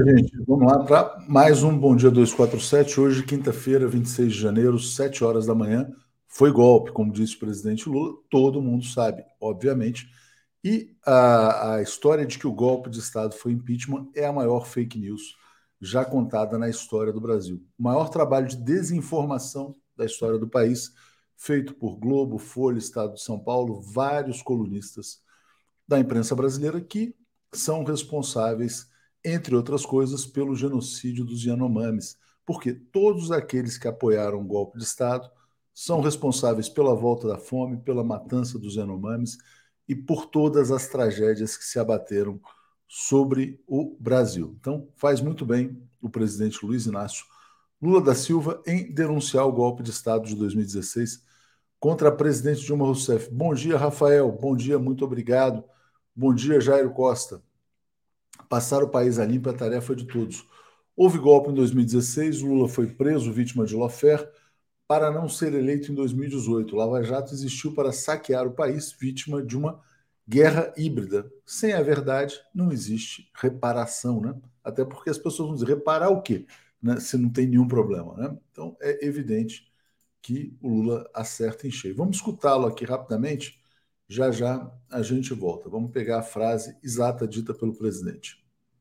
gente. Vamos lá para mais um Bom Dia 247. Hoje, quinta-feira, 26 de janeiro, 7 horas da manhã. Foi golpe, como disse o presidente Lula. Todo mundo sabe, obviamente. E a história de que o golpe de Estado foi impeachment é a maior fake news já contada na história do Brasil. O maior trabalho de desinformação da história do país, feito por Globo, Folha, Estado de São Paulo, vários colunistas da imprensa brasileira que são responsáveis, entre outras coisas, pelo genocídio dos Yanomamis, porque todos aqueles que apoiaram o golpe de Estado são responsáveis pela volta da fome, pela matança dos Yanomamis e por todas as tragédias que se abateram sobre o Brasil. Então, faz muito bem o presidente Luiz Inácio Lula da Silva em denunciar o golpe de Estado de 2016 contra a presidente Dilma Rousseff. Bom dia, Rafael. Bom dia, muito obrigado. Bom dia, Jairo Costa. Passar o país a limpo é a tarefa de todos. Houve golpe em 2016, Lula foi preso, vítima de lawfare, para não ser eleito em 2018. Lava Jato existiu para saquear o país, vítima de uma guerra híbrida. Sem a verdade, não existe reparação, né? Até porque as pessoas vão dizer, reparar o quê? Né? Se não tem nenhum problema, né? Então, é evidente que o Lula acerta em cheio. Vamos escutá-lo aqui rapidamente. Já já a gente volta. Vamos pegar a frase exata dita pelo presidente.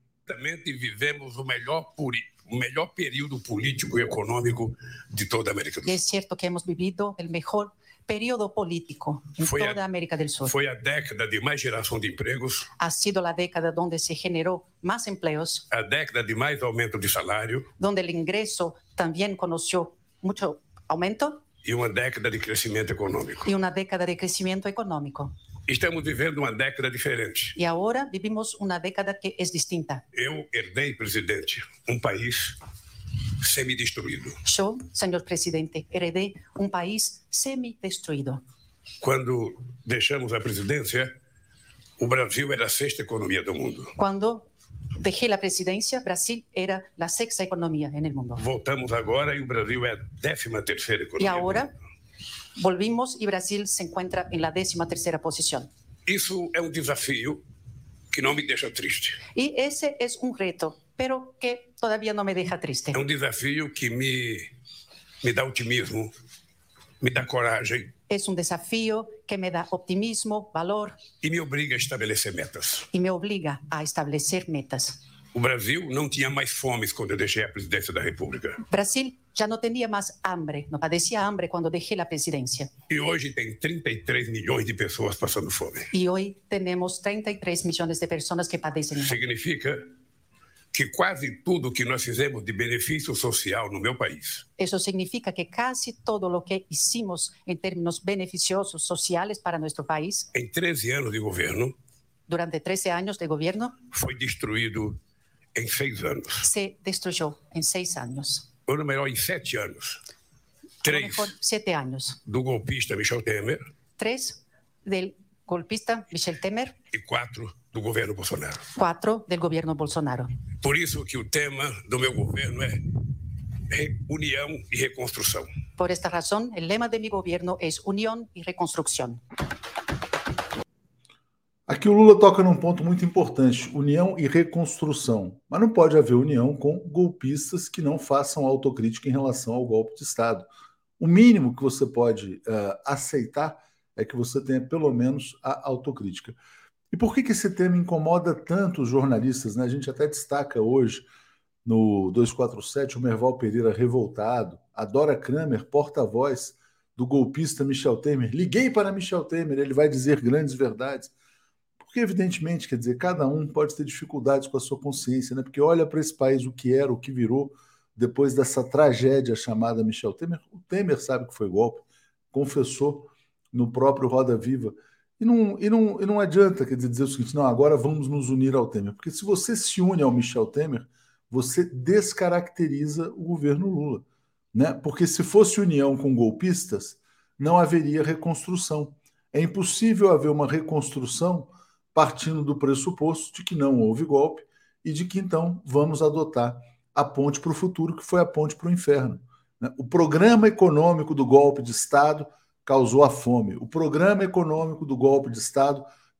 Vivemos o melhor período político e econômico de toda a América do Sul. É certo que hemos vivido o melhor período político em toda a América do Sul. Foi a década de mais geração de empregos. Ha sido a década onde se generou mais empregos. A década de mais aumento de salário. Onde o ingresso também conheceu muito aumento. E uma década de crescimento econômico. E uma década de crescimento econômico. Estamos vivendo uma década diferente. E agora vivimos uma década que é distinta. Eu herdei, presidente, um país semi-destruído. Eu, senhor presidente, herdei um país semi-destruído. Quando deixamos a presidência, o Brasil era a sexta economia do mundo. Quando deixei a presidência, Brasil era a sexta economia no mundo. Voltamos agora e o Brasil é a 13ª economia. E agora volvimos e Brasil se encontra em la 13ª posição. Isso é um desafio que não me deixa triste. E esse é um reto, pero que todavía não me deixa triste. É um desafio que me dá otimismo, me dá coragem. É um desafio que me dá optimismo, valor. E me obriga a estabelecer metas. E me obriga a estabelecer metas. O Brasil não tinha mais fome quando eu deixei a presidência da República. Brasil já não tinha mais hambre, não padecia hambre quando deixei a presidência. E hoje tem 33 milhões de pessoas passando fome. E hoje temos 33 milhões de pessoas que padecem fome. Significa que quase tudo que nós fizemos de benefício social no meu país. Isso significa que quase todo o que hicimos em termos beneficiosos sociais para nosso país. Em 13 anos de governo. Durante 13 anos de governo. Foi destruído em 6 anos. Se destruiu em 6 anos. Ou melhor, em 7 anos. 3 7 anos. Do golpista Michel Temer. 3 do golpista Michel Temer. E 4 do governo Bolsonaro. 4 do governo Bolsonaro. Por isso que o tema do meu governo é união e reconstrução. Por esta razão, o lema de meu governo é união e reconstrução. Aqui o Lula toca num ponto muito importante, união e reconstrução. Mas não pode haver união com golpistas que não façam autocrítica em relação ao golpe de Estado. O mínimo que você pode aceitar é que você tenha pelo menos a autocrítica. E por que esse tema incomoda tanto os jornalistas, né? A gente até destaca hoje no 247 o Merval Pereira revoltado, a Dora Kramer, porta-voz do golpista Michel Temer. Liguei para Michel Temer, ele vai dizer grandes verdades. Porque, evidentemente, quer dizer, cada um pode ter dificuldades com a sua consciência, né? Porque olha para esse país o que era, o que virou, depois dessa tragédia chamada Michel Temer. O Temer sabe que foi golpe, confessou no próprio Roda Viva. E não adianta, quer dizer o seguinte, não, agora vamos nos unir ao Temer. Porque se você se une ao Michel Temer, você descaracteriza o governo Lula, né? Porque se fosse união com golpistas, não haveria reconstrução. É impossível haver uma reconstrução partindo do pressuposto de que não houve golpe e de que, então, vamos adotar a ponte para o futuro, que foi a ponte para o inferno. O programa econômico do golpe de Estado causou a fome. O programa econômico do golpe de Estado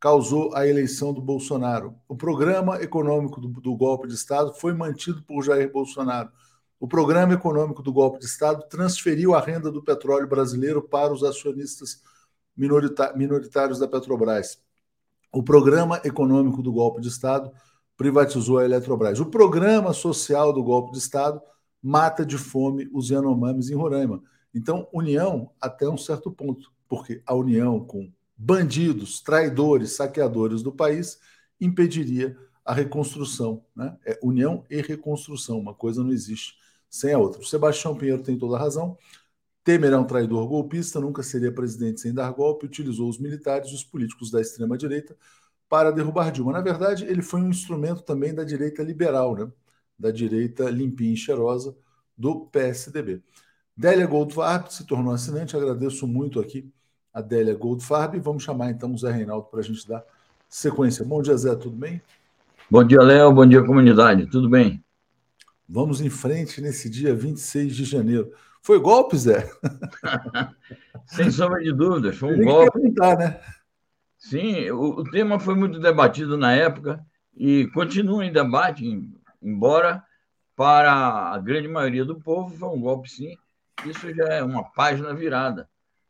causou a eleição do Bolsonaro. O programa econômico do golpe de Estado foi mantido por Jair Bolsonaro. O programa econômico do golpe de Estado transferiu a renda do petróleo brasileiro para os acionistas minoritários da Petrobras. O programa econômico do golpe de Estado privatizou a Eletrobras. O programa social do golpe de Estado mata de fome os Yanomamis em Roraima. Então, união até um certo ponto, porque a união com bandidos, traidores, saqueadores do país impediria a reconstrução, né? É união e reconstrução, uma coisa não existe sem a outra. O Sebastião Pinheiro tem toda a razão. Temer é um traidor golpista, nunca seria presidente sem dar golpe, utilizou os militares e os políticos da extrema-direita para derrubar Dilma. Na verdade, ele foi um instrumento também da direita liberal, né? Da direita limpinha e cheirosa do PSDB. Délia Goldfarb se tornou assinante, agradeço muito aqui a Délia Goldfarb. Vamos chamar então o Zé Reinaldo para a gente dar sequência. Bom dia, Zé, tudo bem? Bom dia, Léo, bom dia, comunidade, tudo bem? Vamos em frente nesse dia 26 de janeiro. Foi golpe, Zé? Sem sombra de dúvidas, foi um golpe. Perguntar, né? Sim, o tema foi muito debatido na época e continua em debate, embora para a grande maioria do povo foi um golpe, sim. Isso já é uma página virada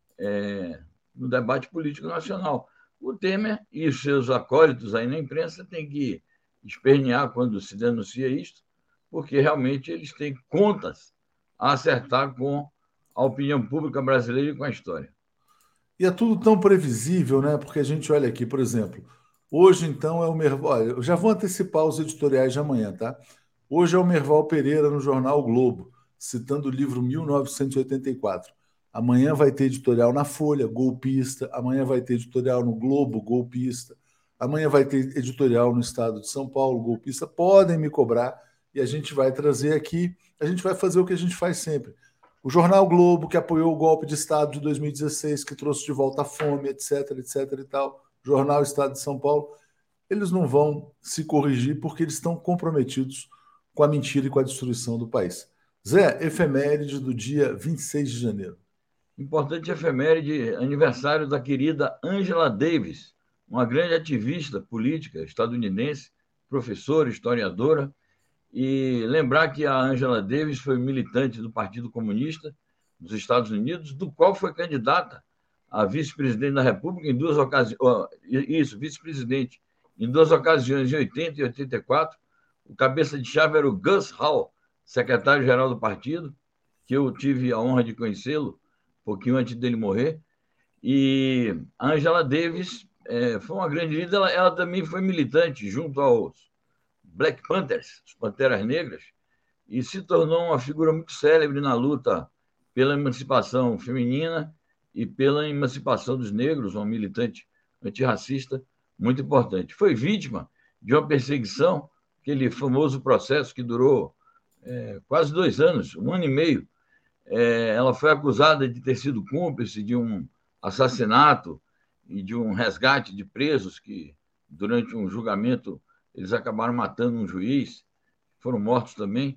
no debate político nacional. O Temer e os seus acólitos aí na imprensa têm que espernear quando se denuncia isto, porque realmente eles têm contas a acertar com a opinião pública brasileira e com a história. E é tudo tão previsível, né? Porque a gente olha aqui, por exemplo, hoje então é o Merval. Olha, eu já vou antecipar os editoriais de amanhã, tá? Hoje é o Merval Pereira no jornal o Globo, citando o livro 1984. Amanhã vai ter editorial na Folha, golpista. Amanhã vai ter editorial no Globo, golpista. Amanhã vai ter editorial no Estado de São Paulo, golpista. Podem me cobrar e a gente vai trazer aqui, a gente vai fazer o que a gente faz sempre. O jornal Globo, que apoiou o golpe de Estado de 2016, que trouxe de volta a fome, etc, etc e tal. Jornal Estado de São Paulo. Eles não vão se corrigir porque eles estão comprometidos com a mentira e com a destruição do país. Zé, efeméride do dia 26 de janeiro. Importante efeméride, aniversário da querida Angela Davis, uma grande ativista política estadunidense, professora, historiadora. E lembrar que a Angela Davis foi militante do Partido Comunista dos Estados Unidos, do qual foi candidata a vice-presidente da República em duas ocasiões. Isso, vice-presidente, em duas ocasiões, em 80 e 84. O cabeça de chave era o Gus Hall, secretário-geral do partido, que eu tive a honra de conhecê-lo um pouquinho antes dele morrer. E a Angela Davis foi uma grande líder. Ela também foi militante junto aos Black Panthers, os Panteras Negras, e se tornou uma figura muito célebre na luta pela emancipação feminina e pela emancipação dos negros, uma militante antirracista muito importante. Foi vítima de uma perseguição, aquele famoso processo que durou quase 2 anos, 1 ano e meio. Ela foi acusada de ter sido cúmplice de um assassinato e de um resgate de presos que, durante um julgamento, eles acabaram matando um juiz, foram mortos também,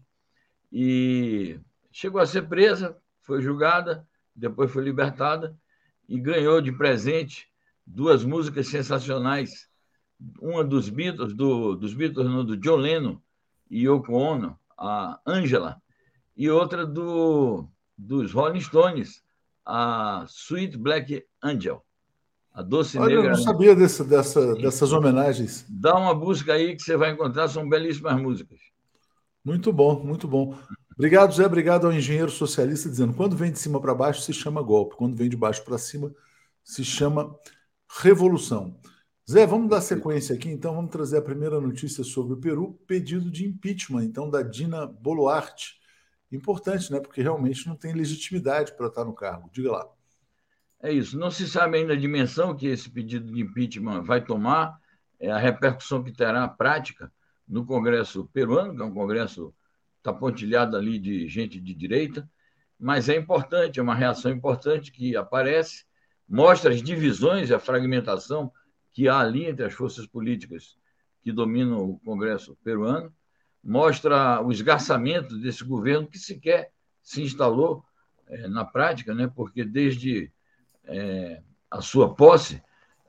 e chegou a ser presa, foi julgada, depois foi libertada e ganhou de presente 2 músicas sensacionais, uma dos Beatles, do John Lennon e Yoko Ono, a Angela, e outra dos Rolling Stones, a Sweet Black Angel. A Doce Olha, Negra. Eu não sabia dessas homenagens. Dá uma busca aí que você vai encontrar, são belíssimas músicas. Muito bom, muito bom. Obrigado, Zé. Obrigado ao engenheiro socialista dizendo: quando vem de cima para baixo se chama golpe, quando vem de baixo para cima se chama revolução. Zé, vamos dar sequência aqui, então vamos trazer a primeira notícia sobre o Peru, pedido de impeachment, então, da Dina Boluarte. Importante, né? Porque realmente não tem legitimidade para estar no cargo. Diga lá. É isso. Não se sabe ainda a dimensão que esse pedido de impeachment vai tomar, a repercussão que terá a prática no Congresso peruano, que é um Congresso tapontilhado ali de gente de direita, mas é importante, é uma reação importante que aparece, mostra as divisões e a fragmentação que há ali entre as forças políticas que dominam o Congresso peruano, mostra o esgarçamento desse governo que sequer se instalou na prática, né? Porque desde a sua posse,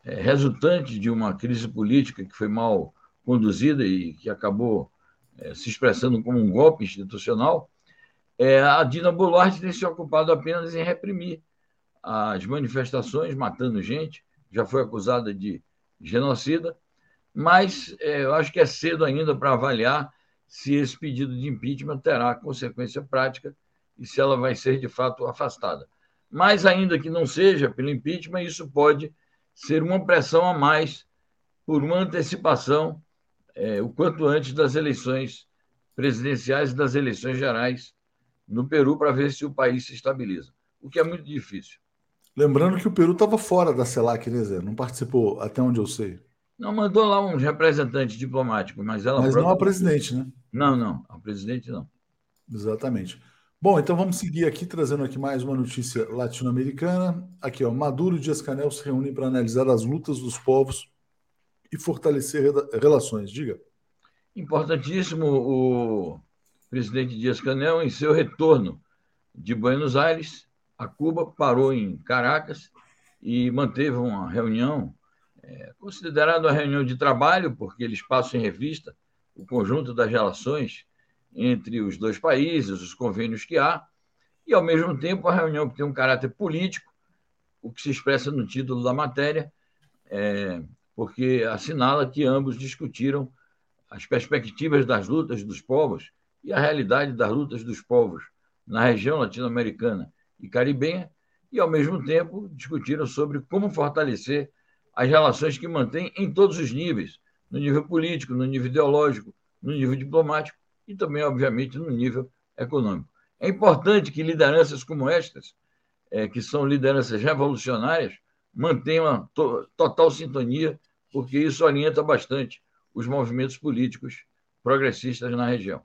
resultante de uma crise política que foi mal conduzida e que acabou se expressando como um golpe institucional, a Dina Boluarte tem se ocupado apenas em reprimir as manifestações, matando gente, já foi acusada de genocida, mas eu acho que é cedo ainda para avaliar se esse pedido de impeachment terá consequência prática e se ela vai ser, de fato, afastada. Mas, ainda que não seja pelo impeachment, isso pode ser uma pressão a mais por uma antecipação o quanto antes das eleições presidenciais e das eleições gerais no Peru, para ver se o país se estabiliza, o que é muito difícil. Lembrando que o Peru estava fora da CELAC, né, Zé? Não participou, até onde eu sei. Não, mandou lá uns representantes diplomáticos, mas ela Mas não própria... a presidente, né? Não, a presidente não. Exatamente. Bom, então vamos seguir aqui, trazendo aqui mais uma notícia latino-americana. Aqui, ó, Maduro e Dias-Canel se reúnem para analisar as lutas dos povos e fortalecer relações. Diga. Importantíssimo o presidente Dias-Canel, em seu retorno de Buenos Aires a Cuba, parou em Caracas e manteve uma reunião, considerada uma reunião de trabalho, porque eles passam em revista o conjunto das relações entre os dois países, os convênios que há, e, ao mesmo tempo, a reunião que tem um caráter político, o que se expressa no título da matéria, porque assinala que ambos discutiram as perspectivas das lutas dos povos e a realidade das lutas dos povos na região latino-americana e caribenha, e, ao mesmo tempo, discutiram sobre como fortalecer as relações que mantêm em todos os níveis, no nível político, no nível ideológico, no nível diplomático e também, obviamente, no nível econômico. É importante que lideranças como estas, que são lideranças revolucionárias, mantenham a total sintonia, porque isso orienta bastante os movimentos políticos progressistas na região.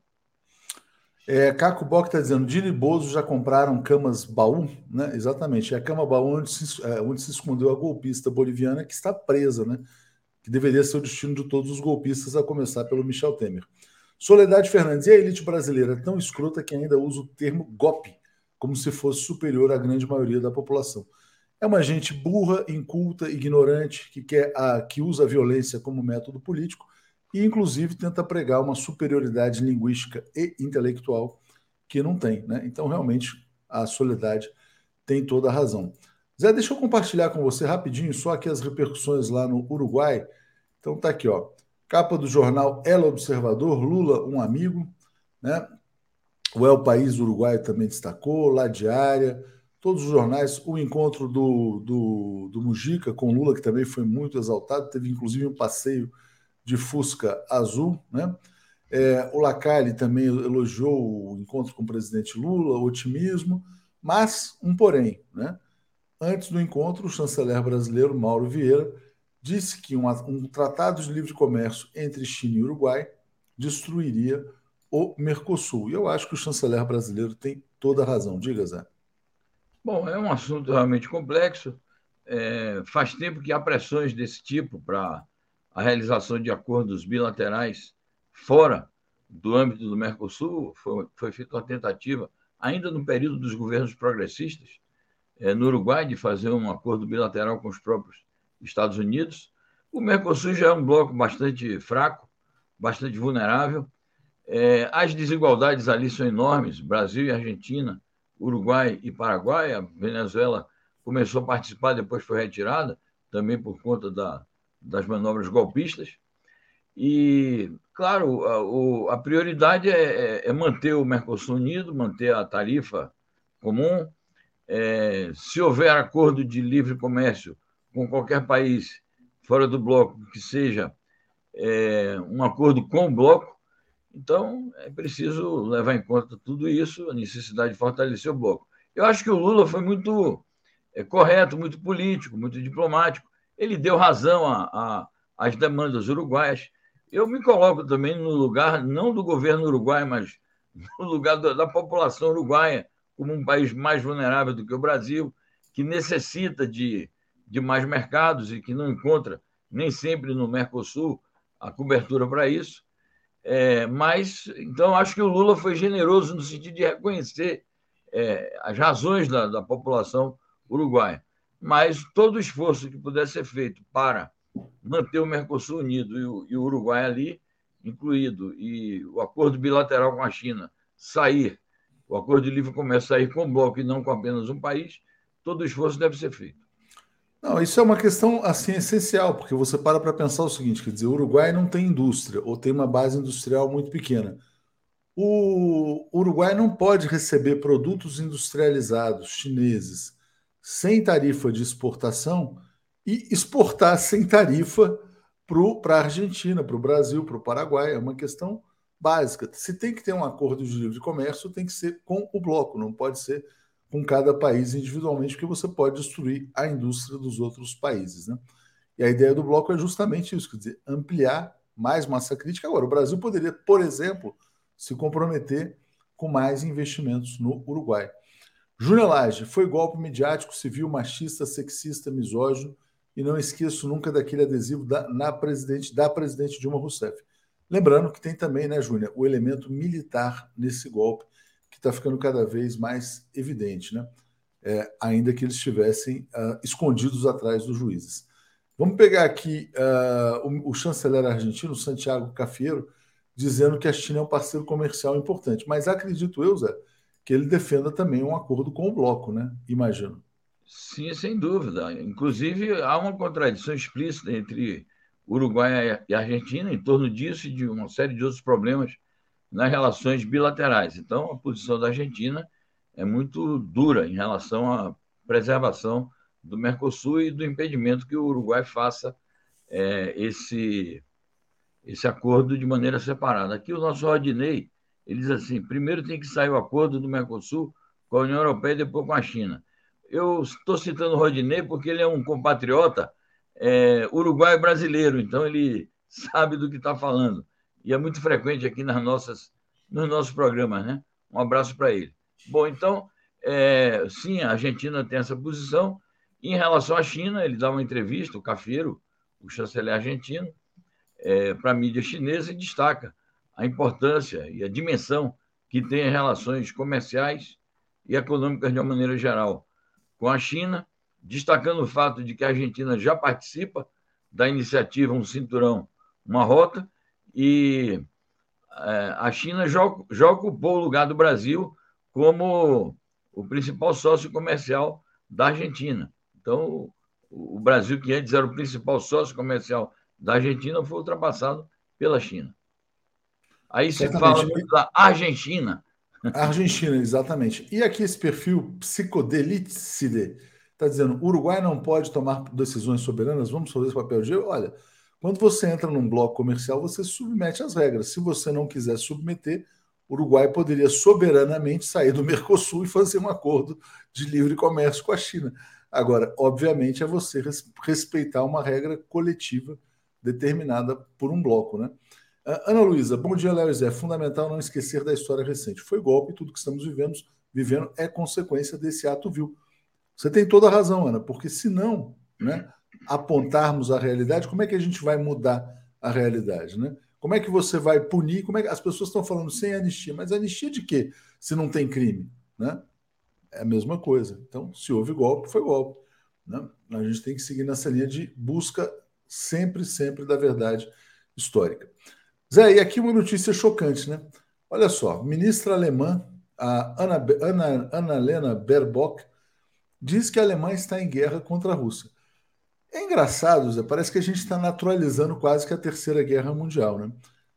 Caco Bock está dizendo, Dino e Bozo já compraram camas baú, né? Exatamente, é a cama baú onde se escondeu a golpista boliviana que está presa, né? Que deveria ser o destino de todos os golpistas, a começar pelo Michel Temer. Soledade Fernandes, e a elite brasileira tão escrota que ainda usa o termo golpe, como se fosse superior à grande maioria da população. É uma gente burra, inculta, ignorante, que usa a violência como método político e, inclusive, tenta pregar uma superioridade linguística e intelectual que não tem, né? Então, realmente, a Soledade tem toda a razão. Zé, deixa eu compartilhar com você rapidinho só aqui as repercussões lá no Uruguai. Então, tá aqui, ó. Capa do jornal El Observador, Lula, um amigo, né? O El País Uruguaio também destacou, La Diária, todos os jornais, o encontro do Mujica com Lula, que também foi muito exaltado, teve inclusive um passeio de Fusca azul, né? O Lacalle também elogiou o encontro com o presidente Lula, o otimismo, mas um porém, né? Antes do encontro, o chanceler brasileiro Mauro Vieira disse que um tratado de livre comércio entre China e Uruguai destruiria o Mercosul. E eu acho que o chanceler brasileiro tem toda a razão. Diga, Zé. Bom, é um assunto realmente complexo. Faz tempo que há pressões desse tipo para a realização de acordos bilaterais fora do âmbito do Mercosul. Foi feita uma tentativa, ainda no período dos governos progressistas, no Uruguai, de fazer um acordo bilateral com os próprios Estados Unidos. O Mercosul já é um bloco bastante fraco, bastante vulnerável. As desigualdades ali são enormes. Brasil e Argentina, Uruguai e Paraguai. A Venezuela começou a participar, depois foi retirada, também por conta das manobras golpistas. E, claro, a prioridade é manter o Mercosul unido, manter a tarifa comum. Se houver acordo de livre comércio com qualquer país fora do bloco, que seja um acordo com o bloco, então é preciso levar em conta tudo isso, a necessidade de fortalecer o bloco. Eu acho que o Lula foi muito correto, muito político, muito diplomático. Ele deu razão às demandas uruguaias. Eu me coloco também no lugar, não do governo uruguaio, mas no lugar da população uruguaia, como um país mais vulnerável do que o Brasil, que necessita de mais mercados e que não encontra, nem sempre no Mercosul, a cobertura para isso. Mas, então, acho que o Lula foi generoso no sentido de reconhecer as razões da população uruguaia. mas todo o esforço que puder ser feito para manter o Mercosul unido e o Uruguai ali incluído, e o acordo bilateral com a China sair, o acordo de livre comércio sair com o bloco e não com apenas um país, todo o esforço deve ser feito. Não, isso é uma questão assim essencial, porque você para pensar o seguinte, quer dizer, o Uruguai não tem indústria ou tem uma base industrial muito pequena. O Uruguai não pode receber produtos industrializados chineses sem tarifa de exportação e exportar sem tarifa para a Argentina, para o Brasil, para o Paraguai. É uma questão básica. Se tem que ter um acordo de livre comércio, tem que ser com o bloco, não pode ser com cada país individualmente, porque você pode destruir a indústria dos outros países, né? E a ideia do bloco é justamente isso, quer dizer, ampliar mais massa crítica. Agora, o Brasil poderia, por exemplo, se comprometer com mais investimentos no Uruguai. Júnior Lage, foi golpe midiático, civil, machista, sexista, misógino, e não esqueço nunca daquele adesivo da presidente Dilma Rousseff. Lembrando que tem também, né, Júnior, o elemento militar nesse golpe, que está ficando cada vez mais evidente, né? Ainda que eles estivessem escondidos atrás dos juízes. Vamos pegar aqui o chanceler argentino, Santiago Cafiero, dizendo que a China é um parceiro comercial importante. Mas acredito eu, Zé, que ele defenda também um acordo com o bloco, né? Imagino. Sim, sem dúvida. Inclusive, há uma contradição explícita entre Uruguai e Argentina em torno disso e de uma série de outros problemas nas relações bilaterais. Então, a posição da Argentina é muito dura em relação à preservação do Mercosul e do impedimento que o Uruguai faça esse acordo de maneira separada. Aqui o nosso Rodinei, ele diz assim, primeiro tem que sair o acordo do Mercosul com a União Europeia e depois com a China. Eu estou citando o Rodinei porque ele é um compatriota uruguaio brasileiro, então ele sabe do que está falando. E é muito frequente aqui nos nossos programas, né? Um abraço para ele. Bom, então, sim, a Argentina tem essa posição. Em relação à China, ele dá uma entrevista, o Cafiero, o chanceler argentino, para a mídia chinesa e destaca a importância e a dimensão que tem as relações comerciais e econômicas de uma maneira geral com a China, destacando o fato de que a Argentina já participa da iniciativa Um Cinturão, uma Rota, e a China já ocupou o lugar do Brasil como o principal sócio comercial da Argentina. Então, o Brasil, que antes era o principal sócio comercial da Argentina, foi ultrapassado pela China. Aí se fala muito da Argentina. A Argentina, exatamente. E aqui esse perfil Psicodelicide está dizendo, o Uruguai não pode tomar decisões soberanas, vamos fazer esse papel de... Olha, quando você entra num bloco comercial, você submete às regras. Se você não quiser submeter, o Uruguai poderia soberanamente sair do Mercosul e fazer um acordo de livre comércio com a China. Agora, obviamente, é você respeitar uma regra coletiva determinada por um bloco, né? Ana Luísa, bom dia, Léo e Zé. É fundamental não esquecer da história recente. Foi golpe, tudo que estamos vivendo é consequência desse ato vil. Você tem toda a razão, Ana, porque se não, né, apontarmos a realidade, como é que a gente vai mudar a realidade, né? Como é que você vai punir? Como é que as pessoas estão falando sem anistia, mas anistia de quê? Se não tem crime, né? É a mesma coisa. Então, se houve golpe, foi golpe, né? A gente tem que seguir nessa linha de busca sempre da verdade histórica. Zé, e aqui uma notícia chocante, né? Olha só, ministra alemã, a Annalena Baerbock, diz que a Alemanha está em guerra contra a Rússia. É engraçado, Zé, parece que a gente está naturalizando quase que a Terceira Guerra Mundial, né?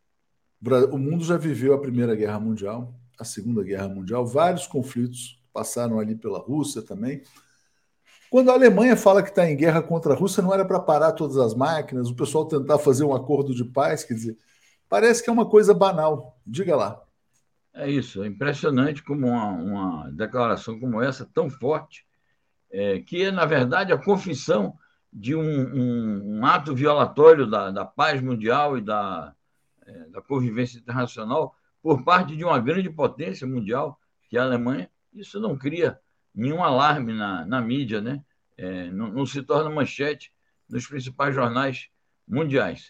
O mundo já viveu a Primeira Guerra Mundial, a Segunda Guerra Mundial, vários conflitos passaram ali pela Rússia também. Quando a Alemanha fala que está em guerra contra a Rússia, não era para parar todas as máquinas, o pessoal tentar fazer um acordo de paz, quer dizer, parece que é uma coisa banal. Diga lá. É isso, é impressionante como uma declaração como essa, tão forte, que é, na verdade, a confissão de um ato violatório da paz mundial e da convivência internacional por parte de uma grande potência mundial, que é a Alemanha. Isso não cria nenhum alarme na mídia, né? Não se torna manchete nos principais jornais mundiais.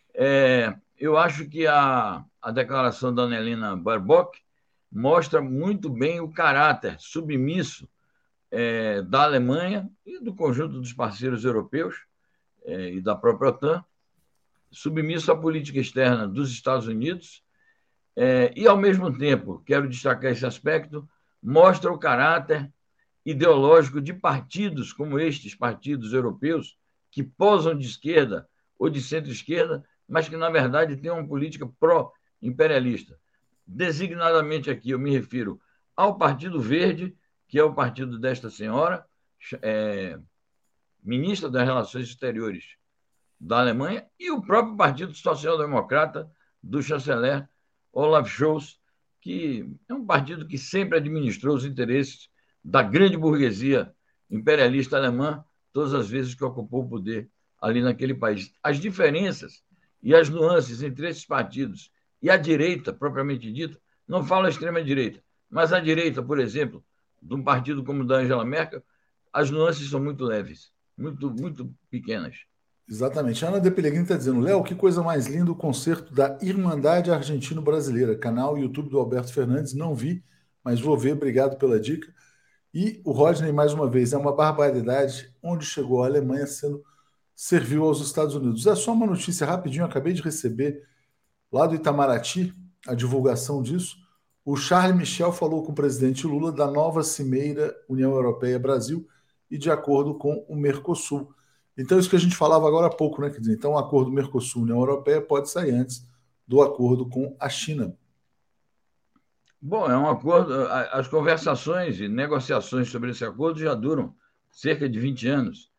Eu acho que a declaração da Annalena Baerbock mostra muito bem o caráter submisso da Alemanha e do conjunto dos parceiros europeus e da própria OTAN, submisso à política externa dos Estados Unidos, e, ao mesmo tempo, quero destacar esse aspecto, mostra o caráter ideológico de partidos como estes partidos europeus, que posam de esquerda ou de centro-esquerda, mas que, na verdade, têm uma política pró-imperialista. Designadamente aqui eu me refiro ao Partido Verde, que é o partido desta senhora, ministra das Relações Exteriores da Alemanha, e o próprio Partido Social-Democrata do chanceler Olaf Scholz, que é um partido que sempre administrou os interesses da grande burguesia imperialista alemã todas as vezes que ocupou o poder ali naquele país. As diferenças e as nuances entre esses partidos e a direita, propriamente dita, não falo a extrema-direita, mas a direita, por exemplo, de um partido como o da Angela Merkel, as nuances são muito leves, muito pequenas. Exatamente. A Ana De Pellegrini está dizendo, Léo, que coisa mais linda o concerto da Irmandade Argentino-Brasileira, canal YouTube do Alberto Fernandes, não vi, mas vou ver, obrigado pela dica. E o Rodney, mais uma vez, é uma barbaridade onde chegou a Alemanha serviu aos Estados Unidos. É só uma notícia rapidinho, acabei de receber lá do Itamaraty a divulgação disso. O Charles Michel falou com o presidente Lula da nova cimeira União Europeia-Brasil e de acordo com o Mercosul. Então, isso que a gente falava agora há pouco, né? Quer dizer, então, o acordo Mercosul-União Europeia pode sair antes do acordo com a China. Bom, é um acordo. As conversações e negociações sobre esse acordo já duram cerca de 20 anos.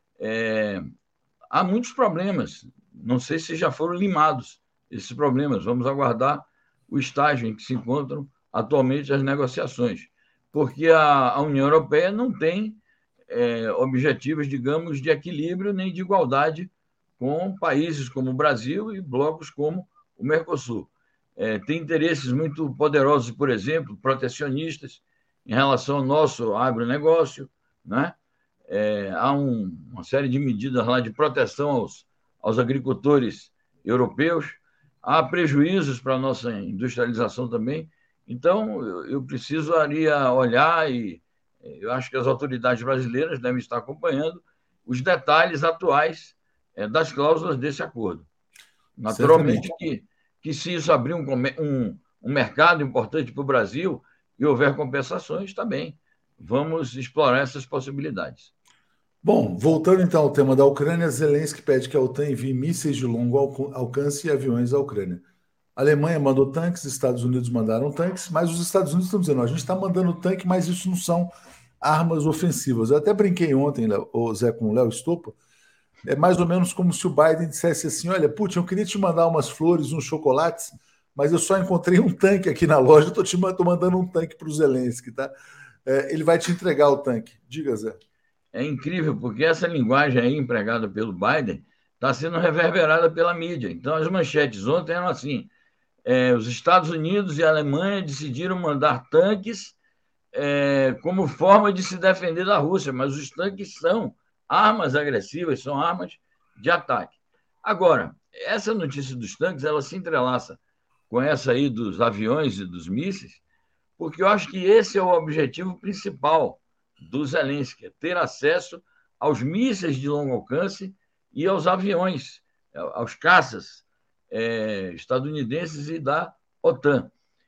Há muitos problemas. Não sei se já foram limados esses problemas. Vamos aguardar o estágio em que se encontram atualmente as negociações. Porque a União Europeia não tem objetivos, digamos, de equilíbrio nem de igualdade com países como o Brasil e blocos como o Mercosul. Tem interesses muito poderosos, por exemplo, protecionistas, em relação ao nosso agronegócio, né? Há uma série de medidas lá de proteção aos agricultores europeus, há prejuízos para a nossa industrialização também. Então, eu precisaria olhar e eu acho que as autoridades brasileiras devem estar acompanhando os detalhes atuais das cláusulas desse acordo. Naturalmente que se isso abrir um mercado importante para o Brasil e houver compensações, também vamos explorar essas possibilidades. Bom, voltando então ao tema da Ucrânia, Zelensky pede que a OTAN envie mísseis de longo alcance e aviões à Ucrânia. A Alemanha mandou tanques, Estados Unidos mandaram tanques, mas os Estados Unidos estão dizendo, a gente está mandando tanque, mas isso não são armas ofensivas. Eu até brinquei ontem, Zé, com o Léo Stoppa, é mais ou menos como se o Biden dissesse assim, olha, Putin, eu queria te mandar umas flores, uns chocolates, mas eu só encontrei um tanque aqui na loja, estou mandando um tanque para o Zelensky, tá? Ele vai te entregar o tanque. Diga, Zé. É incrível, porque essa linguagem aí empregada pelo Biden está sendo reverberada pela mídia. Então, as manchetes ontem eram assim, os Estados Unidos e a Alemanha decidiram mandar tanques como forma de se defender da Rússia, mas os tanques são armas agressivas, são armas de ataque. Agora, essa notícia dos tanques, ela se entrelaça com essa aí dos aviões e dos mísseis, porque eu acho que esse é o objetivo principal do Zelensky, ter acesso aos mísseis de longo alcance e aos aviões, aos caças estadunidenses e da OTAN.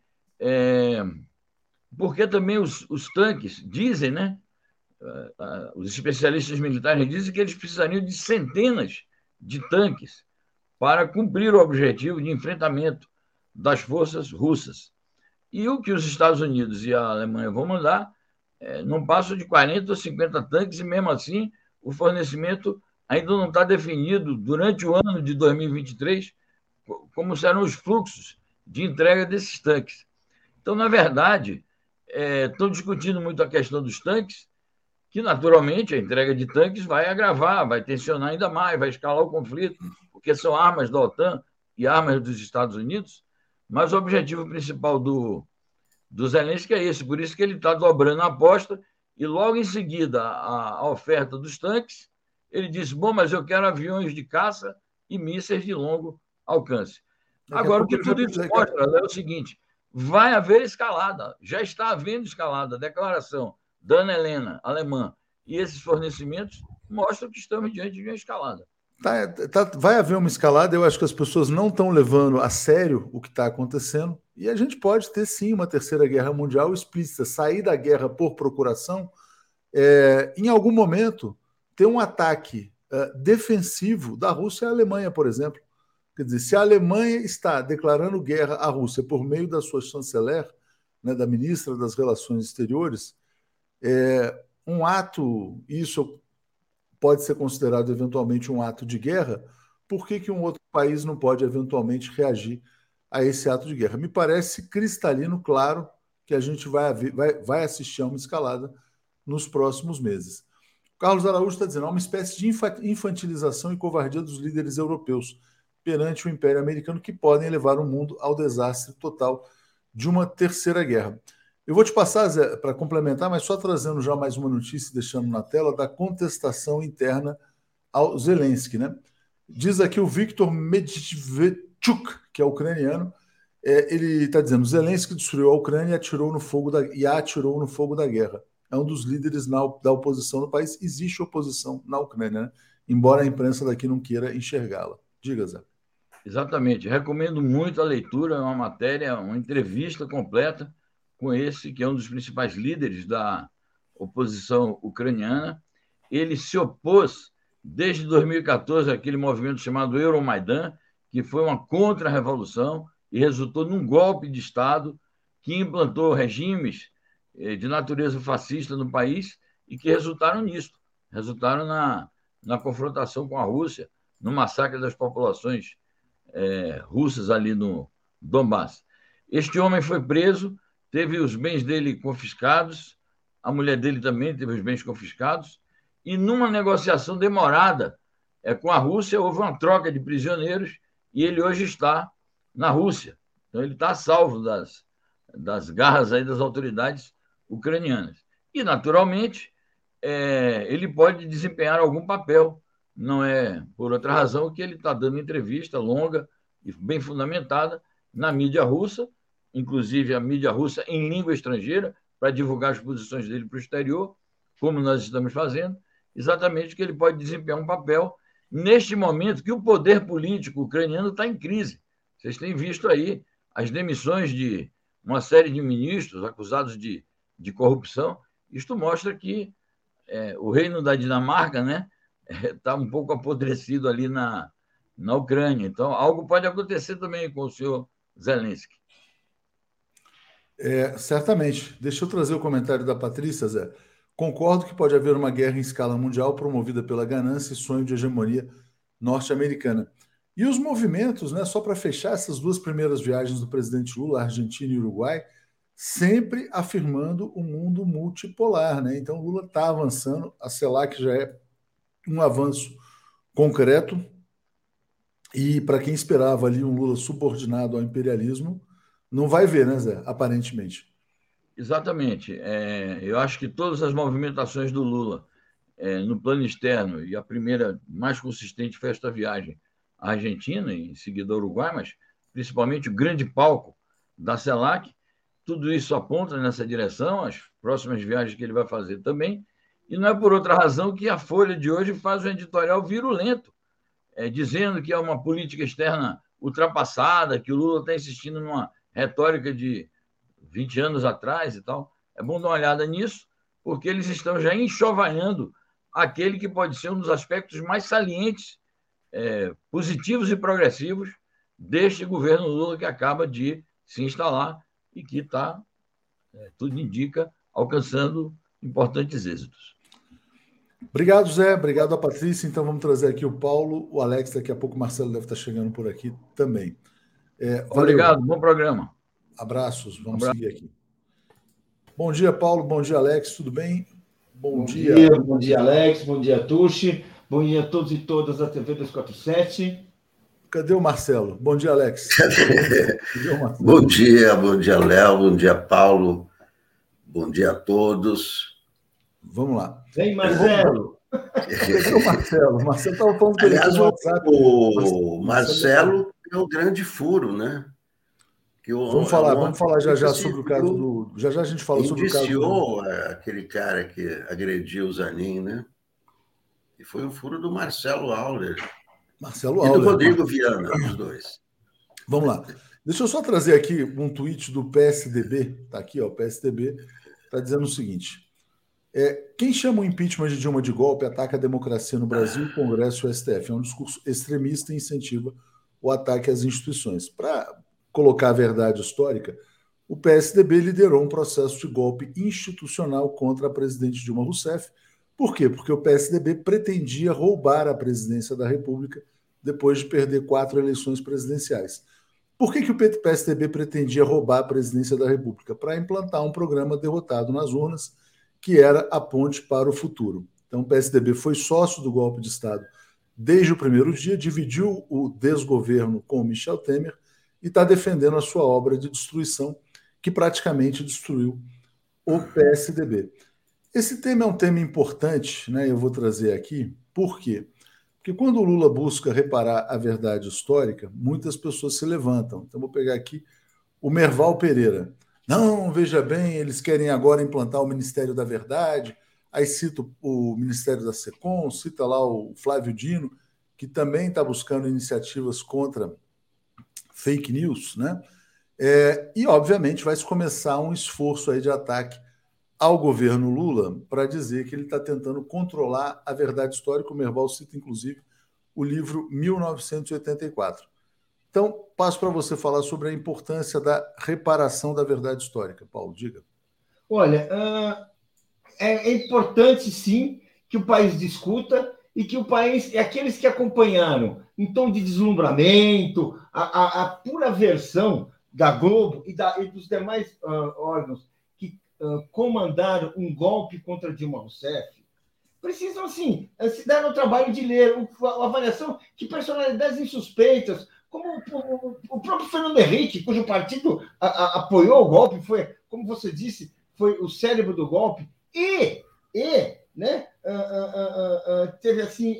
Porque também os tanques dizem, né? Os especialistas militares dizem que eles precisariam de centenas de tanques para cumprir o objetivo de enfrentamento das forças russas. E o que os Estados Unidos e a Alemanha vão mandar não passa de 40 ou 50 tanques, e mesmo assim o fornecimento ainda não está definido durante o ano de 2023 como serão os fluxos de entrega desses tanques. Então, na verdade, estão discutindo muito a questão dos tanques, que naturalmente a entrega de tanques vai agravar, vai tensionar ainda mais, vai escalar o conflito, porque são armas da OTAN e armas dos Estados Unidos, mas o objetivo principal do Zelensky é esse, por isso que ele está dobrando a aposta, e logo em seguida a oferta dos tanques, ele disse, bom, mas eu quero aviões de caça e mísseis de longo alcance. Agora, o que tudo isso mostra é o seguinte, vai haver escalada, já está havendo escalada. A declaração Dana Helena, alemã, e esses fornecimentos mostram que estamos diante de uma escalada. Vai haver uma escalada, eu acho que as pessoas não estão levando a sério o que está acontecendo, e a gente pode ter sim uma terceira guerra mundial explícita, sair da guerra por procuração, em algum momento ter um ataque defensivo da Rússia à Alemanha, por exemplo. Quer dizer, se a Alemanha está declarando guerra à Rússia por meio da sua chanceler, né, da ministra das Relações Exteriores, um ato, isso pode ser considerado eventualmente um ato de guerra, por que um outro país não pode eventualmente reagir a esse ato de guerra? Me parece cristalino claro que a gente vai assistir a uma escalada nos próximos meses. O Carlos Araújo está dizendo, há uma espécie de infantilização e covardia dos líderes europeus perante o Império Americano que podem levar o mundo ao desastre total de uma terceira guerra. Eu vou te passar, Zé, para complementar, mas só trazendo já mais uma notícia, deixando na tela, da contestação interna ao Zelensky, né? Diz aqui o Viktor Medvedchuk, que é ucraniano, ele está dizendo, Zelensky destruiu a Ucrânia e atirou no fogo da guerra. É um dos líderes da oposição no país. Existe oposição na Ucrânia, né? Embora a imprensa daqui não queira enxergá-la. Diga, Zé. Exatamente. Recomendo muito a leitura, uma matéria, uma entrevista completa com esse, que é um dos principais líderes da oposição ucraniana. Ele se opôs, desde 2014, àquele movimento chamado Euromaidan, que foi uma contra-revolução e resultou num golpe de Estado que implantou regimes de natureza fascista no país e que resultaram nisso, resultaram na confrontação com a Rússia, no massacre das populações russas ali no Donbass. Este homem foi preso, teve os bens dele confiscados, a mulher dele também teve os bens confiscados, e numa negociação demorada com a Rússia, houve uma troca de prisioneiros e ele hoje está na Rússia. Então, ele está salvo das garras aí das autoridades ucranianas. E, naturalmente, ele pode desempenhar algum papel. Não é por outra razão que ele está dando entrevista longa e bem fundamentada na mídia russa, inclusive a mídia russa em língua estrangeira, para divulgar as posições dele para o exterior, como nós estamos fazendo, exatamente que ele pode desempenhar um papel neste momento que o poder político ucraniano está em crise. Vocês têm visto aí as demissões de uma série de ministros acusados de corrupção. Isto mostra que o reino da Dinamarca, né, está um pouco apodrecido ali na Ucrânia. Então, algo pode acontecer também com o senhor Zelensky. Certamente. Deixa eu trazer o comentário da Patrícia, Zé. Concordo que pode haver uma guerra em escala mundial promovida pela ganância e sonho de hegemonia norte-americana. E os movimentos, né, só para fechar essas duas primeiras viagens do presidente Lula, Argentina e Uruguai, sempre afirmando o mundo multipolar, né? Então, Lula está avançando, a CELAC já é um avanço concreto, e para quem esperava ali um Lula subordinado ao imperialismo, não vai ver, né, Zé? Aparentemente. Exatamente. Eu acho que todas as movimentações do Lula no plano externo, e a primeira mais consistente foi esta viagem à Argentina, e em seguida ao Uruguai, mas principalmente o grande palco da CELAC, tudo isso aponta nessa direção, as próximas viagens que ele vai fazer também, e não é por outra razão que a Folha de hoje faz um editorial virulento, dizendo que é uma política externa ultrapassada, que o Lula está insistindo numa retórica de 20 anos atrás e tal. É bom dar uma olhada nisso, porque eles estão já enxovalhando aquele que pode ser um dos aspectos mais salientes, positivos e progressivos deste governo Lula que acaba de se instalar e que está, tudo indica, alcançando importantes êxitos. Obrigado, Zé. Obrigado a Patrícia. Então vamos trazer aqui o Paulo, o Alex, daqui a pouco o Marcelo deve estar chegando por aqui também. Obrigado, bom programa. Abraços, vamos seguir aqui. Bom dia, Paulo, bom dia, Alex, tudo bem? Bom dia, Alex, bom dia, Tucci, bom dia a todos e todas da TV 247. Cadê o Marcelo? Bom dia, Alex. Bom dia, Léo, bom dia, Paulo, bom dia a todos. Vamos lá. Vem, Marcelo. Cadê o Marcelo? O Marcelo estava falando com ele no WhatsApp. O Marcelo é o grande furo, né? Vamos falar já sobre o caso do... Já a gente fala sobre o caso do... Indiciou aquele cara que agrediu o Zanin, né? E foi um furo do Marcelo Auler. E do Rodrigo Viana, os dois. Vamos lá. Deixa eu só trazer aqui um tweet do PSDB. Está aqui, ó, o PSDB está dizendo o seguinte. Quem chama o impeachment de Dilma de golpe ataca a democracia no Brasil, o Congresso e o STF. É um discurso extremista e incentiva o ataque às instituições. Para colocar a verdade histórica, o PSDB liderou um processo de golpe institucional contra a presidente Dilma Rousseff. Por quê? Porque o PSDB pretendia roubar a presidência da República depois de perder 4 eleições presidenciais. Por que o PSDB pretendia roubar a presidência da República? Para implantar um programa derrotado nas urnas, que era a ponte para o futuro. Então, o PSDB foi sócio do golpe de Estado desde o primeiro dia, dividiu o desgoverno com o Michel Temer e está defendendo a sua obra de destruição, que praticamente destruiu o PSDB. Esse tema é um tema importante, né? Eu vou trazer aqui. Por quê? Porque quando o Lula busca reparar a verdade histórica, muitas pessoas se levantam. Então, vou pegar aqui o Merval Pereira. Não, veja bem, eles querem agora implantar o Ministério da Verdade. Aí cita o Ministério da SECOM, cita lá o Flávio Dino, que também está buscando iniciativas contra fake news, né? E, obviamente, vai se começar um esforço aí de ataque ao governo Lula para dizer que ele está tentando controlar a verdade histórica. O Merval cita, inclusive, o livro 1984. Então, passo para você falar sobre a importância da reparação da verdade histórica. Paulo, diga. Olha, é importante, sim, que o país discuta e que o país, aqueles que acompanharam em tom de deslumbramento, a pura versão da Globo e dos demais órgãos que comandaram um golpe contra Dilma Rousseff, precisam, assim, se dar o trabalho de ler a avaliação que personalidades insuspeitas, como o próprio Fernando Henrique, cujo partido apoiou o golpe, foi, como você disse, foi o cérebro do golpe, né, teve assim,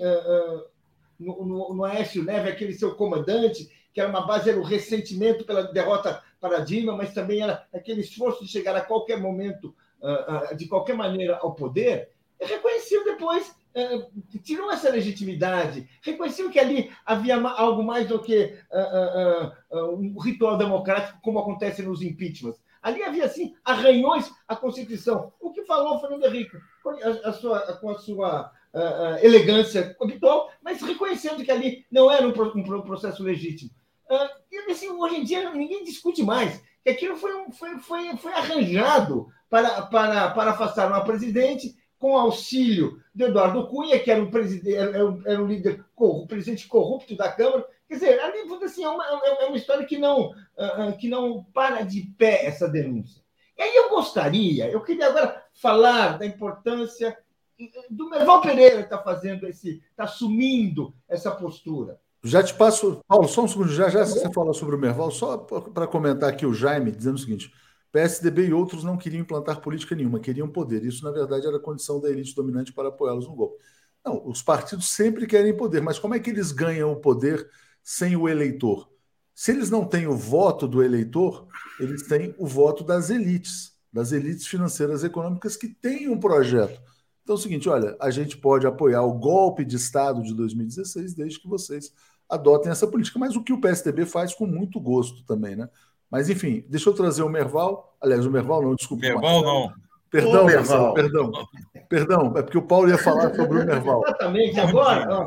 no Aécio Neves, aquele seu comandante, que era uma base, era o ressentimento pela derrota para Dilma, mas também era aquele esforço de chegar a qualquer momento, de qualquer maneira, ao poder, reconheceu depois, tirou essa legitimidade, reconheceu que ali havia algo mais do que um ritual democrático, como acontece nos impeachments. Ali havia, assim, arranhões à Constituição. O que falou o Fernando Henrique, com a sua elegância habitual, mas reconhecendo que ali não era um processo legítimo. E, assim, hoje em dia, ninguém discute mais que aquilo foi arranjado para afastar uma presidente com auxílio de Eduardo Cunha, que era um líder, o presidente corrupto da Câmara. Quer dizer, ali, assim, é uma história que não para de pé essa denúncia. E aí eu queria agora falar da importância do Merval Pereira está assumindo essa postura. Já te passo, Paulo, só um segundo, já você fala sobre o Merval, só para comentar aqui o Jaime, dizendo o seguinte: PSDB e outros não queriam implantar política nenhuma, queriam poder. Isso, na verdade, era a condição da elite dominante para apoiá-los no golpe. Não, os partidos sempre querem poder, mas como é que eles ganham o poder sem o eleitor? Se eles não têm o voto do eleitor, eles têm o voto das elites financeiras e econômicas que têm um projeto. Então é o seguinte, olha, a gente pode apoiar o golpe de Estado de 2016 desde que vocês adotem essa política, mas o que o PSDB faz com muito gosto também, né? Mas, enfim, deixa eu trazer o Merval. Aliás, o Merval não, desculpa. Merval não. Perdão, Marcelo, perdão. É porque o Paulo ia falar sobre o Merval. Exatamente, agora.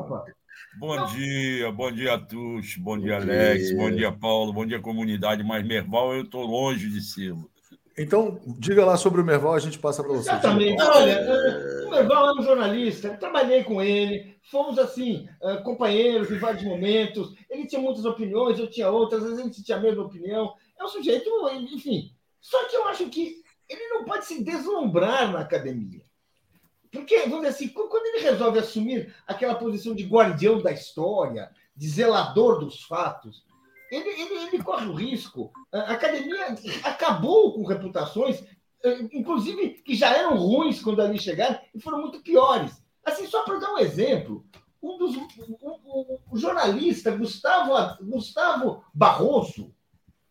Bom dia, Tuxi, bom dia, Alex, bom dia, Paulo, bom dia, comunidade. Mas Merval, eu estou longe de cima. Então, diga lá sobre o Merval, a gente passa para você. Exatamente. Olha, o Merval é um jornalista, eu trabalhei com ele, fomos, assim, companheiros em vários momentos. Ele tinha muitas opiniões, eu tinha outras, às vezes a gente tinha a mesma opinião. É um sujeito, enfim. Só que eu acho que ele não pode se deslumbrar na academia. Porque, vamos dizer assim, quando ele resolve assumir aquela posição de guardião da história, de zelador dos fatos, ele corre o risco. A academia acabou com reputações, inclusive, que já eram ruins quando ali chegaram, e foram muito piores. Assim, só para dar um exemplo, o jornalista Gustavo Barroso,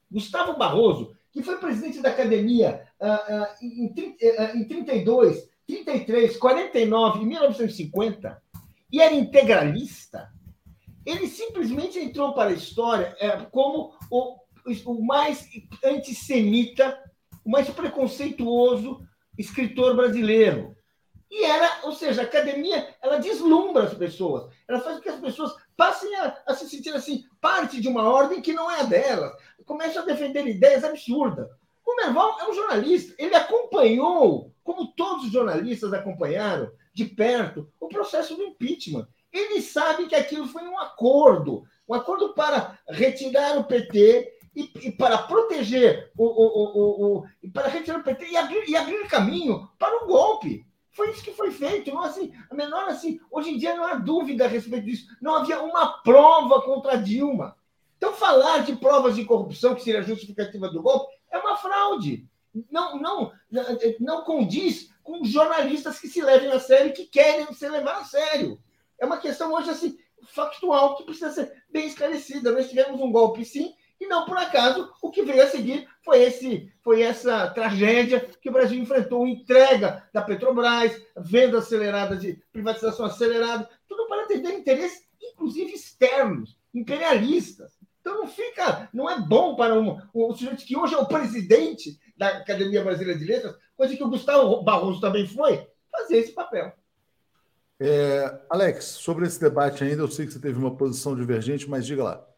Gustavo Barroso, que foi presidente da academia em 32, 33, 49 e 1950, e era integralista, ele simplesmente entrou para a história como o mais antissemita, o mais preconceituoso escritor brasileiro. Ou seja, a academia, ela deslumbra as pessoas, ela faz com que as pessoas passem a se sentir assim, parte de uma ordem que não é a delas, começam a defender ideias absurdas. O Merval é um jornalista, ele acompanhou, como todos os jornalistas acompanharam, de perto, o processo do impeachment. Ele sabe que aquilo foi um acordo para retirar o PT e para proteger para retirar o PT e abrir caminho para um golpe. Foi isso que foi feito. Não, assim, hoje em dia não há dúvida a respeito disso. Não havia uma prova contra Dilma. Então, falar de provas de corrupção, que seria a justificativa do golpe, é uma fraude. Não condiz com jornalistas que se levem a sério e que querem se levar a sério. É uma questão hoje assim, factual que precisa ser bem esclarecida. Nós tivemos um golpe, sim, e não por acaso o que veio a seguir foi essa tragédia que o Brasil enfrentou, entrega da Petrobras, venda acelerada, de privatização acelerada, tudo para atender interesses, inclusive externos, imperialistas. Então não é bom para o sujeito que hoje é o presidente da Academia Brasileira de Letras, coisa que o Gustavo Barroso também foi, fazer esse papel. Alex, sobre esse debate ainda, eu sei que você teve uma posição divergente, mas diga lá.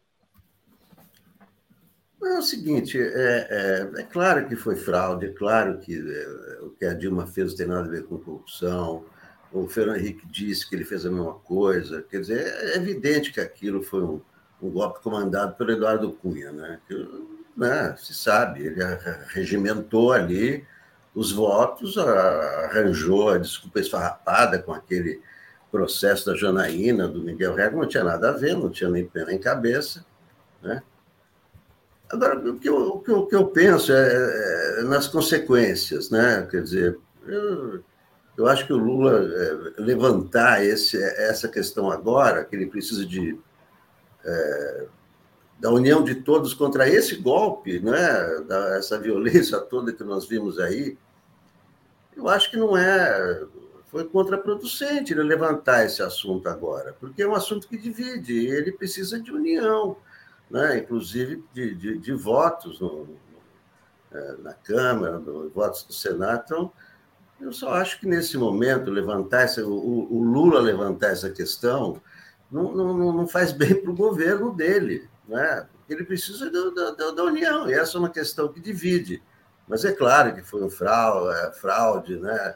É o seguinte, é claro que foi fraude, é claro que o que a Dilma fez não tem nada a ver com corrupção, o Fernando Henrique disse que ele fez a mesma coisa, quer dizer, é evidente que aquilo foi um golpe comandado pelo Eduardo Cunha, né? Se sabe, ele regimentou ali os votos, arranjou a desculpa esfarrapada com aquele processo da Janaína, do Miguel Reis, não tinha nada a ver, não tinha nem pé nem cabeça, né? Agora, o que eu penso é nas consequências, né? Quer dizer, eu acho que o Lula levantar essa questão agora, que ele precisa da união de todos contra esse golpe, né? Essa violência toda que nós vimos aí, eu acho que foi contraproducente ele levantar esse assunto agora, porque é um assunto que divide, e ele precisa de união, né? Inclusive de votos na Câmara, votos do Senado. Então, eu só acho que nesse momento o Lula levantar essa questão não faz bem para o governo dele, né? Ele precisa da união, e essa é uma questão que divide. Mas é claro que foi um fraude, né?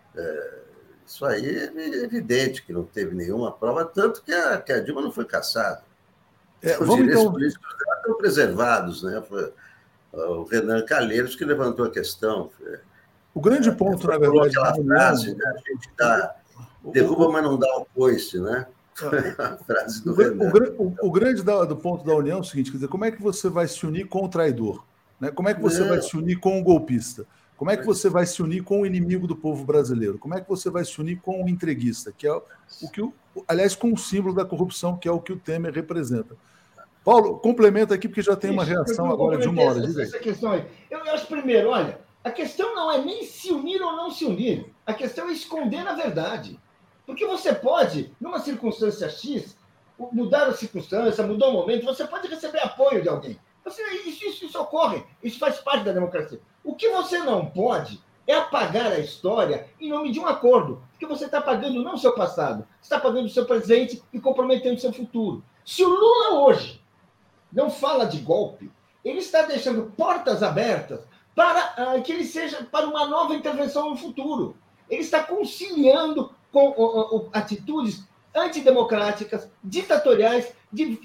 Isso aí é evidente que não teve nenhuma prova, tanto que a Dilma não foi cassada. Os direitos políticos dela estão preservados, né? Foi o Renan Calheiros que levantou a questão. O grande ponto, na verdade, aquela frase, né? A gente derruba, mas não dá o coice, né? A frase do Renan. O grande do ponto da união é o seguinte, quer dizer, como é que você vai se unir com o traidor? Né? Como é que você vai se unir com o golpista? Como é que você vai se unir com o inimigo do povo brasileiro? Como é que você vai se unir com o entreguista, que é aliás, com o símbolo da corrupção, que é o que o Temer representa? Paulo, complementa aqui, porque já tem uma reação agora de 1 hora. Essa questão aí. Eu acho, primeiro, olha, a questão não é nem se unir ou não se unir. A questão é esconder na verdade. Porque você pode, numa circunstância X, mudar a circunstância, mudar o momento, você pode receber apoio de alguém. Isso ocorre, isso faz parte da democracia. O que você não pode é apagar a história em nome de um acordo, porque você está pagando não o seu passado, você está pagando o seu presente e comprometendo o seu futuro. Se o Lula hoje não fala de golpe, ele está deixando portas abertas para que ele seja para uma nova intervenção no futuro. Ele está conciliando com atitudes antidemocráticas, ditatoriais de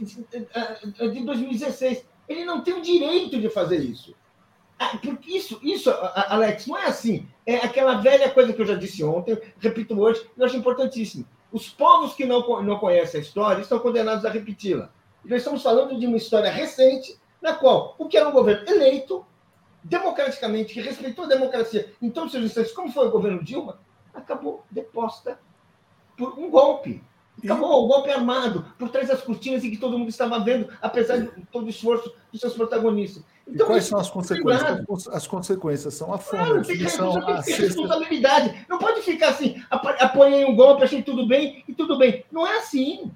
2016. Ele não tem o direito de fazer isso. Porque isso, Alex, não é assim. É aquela velha coisa que eu já disse ontem, repito hoje, eu acho importantíssimo. Os povos que não conhecem a história estão condenados a repeti-la. E nós estamos falando de uma história recente, na qual o que era um governo eleito, democraticamente, que respeitou a democracia em todos os seus instantes, como foi o governo Dilma, acabou deposta por um golpe. Acabou o golpe armado, por trás das cortinas em que todo mundo estava vendo, apesar de todo o esforço dos seus protagonistas. Então, quais são as consequências? As consequências são a fome, a destruição, a responsabilidade. Não pode ficar assim, apoiei um golpe, achei tudo bem, e tudo bem. Não é assim.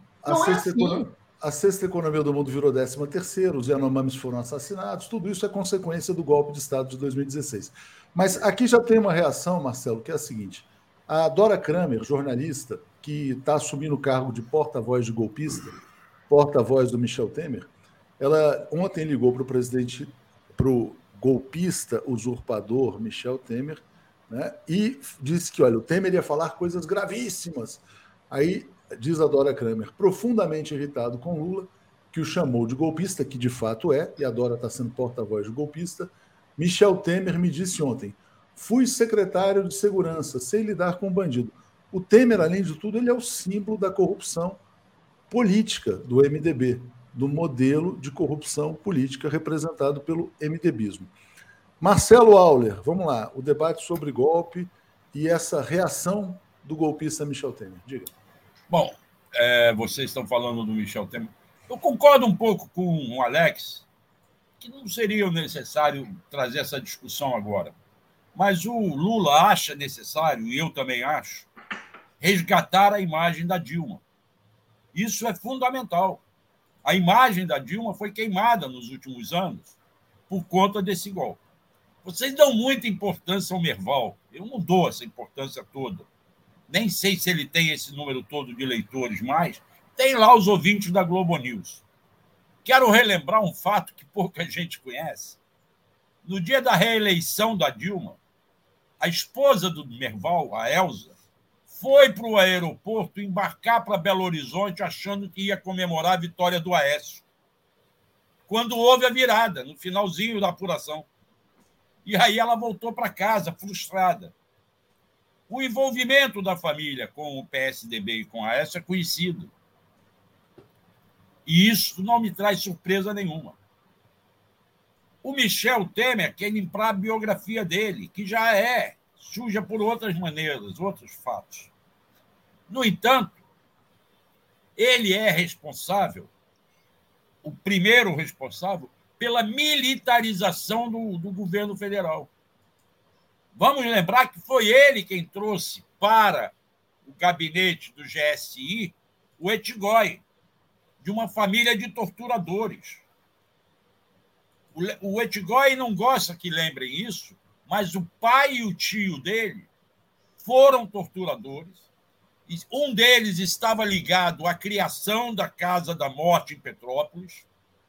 A sexta economia do mundo virou 13ª, os Yanomamis foram assassinados, tudo isso é consequência do golpe de Estado de 2016. Mas aqui já tem uma reação, Marcelo, que é a seguinte. A Dora Kramer, jornalista, que está assumindo o cargo de porta-voz de golpista, porta-voz do Michel Temer, ela ontem ligou para o presidente, para o golpista usurpador Michel Temer, né, e disse que, olha, o Temer ia falar coisas gravíssimas. Aí diz a Dora Kramer, profundamente irritado com Lula, que o chamou de golpista, que de fato é, e a Dora está sendo porta-voz de golpista. Michel Temer me disse ontem, fui secretário de segurança, sei lidar com bandido. O Temer, além de tudo, ele é o símbolo da corrupção política do MDB, do modelo de corrupção política representado pelo MDBismo. Marcelo Auler, vamos lá, o debate sobre golpe e essa reação do golpista Michel Temer. Diga. Bom, vocês estão falando do Michel Temer. Eu concordo um pouco com o Alex, que não seria necessário trazer essa discussão agora. Mas o Lula acha necessário, e eu também acho, resgatar a imagem da Dilma. Isso é fundamental. A imagem da Dilma foi queimada nos últimos anos por conta desse golpe. Vocês dão muita importância ao Merval. Eu não dou essa importância toda. Nem sei se ele tem esse número todo de leitores, mas tem lá os ouvintes da Globo News. Quero relembrar um fato que pouca gente conhece. No dia da reeleição da Dilma, a esposa do Merval, a Elza, foi para o aeroporto embarcar para Belo Horizonte achando que ia comemorar a vitória do Aécio. Quando houve a virada, no finalzinho da apuração. E aí ela voltou para casa, frustrada. O envolvimento da família com o PSDB e com a Aécio é conhecido. E isso não me traz surpresa nenhuma. O Michel Temer quer limpar a biografia dele, que já é suja por outras maneiras, outros fatos. No entanto, ele é responsável, o primeiro responsável, pela militarização do governo federal. Vamos lembrar que foi ele quem trouxe para o gabinete do GSI o Etgói, de uma família de torturadores. O Etgói não gosta que lembrem isso, mas o pai e o tio dele foram torturadores. Um deles estava ligado à criação da Casa da Morte em Petrópolis.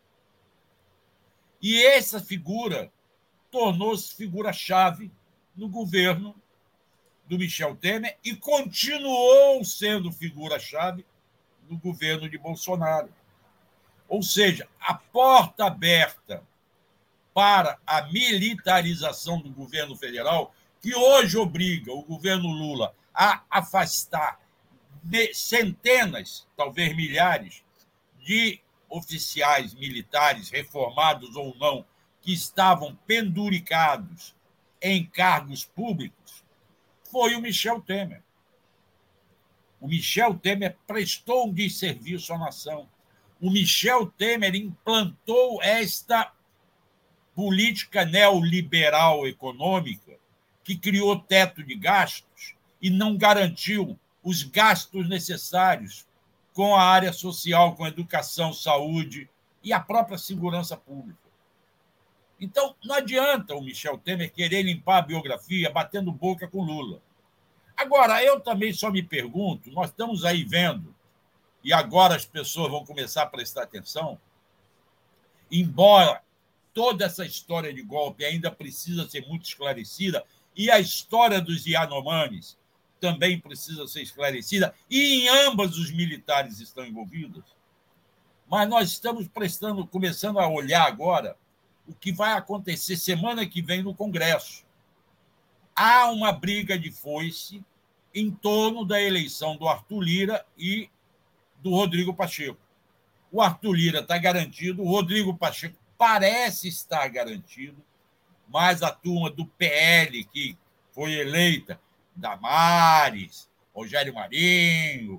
E essa figura tornou-se figura-chave no governo do Michel Temer e continuou sendo figura-chave no governo de Bolsonaro. Ou seja, a porta aberta para a militarização do governo federal, que hoje obriga o governo Lula a afastar centenas, talvez milhares, de oficiais militares, reformados ou não, que estavam penduricados em cargos públicos, foi o Michel Temer. O Michel Temer prestou um desserviço à nação. O Michel Temer implantou esta política neoliberal econômica que criou teto de gastos e não garantiu os gastos necessários com a área social, com a educação, saúde e a própria segurança pública. Então, não adianta o Michel Temer querer limpar a biografia batendo boca com Lula. Agora, eu também só me pergunto, nós estamos aí vendo, e agora as pessoas vão começar a prestar atenção, embora toda essa história de golpe ainda precisa ser muito esclarecida, e a história dos Yanomamis também precisa ser esclarecida, e em ambas os militares estão envolvidos. Mas nós estamos começando a olhar agora o que vai acontecer semana que vem no Congresso. Há uma briga de foice em torno da eleição do Arthur Lira e do Rodrigo Pacheco. O Arthur Lira está garantido, o Rodrigo Pacheco parece estar garantido, mas a turma do PL, que foi eleita, Damares, Rogério Marinho,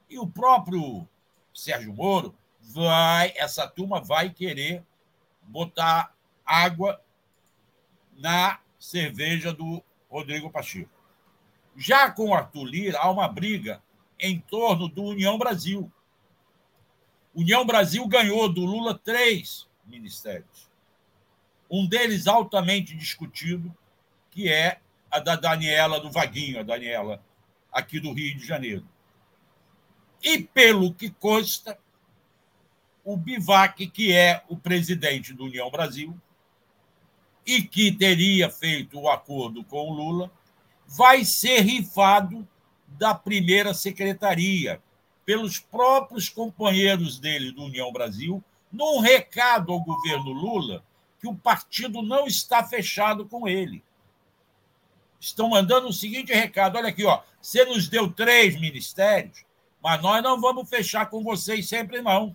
E o próprio Sérgio Moro essa turma vai querer botar água na cerveja do Rodrigo Pacheco. Já com o Arthur Lira, há uma briga em torno do União Brasil. União Brasil ganhou do Lula 3 ministérios. Um deles altamente discutido, que é a da Daniela do Vaguinho, a Daniela aqui do Rio de Janeiro. E, pelo que consta, o Bivac, que é o presidente do União Brasil e que teria feito o acordo com o Lula, vai ser rifado da primeira secretaria pelos próprios companheiros dele do União Brasil, num recado ao governo Lula que o partido não está fechado com ele. Estão mandando o seguinte recado: olha aqui, ó, você nos deu 3 ministérios, mas nós não vamos fechar com vocês sempre, não.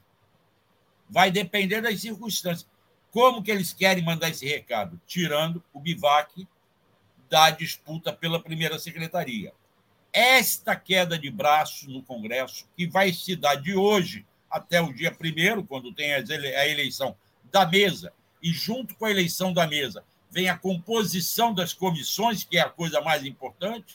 Vai depender das circunstâncias. Como que eles querem mandar esse recado? Tirando o Bivac da disputa pela primeira secretaria. Esta queda de braço no Congresso, que vai se dar de hoje até o dia 1º, quando tem a eleição da mesa, e junto com a eleição da mesa vem a composição das comissões, que é a coisa mais importante,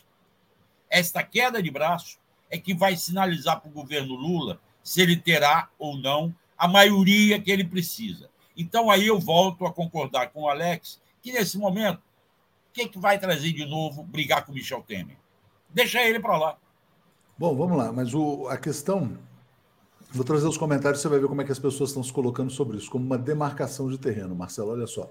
esta queda de braço é que vai sinalizar para o governo Lula se ele terá ou não a maioria que ele precisa. Então, aí eu volto a concordar com o Alex, que nesse momento, o que vai trazer de novo brigar com o Michel Temer? Deixa ele para lá. Bom, vamos lá, mas a questão... Vou trazer os comentários, você vai ver como é que as pessoas estão se colocando sobre isso, como uma demarcação de terreno. Marcelo, olha só.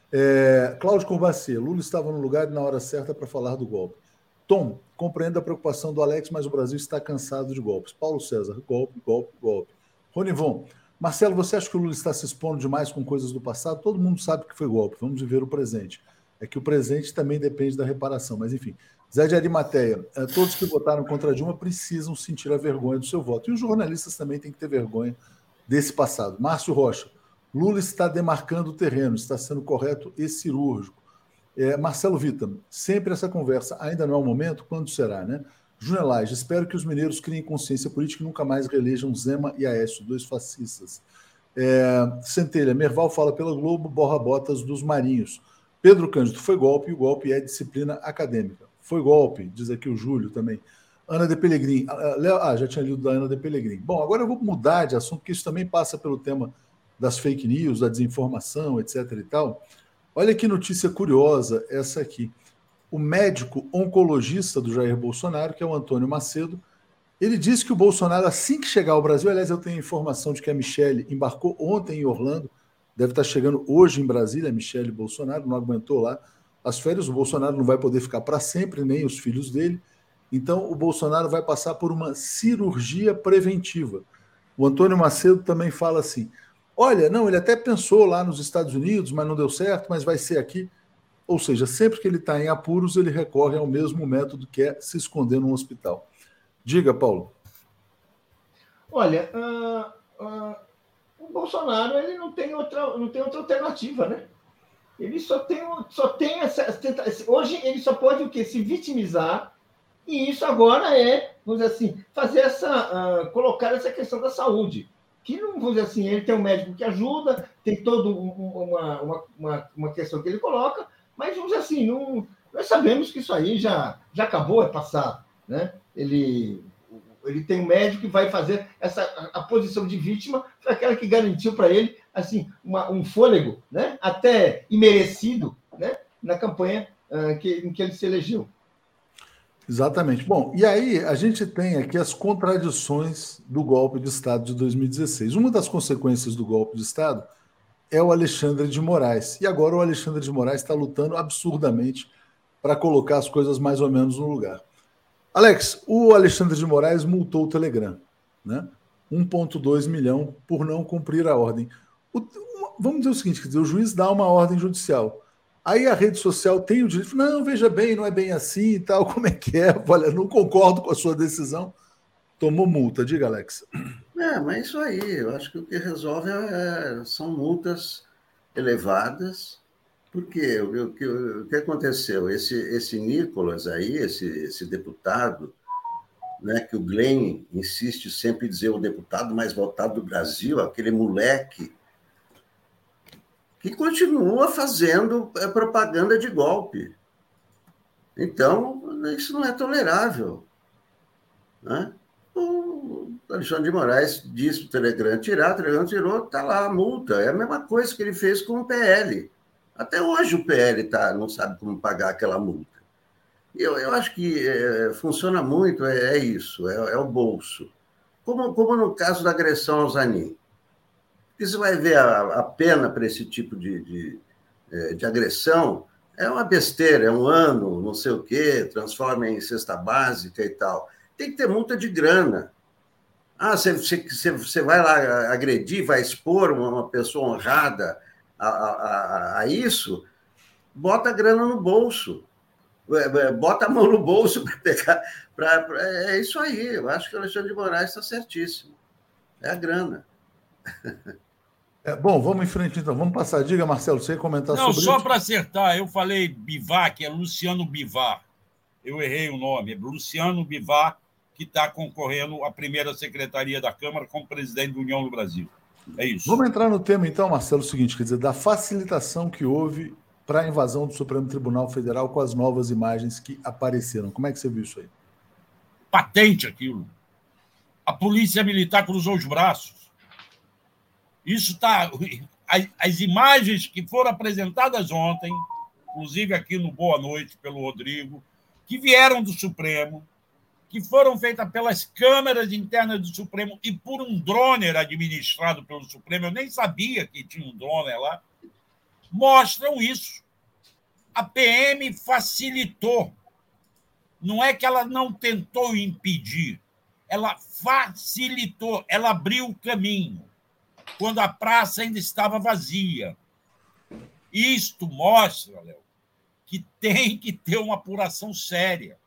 Cláudio Courbacier, Lula estava no lugar e na hora certa para falar do golpe. Tom, compreendo a preocupação do Alex, mas o Brasil está cansado de golpes. Paulo César, golpe, golpe, golpe. Ronivon, Marcelo, você acha que o Lula está se expondo demais com coisas do passado? Todo mundo sabe que foi golpe, vamos viver o presente. É que o presente também depende da reparação, mas enfim. Zé de Arimateia, todos que votaram contra a Dilma precisam sentir a vergonha do seu voto. E os jornalistas também têm que ter vergonha desse passado. Márcio Rocha, Lula está demarcando o terreno, está sendo correto e cirúrgico. Marcelo Vitor, sempre essa conversa, ainda não é o momento? Quando será, né? Júnior Lage, espero que os mineiros criem consciência política e nunca mais reelejam Zema e Aécio, 2 fascistas. Centelha, Merval fala pela Globo, borra botas dos marinhos. Pedro Cândido, foi golpe e o golpe é disciplina acadêmica. Foi golpe, diz aqui o Júlio também. Ana de Pellegrini. Já tinha lido da Ana de Pellegrini. Bom, agora eu vou mudar de assunto, porque isso também passa pelo tema das fake news, da desinformação, etc. e tal. Olha que notícia curiosa essa aqui. O médico oncologista do Jair Bolsonaro, que é o Antônio Macedo, ele disse que o Bolsonaro, assim que chegar ao Brasil, aliás, eu tenho a informação de que a Michelle embarcou ontem em Orlando, deve estar chegando hoje em Brasília, a Michelle Bolsonaro, não aguentou lá as férias, o Bolsonaro não vai poder ficar para sempre, nem os filhos dele, então o Bolsonaro vai passar por uma cirurgia preventiva. O Antônio Macedo também fala assim, olha, não, ele até pensou lá nos Estados Unidos, mas não deu certo, mas vai ser aqui. Ou seja, sempre que ele está em apuros, ele recorre ao mesmo método, que é se esconder num hospital. Diga, Paulo. Olha, o Bolsonaro ele não tem outra alternativa, né? Ele só tem essa... Hoje ele só pode o quê? Se vitimizar, e isso agora vamos dizer assim, fazer colocar essa questão da saúde. Que não, vamos dizer assim, ele tem um médico que ajuda, tem toda uma questão que ele coloca, mas, vamos dizer assim, nós sabemos que isso aí já acabou, é passado, né? Ele tem um médico que vai fazer a posição de vítima, foi aquela que garantiu para ele assim, um fôlego, né? Até imerecido, né? Na campanha em que ele se elegeu. Exatamente. Bom, e aí a gente tem aqui as contradições do golpe de Estado de 2016. Uma das consequências do golpe de Estado é o Alexandre de Moraes. E agora o Alexandre de Moraes está lutando absurdamente para colocar as coisas mais ou menos no lugar. Alex, o Alexandre de Moraes multou o Telegram, né? 1,2 milhão por não cumprir a ordem. Vamos dizer o seguinte, quer dizer, o juiz dá uma ordem judicial. Aí a rede social tem o direito, não, veja bem, não é bem assim e tal, como é que é? Olha, não concordo com a sua decisão, tomou multa. Diga, Alex. Mas isso aí, eu acho que o que resolve são multas elevadas, porque o que aconteceu? Esse Nicolas aí, esse deputado, né, que o Glenn insiste sempre em dizer o deputado mais votado do Brasil, aquele moleque que continua fazendo propaganda de golpe. Então, isso não é tolerável, né? O Alexandre de Moraes disse para o Telegram tirar, o Telegram tirou, está lá a multa. É a mesma coisa que ele fez com o PL. Até hoje o PL não sabe como pagar aquela multa. Eu acho que funciona muito, isso, é o bolso. Como no caso da agressão ao Zanin. Porque você vai ver a pena para esse tipo de agressão, é uma besteira, é 1 ano, não sei o quê, transforma em cesta básica e tal. Tem que ter multa de grana. Você vai lá agredir, vai expor uma pessoa honrada a isso, bota a grana no bolso. Bota a mão no bolso para pegar. É isso aí. Eu acho que o Alexandre de Moraes está certíssimo. É a grana. Bom, vamos em frente, então. Vamos passar. Diga, Marcelo, você ia comentar sobre isso? Não, só para acertar, eu falei Bivar, que é Luciano Bivar. Eu errei o nome. É Luciano Bivar, que está concorrendo à primeira secretaria da Câmara como presidente da União do Brasil. É isso. Vamos entrar no tema, então, Marcelo, o seguinte, quer dizer, da facilitação que houve para a invasão do Supremo Tribunal Federal com as novas imagens que apareceram. Como é que você viu isso aí? Patente aquilo. A polícia militar cruzou os braços. Isso está... As imagens que foram apresentadas ontem, inclusive aqui no Boa Noite, pelo Rodrigo, que vieram do Supremo, que foram feitas pelas câmeras internas do Supremo e por um droner administrado pelo Supremo, eu nem sabia que tinha um droner lá, mostram isso. A PM facilitou. Não é que ela não tentou impedir, ela facilitou, ela abriu o caminho, quando a praça ainda estava vazia. Isto mostra, Léo, que tem que ter uma apuração séria.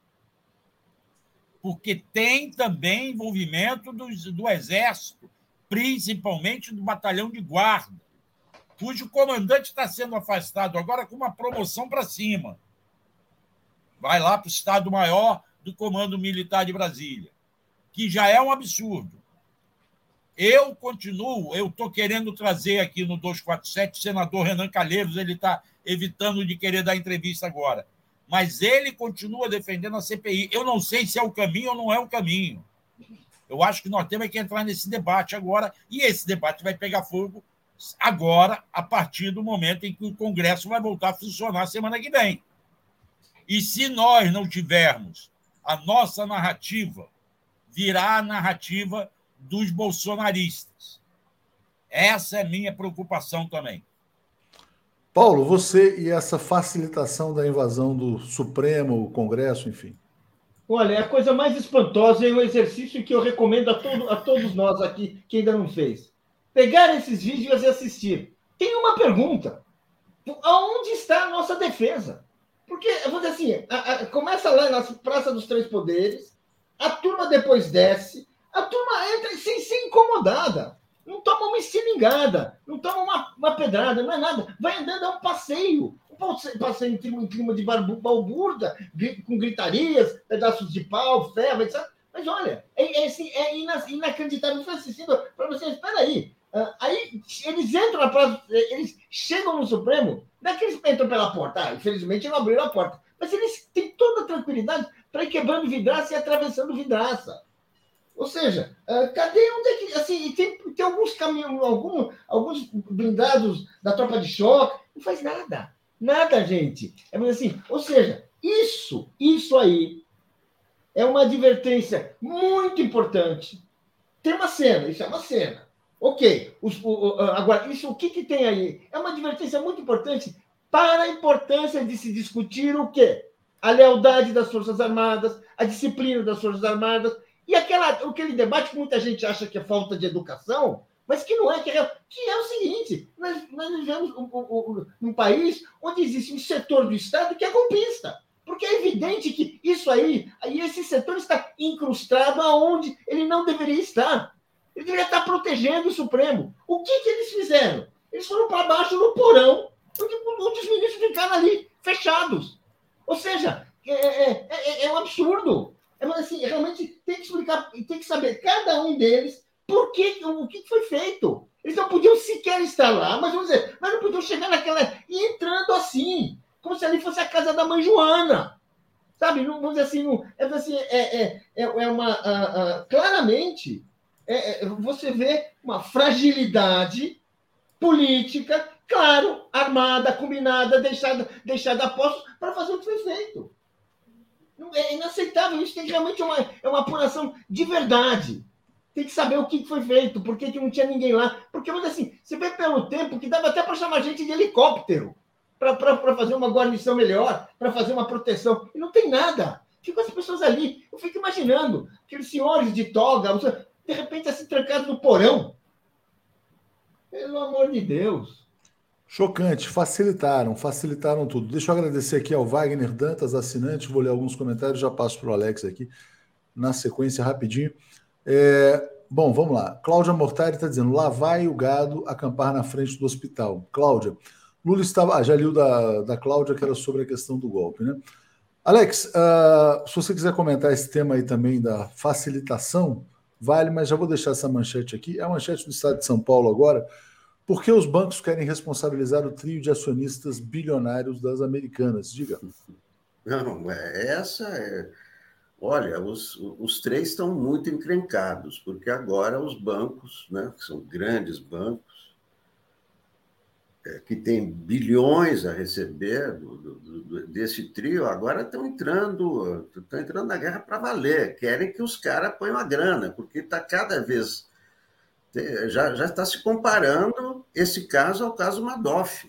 Porque tem também envolvimento do Exército, principalmente do batalhão de guarda, cujo comandante está sendo afastado agora com uma promoção para cima. Vai lá para o Estado-Maior do Comando Militar de Brasília, que já é um absurdo. Eu estou querendo trazer aqui no 247 o senador Renan Calheiros, ele está evitando de querer dar entrevista agora, mas ele continua defendendo a CPI. Eu não sei se é o caminho ou não é o caminho. Eu acho que nós temos que entrar nesse debate agora, e esse debate vai pegar fogo agora, a partir do momento em que o Congresso vai voltar a funcionar semana que vem. E se nós não tivermos a nossa narrativa, virá a narrativa dos bolsonaristas. Essa é a minha preocupação também. Paulo, você e essa facilitação da invasão do Supremo, o Congresso, enfim. Olha, é a coisa mais espantosa e um exercício que eu recomendo a todos nós aqui, que ainda não fez. Pegar esses vídeos e assistir. Tem uma pergunta. Aonde está a nossa defesa? Porque, eu vou dizer assim, começa lá na Praça dos Três Poderes, a turma depois desce, a turma entra sem ser incomodada. Não toma uma estilingada, não toma uma pedrada, não é nada. Vai andando, é um passeio. Um passeio em clima de balbúrdia, com gritarias, pedaços de pau, ferro, etc. Mas olha, é inacreditável. Estou assistindo para vocês, espera aí. Aí eles entram na praça, eles chegam no Supremo, não é que eles entram pela porta, infelizmente não abriram a porta, mas eles têm toda a tranquilidade para ir quebrando vidraça e atravessando vidraça. Ou seja, cadê onde é que. Assim, tem alguns caminhos, alguns blindados da tropa de choque, não faz nada. Nada, gente. É assim, ou seja, isso aí é uma advertência muito importante. Tem uma cena, isso é uma cena. Ok. Agora, isso o que tem aí? É uma advertência muito importante para a importância de se discutir o quê? A lealdade das Forças Armadas, a disciplina das Forças Armadas, e aquele debate que muita gente acha que é falta de educação, mas que não é, que é o seguinte: nós vivemos num país onde existe um setor do Estado que é golpista. Porque é evidente que isso aí esse setor está incrustado aonde ele não deveria estar. Ele deveria estar protegendo o Supremo. O que eles fizeram? Eles foram para baixo no porão, onde os ministros ficaram ali fechados. Ou seja, é um absurdo. Assim, realmente tem que explicar, tem que saber, cada um deles, o que foi feito. Eles não podiam sequer estar lá, mas não podiam chegar naquela... E entrando assim, como se ali fosse a casa da mãe Joana. Sabe? Não, vamos dizer assim, claramente, você vê uma fragilidade política, claro, armada, combinada, deixada a postos para fazer o que foi feito. É inaceitável. Isso tem que realmente uma apuração de verdade. Tem que saber o que foi feito, por que não tinha ninguém lá. Porque, mas assim, você vê pelo tempo que dava até para chamar gente de helicóptero para fazer uma guarnição melhor, para fazer uma proteção. E não tem nada. Ficam as pessoas ali. Eu fico imaginando aqueles senhores de toga, de repente, assim, trancados no porão. Pelo amor de Deus. Chocante, facilitaram tudo. Deixa eu agradecer aqui ao Wagner Dantas, assinante, vou ler alguns comentários, já passo para o Alex aqui, na sequência, rapidinho. Bom, vamos lá. Cláudia Mortari está dizendo, lá vai o gado acampar na frente do hospital. Cláudia, Lula estava... já li o da Cláudia, que era sobre a questão do golpe, né? Alex, se você quiser comentar esse tema aí também da facilitação, vale, mas já vou deixar essa manchete aqui. É a manchete do Estado de São Paulo agora. Por que os bancos querem responsabilizar o trio de acionistas bilionários das Americanas? Diga. Não, olha, os três estão muito encrencados, porque agora os bancos, né, que são grandes bancos, que têm bilhões a receber desse trio, agora estão entrando na guerra para valer. Querem que os caras ponham a grana, porque está cada vez... Já está se comparando esse caso ao caso Madoff.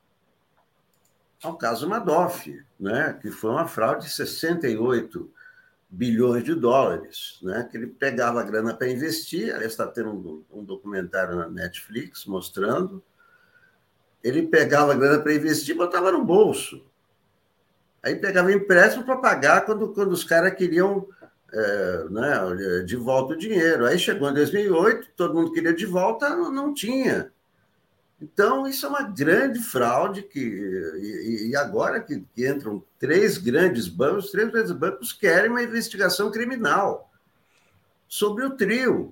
Ao caso Madoff, né, que foi uma fraude de 68 bilhões de dólares, né, que ele pegava a grana para investir. Aliás, está tendo um documentário na Netflix mostrando. Ele pegava a grana para investir e botava no bolso. Aí pegava empréstimo para pagar quando os caras queriam de volta o dinheiro. Aí chegou em 2008, todo mundo queria de volta, não tinha. Então, isso é uma grande fraude, e agora que entram três grandes bancos querem uma investigação criminal sobre o trio.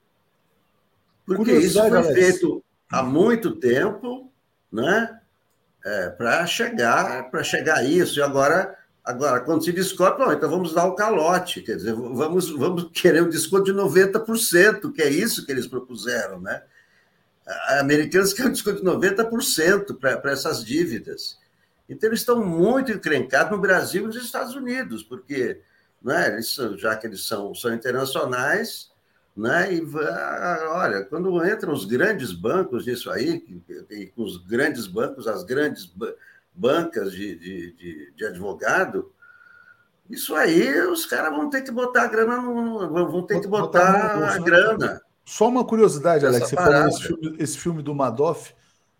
Porque isso foi feito há muito tempo, né? Para chegar a isso. E agora, quando se descobre, então vamos dar o calote, quer dizer, vamos querer um desconto de 90%, que é isso que eles propuseram, né? Americanos querem um desconto de 90% para essas dívidas. Então, eles estão muito encrencados no Brasil e nos Estados Unidos, porque, né, já que eles são internacionais, né, e olha, quando entram os grandes bancos nisso aí, os grandes bancos, as grandes bancas de advogado, isso aí os caras vão ter que botar a grana, vão ter que botar a grana. Só uma curiosidade, Alex, você falou esse filme do Madoff,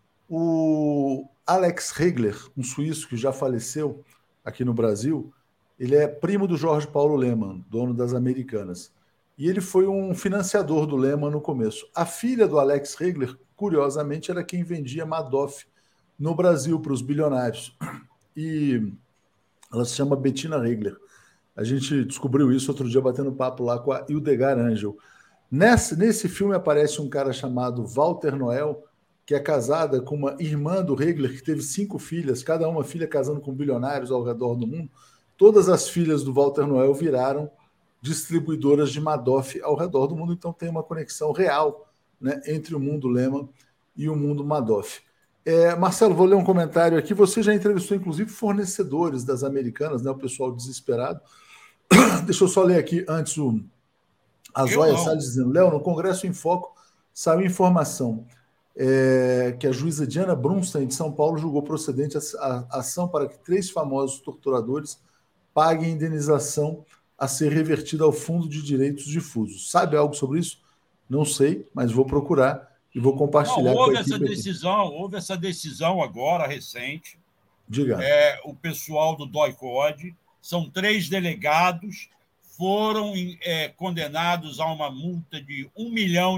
o Alex Regler, um suíço que já faleceu aqui no Brasil, ele é primo do Jorge Paulo Lemann, dono das Americanas. E ele foi um financiador do Lemann no começo. A filha do Alex Regler, curiosamente, era quem vendia Madoff no Brasil para os bilionários. E ela se chama Bettina Regler. A gente descobriu isso outro dia batendo papo lá com a Hildegard Angel. Nesse filme aparece um cara chamado Walter Noel, que é casada com uma irmã do Regler, que teve 5 filhas, cada uma filha casando com bilionários ao redor do mundo. Todas as filhas do Walter Noel viraram distribuidoras de Madoff ao redor do mundo, então tem uma conexão real, né, entre o mundo Lemann e o mundo Madoff. Marcelo, vou ler um comentário aqui. Você já entrevistou, inclusive, fornecedores das Americanas, né, o pessoal desesperado. Deixa eu só ler aqui antes a Zóia Salles dizendo, Léo, no Congresso em Foco saiu informação que a juíza Diana Brunstein de São Paulo julgou procedente a ação para que 3 famosos torturadores paguem indenização a ser revertida ao Fundo de Direitos Difusos. Sabe algo sobre isso? Não sei, mas vou procurar e vou compartilhar com a equipe aqui. Houve essa decisão agora, recente. Diga. O pessoal do DOI-CODE, são 3 delegados, foram condenados a uma multa de R$1 milhão,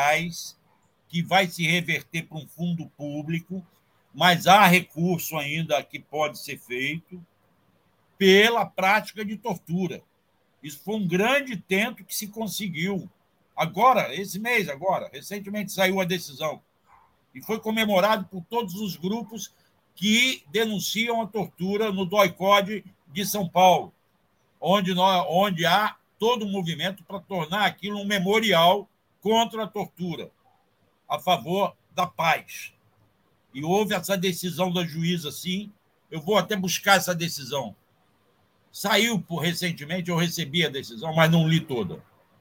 que vai se reverter para um fundo público, mas há recurso ainda que pode ser feito pela prática de tortura. Isso foi um grande tento que se conseguiu. Agora, esse mês, recentemente saiu a decisão. E foi comemorado por todos os grupos que denunciam a tortura no DOI-CODE de São Paulo, onde há todo um movimento para tornar aquilo um memorial contra a tortura, a favor da paz. E houve essa decisão da juíza, sim. Eu vou até buscar essa decisão. Saiu recentemente, eu recebi a decisão, mas não li toda.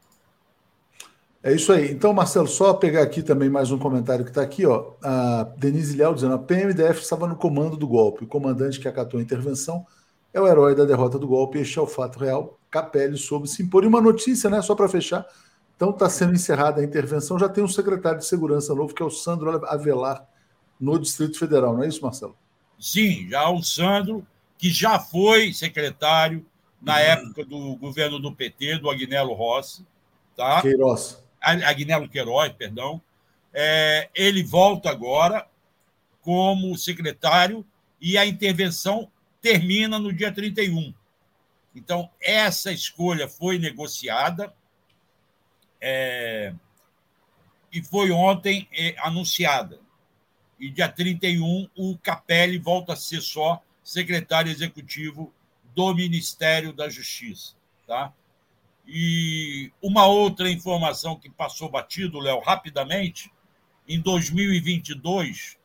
É isso aí. Então, Marcelo, só pegar aqui também mais um comentário que está aqui, ó. A Denise Leal dizendo: a PMDF estava no comando do golpe. O comandante que acatou a intervenção é o herói da derrota do golpe. Este é o fato real. Capelli soube se impor. E uma notícia, né? Só para fechar. Então, está sendo encerrada a intervenção. Já tem um secretário de segurança novo, que é o Sandro Avelar, no Distrito Federal. Não é isso, Marcelo? Sim, já o Sandro, que já foi secretário na época do governo do PT, do Agnello Rossi. Tá? Agnello Queiroz, perdão. Ele volta agora como secretário e a intervenção termina no dia 31. Então, essa escolha foi negociada e foi ontem anunciada. E dia 31, o Capelli volta a ser só secretário executivo do Ministério da Justiça. Tá? E uma outra informação que passou batido, Léo, rapidamente: em 2022,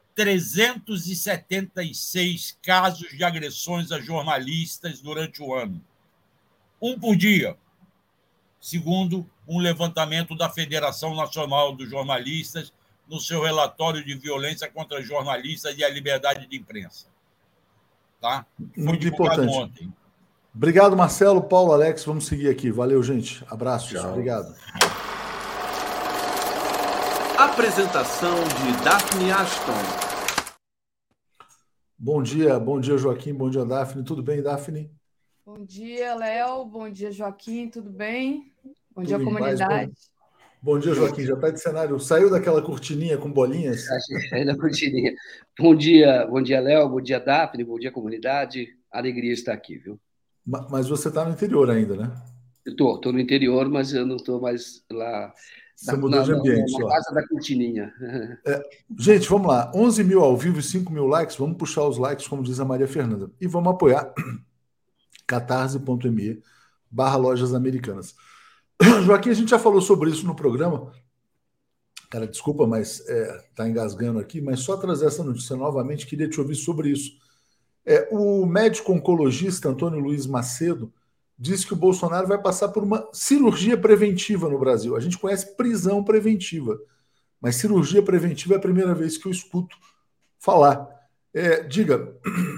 376 casos de agressões a jornalistas durante o ano. Um por dia, segundo um levantamento da Federação Nacional dos Jornalistas no seu relatório de violência contra jornalistas e a liberdade de imprensa. Tá? Foi muito divulgado importante. ontem. Obrigado, Marcelo, Paulo, Alex. Vamos seguir aqui. Valeu, gente. Abraços. Tchau. Obrigado. Apresentação de Daphne Ashton. Bom dia, Joaquim. Bom dia, Daphne. Tudo bem, Daphne? Bom dia, Léo. Bom dia, Joaquim. Tudo bem? Bom dia, Tudo comunidade. Bom dia, Joaquim. Já está de cenário. Saiu daquela cortininha com bolinhas? Saiu da cortininha. Bom dia, Léo. Bom dia, Daphne. Bom dia, comunidade. Alegria estar aqui, viu? Mas você está no interior ainda, né? Estou no interior, mas eu não estou mais lá. Você mudou de ambiente. Na casa da cortininha. Gente, vamos lá. 11 mil ao vivo e 5 mil likes. Vamos puxar os likes, como diz a Maria Fernanda. E vamos apoiar catarse.me/lojas americanas. Joaquim, a gente já falou sobre isso no programa. Cara, desculpa, mas tá engasgando aqui. Mas só trazer essa notícia novamente, queria te ouvir sobre isso. O médico oncologista Antônio Luiz Macedo disse que o Bolsonaro vai passar por uma cirurgia preventiva no Brasil. A gente conhece prisão preventiva, mas cirurgia preventiva é a primeira vez que eu escuto falar. Diga.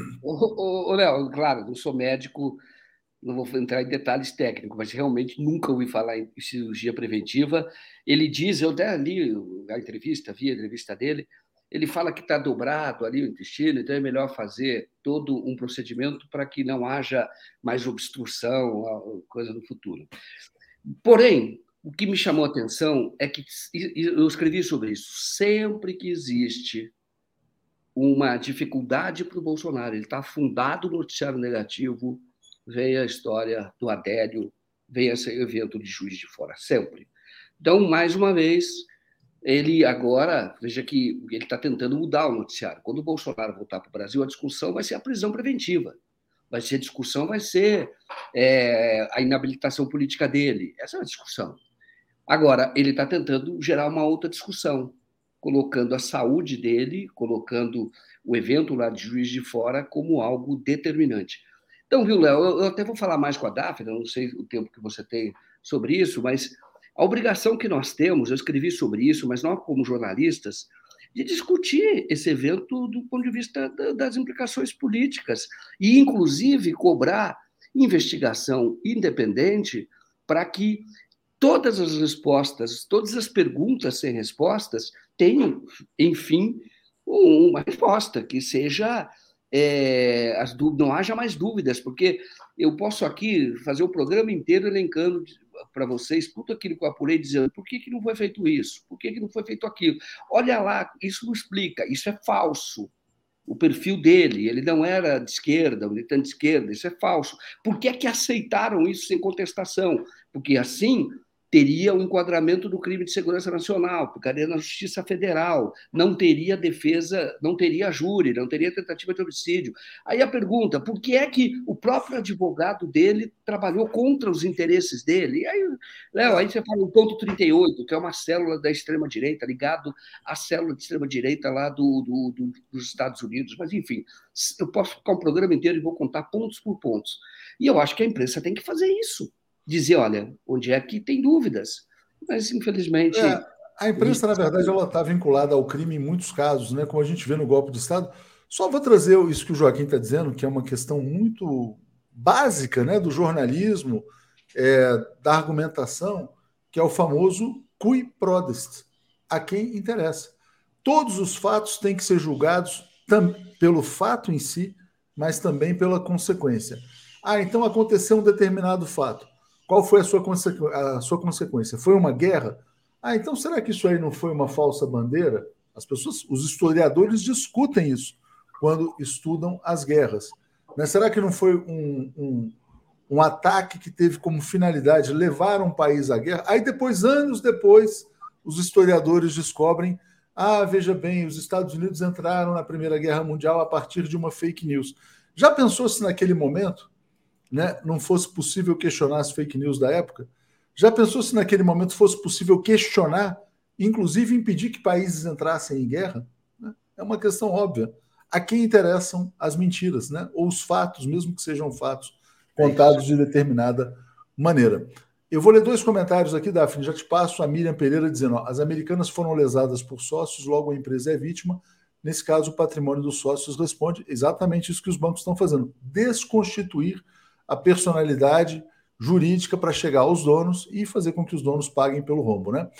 Léo, claro, não sou médico, não vou entrar em detalhes técnicos, mas realmente nunca ouvi falar em cirurgia preventiva. Ele diz, eu até li a entrevista, vi a entrevista dele, ele fala que está dobrado ali o intestino, então é melhor fazer todo um procedimento para que não haja mais obstrução, coisa no futuro. Porém, o que me chamou a atenção é que, eu escrevi sobre isso, sempre que existe uma dificuldade para o Bolsonaro, ele está afundado no noticiário negativo, vem a história do Adélio, vem esse evento de Juiz de Fora, sempre. Então, mais uma vez, ele agora, veja que ele está tentando mudar o noticiário. Quando o Bolsonaro voltar para o Brasil, a discussão vai ser a prisão preventiva. A discussão vai ser a inabilitação política dele. Essa é a discussão. Agora, ele está tentando gerar uma outra discussão, colocando a saúde dele, colocando o evento lá de Juiz de Fora como algo determinante. Então, viu, Léo, eu até vou falar mais com a Daphne, eu não sei o tempo que você tem sobre isso, mas a obrigação que nós temos, eu escrevi sobre isso, mas nós, como jornalistas, de discutir esse evento do ponto de vista das implicações políticas e, inclusive, cobrar investigação independente para que todas as respostas, todas as perguntas sem respostas tenham, enfim, uma resposta que seja... não haja mais dúvidas, porque eu posso aqui fazer o programa inteiro elencando para vocês tudo aquilo que eu apurei, dizendo por que não foi feito isso, por que não foi feito aquilo. Olha lá, isso não explica, isso é falso. o perfil dele, ele não era de esquerda, militante de esquerda, isso é falso. Por que é que aceitaram isso sem contestação? Porque assim teria o enquadramento do crime de segurança nacional, ficaria na Justiça Federal, não teria defesa, não teria júri, não teria tentativa de homicídio. Aí a pergunta, por que é que o próprio advogado dele trabalhou contra os interesses dele? E aí, Léo, aí você fala o ponto 38, que é uma célula da extrema-direita, ligado à célula de extrema-direita lá dos Estados Unidos, mas enfim, eu posso ficar um programa inteiro e vou contar pontos por pontos. E eu acho que a imprensa tem que fazer isso. Dizer, olha, onde é que tem dúvidas? Mas, infelizmente... A imprensa, na verdade, ela está vinculada ao crime em muitos casos, né? Como a gente vê no golpe de Estado. Só vou trazer isso que o Joaquim está dizendo, que é uma questão muito básica, né, do jornalismo, da argumentação, que é o famoso cui prodest, a quem interessa. Todos os fatos têm que ser julgados pelo fato em si, mas também pela consequência. Então aconteceu um determinado fato. Qual foi a sua consequência? Foi uma guerra? Então será que isso aí não foi uma falsa bandeira? Os historiadores discutem isso quando estudam as guerras. Será que não foi um ataque que teve como finalidade levar um país à guerra? Aí depois, anos depois, os historiadores descobrem, veja bem, os Estados Unidos entraram na Primeira Guerra Mundial a partir de uma fake news. Já pensou se naquele momento, né, não fosse possível questionar as fake news da época? Já pensou se naquele momento fosse possível questionar, inclusive impedir que países entrassem em guerra? É uma questão óbvia. A quem interessam as mentiras, né? Ou os fatos, mesmo que sejam fatos contados de determinada maneira. Eu vou ler 2 comentários aqui, Daphne, já te passo. A Miriam Pereira dizendo, as americanas foram lesadas por sócios, logo a empresa é vítima. Nesse caso, o patrimônio dos sócios responde exatamente isso que os bancos estão fazendo, desconstituir a personalidade jurídica para chegar aos donos e fazer com que os donos paguem pelo rombo, né?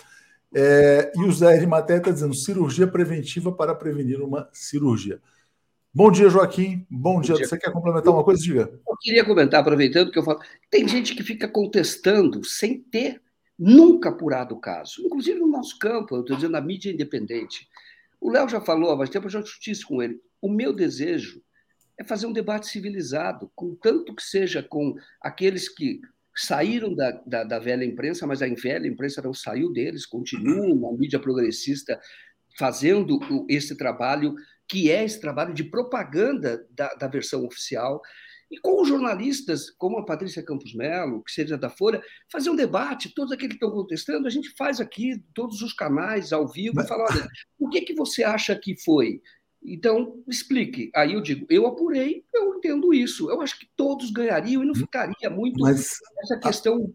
E o Zé Maté está dizendo cirurgia preventiva para prevenir uma cirurgia. Bom dia, Joaquim. Bom dia. Você quer complementar uma coisa? Diga. Eu queria comentar, aproveitando que eu falo, tem gente que fica contestando sem ter nunca apurado o caso, inclusive no nosso campo, eu estou dizendo a mídia independente. O Léo já falou há mais tempo, eu já discuti isso com ele. O meu desejo é fazer um debate civilizado, contanto que seja com aqueles que saíram da velha imprensa, mas a velha imprensa não saiu deles, continuam na mídia progressista fazendo esse trabalho, que é esse trabalho de propaganda da versão oficial, e com os jornalistas, como a Patrícia Campos Melo, que seja da Folha, fazer um debate, todos aqueles que estão contestando, a gente faz aqui, todos os canais, ao vivo, e fala, olha, o que você acha que foi? Então, explique. Aí eu digo, eu apurei, eu entendo isso. Eu acho que todos ganhariam e não ficaria muito essa questão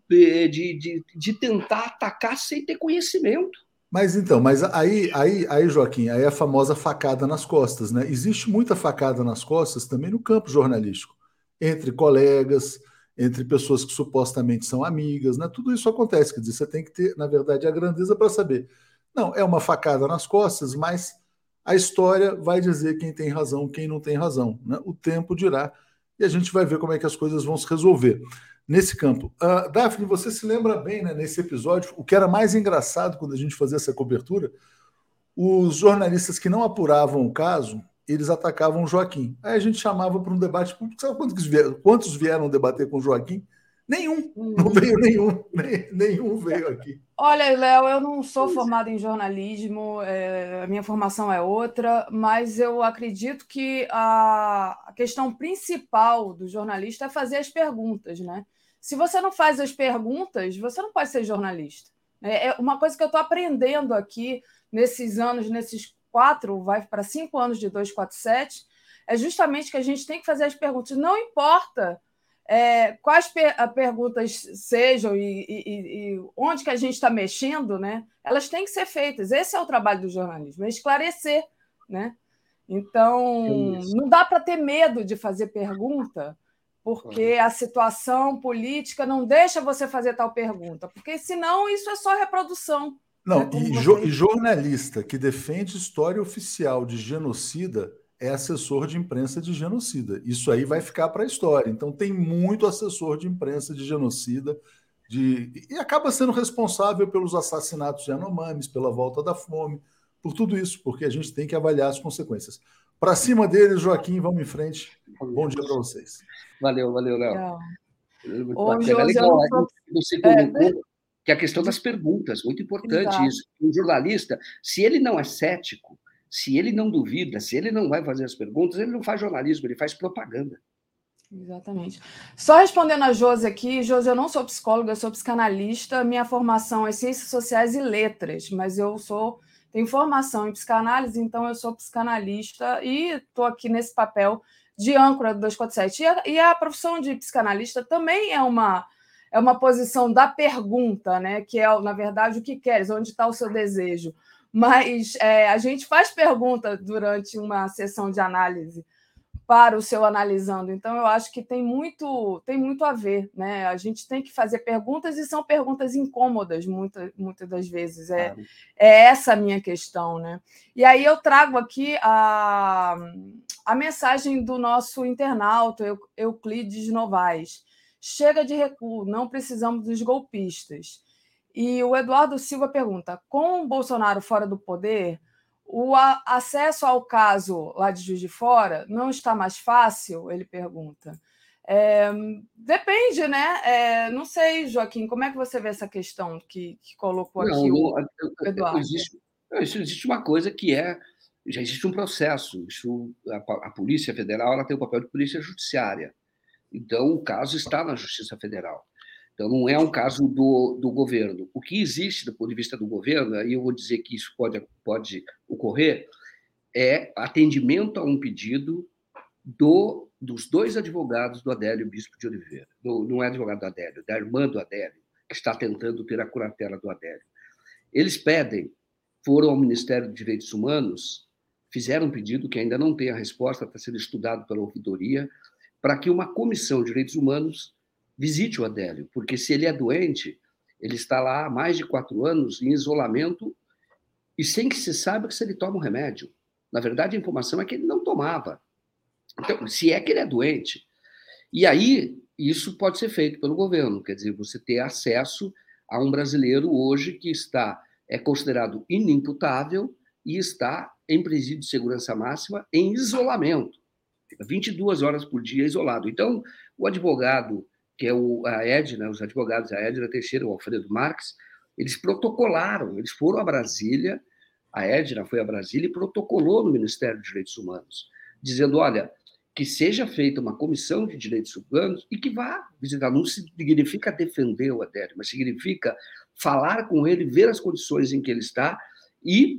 de tentar atacar sem ter conhecimento. Mas aí, Joaquim, aí é a famosa facada nas costas, né? Existe muita facada nas costas também no campo jornalístico, entre colegas, entre pessoas que supostamente são amigas, né? Tudo isso acontece, quer dizer, você tem que ter, na verdade, a grandeza para saber. Não, é uma facada nas costas, mas a história vai dizer quem tem razão, quem não tem razão, né? O tempo dirá e a gente vai ver como é que as coisas vão se resolver nesse campo. Daphne, você se lembra bem, né, nesse episódio, o que era mais engraçado quando a gente fazia essa cobertura, os jornalistas que não apuravam o caso, eles atacavam o Joaquim. Aí a gente chamava para um debate público. Sabe quantos vieram debater com o Joaquim? Nenhum. Não veio nenhum. Nenhum veio aqui. Olha, Léo, eu não sou formada em jornalismo, a minha formação é outra, mas eu acredito que a questão principal do jornalista é fazer as perguntas, né? Se você não faz as perguntas, você não pode ser jornalista. É uma coisa que eu estou aprendendo aqui nesses anos, nesses vai para 5 anos de 247, é justamente que a gente tem que fazer as perguntas. Não importa quais perguntas sejam e onde que a gente está mexendo, né? Elas têm que ser feitas. Esse é o trabalho do jornalismo, é esclarecer, né? Então, não dá para ter medo de fazer pergunta, porque a situação política não deixa você fazer tal pergunta, porque senão isso é só reprodução. Não, e jornalista que defende história oficial de genocida é assessor de imprensa de genocida. Isso aí vai ficar para a história. Então tem muito assessor de imprensa de genocida e acaba sendo responsável pelos assassinatos de Yanomamis, pela volta da fome, por tudo isso, porque a gente tem que avaliar as consequências. Para cima deles, Joaquim, vamos em frente. Bom dia para vocês. Valeu, Léo. Ô, José, legal, você colocou que é a questão das perguntas, muito importante. Exato. Isso. Um jornalista, se ele não é cético, se ele não duvida, se ele não vai fazer as perguntas, ele não faz jornalismo, ele faz propaganda. Exatamente. Só respondendo a Josi aqui, Josi, eu não sou psicóloga, eu sou psicanalista, minha formação é Ciências Sociais e Letras, mas eu tenho formação em psicanálise, então eu sou psicanalista e estou aqui nesse papel de âncora do 247. E a profissão de psicanalista também é uma posição da pergunta, né? Que é, na verdade, o que queres, onde está o seu desejo. Mas a gente faz pergunta durante uma sessão de análise para o seu analisando. Então, eu acho que tem muito a ver, né? A gente tem que fazer perguntas e são perguntas incômodas, muitas das vezes. É essa a minha questão, né? E aí eu trago aqui a mensagem do nosso internauta, Euclides Novaes. Chega de recuo, não precisamos dos golpistas. E o Eduardo Silva pergunta, com o Bolsonaro fora do poder, o acesso ao caso lá de Juiz de Fora não está mais fácil? Ele pergunta. Depende, né? Não sei, Joaquim, como é que você vê essa questão que colocou aqui o Eduardo? Existe uma coisa que já existe um processo. A Polícia Federal ela tem o papel de polícia judiciária. Então, o caso está na Justiça Federal. Então, não é um caso do governo. O que existe do ponto de vista do governo, aí eu vou dizer que isso pode ocorrer, é atendimento a um pedido dos dois advogados do Adélio Bispo de Oliveira. Não é advogado do Adélio, da irmã do Adélio, que está tentando ter a curatela do Adélio. Eles foram ao Ministério dos Direitos Humanos, fizeram um pedido que ainda não tem a resposta, está sendo estudado pela ouvidoria, para que uma comissão de direitos humanos visite o Adélio, porque se ele é doente, ele está lá há mais de 4 anos em isolamento e sem que se saiba se ele toma um remédio. Na verdade, a informação é que ele não tomava. Então, se é que ele é doente. E aí, isso pode ser feito pelo governo, quer dizer, você ter acesso a um brasileiro hoje que é considerado inimputável e está em presídio de segurança máxima em isolamento, 22 horas por dia isolado. Então, o advogado que é a Edna, os advogados, a Edna Teixeira, o Alfredo Marques, eles protocolaram, eles foram a Brasília, a Edna foi a Brasília e protocolou no Ministério dos Direitos Humanos, dizendo, olha, que seja feita uma comissão de direitos humanos e que vá visitar. Não significa defender o Adélio, mas significa falar com ele, ver as condições em que ele está e,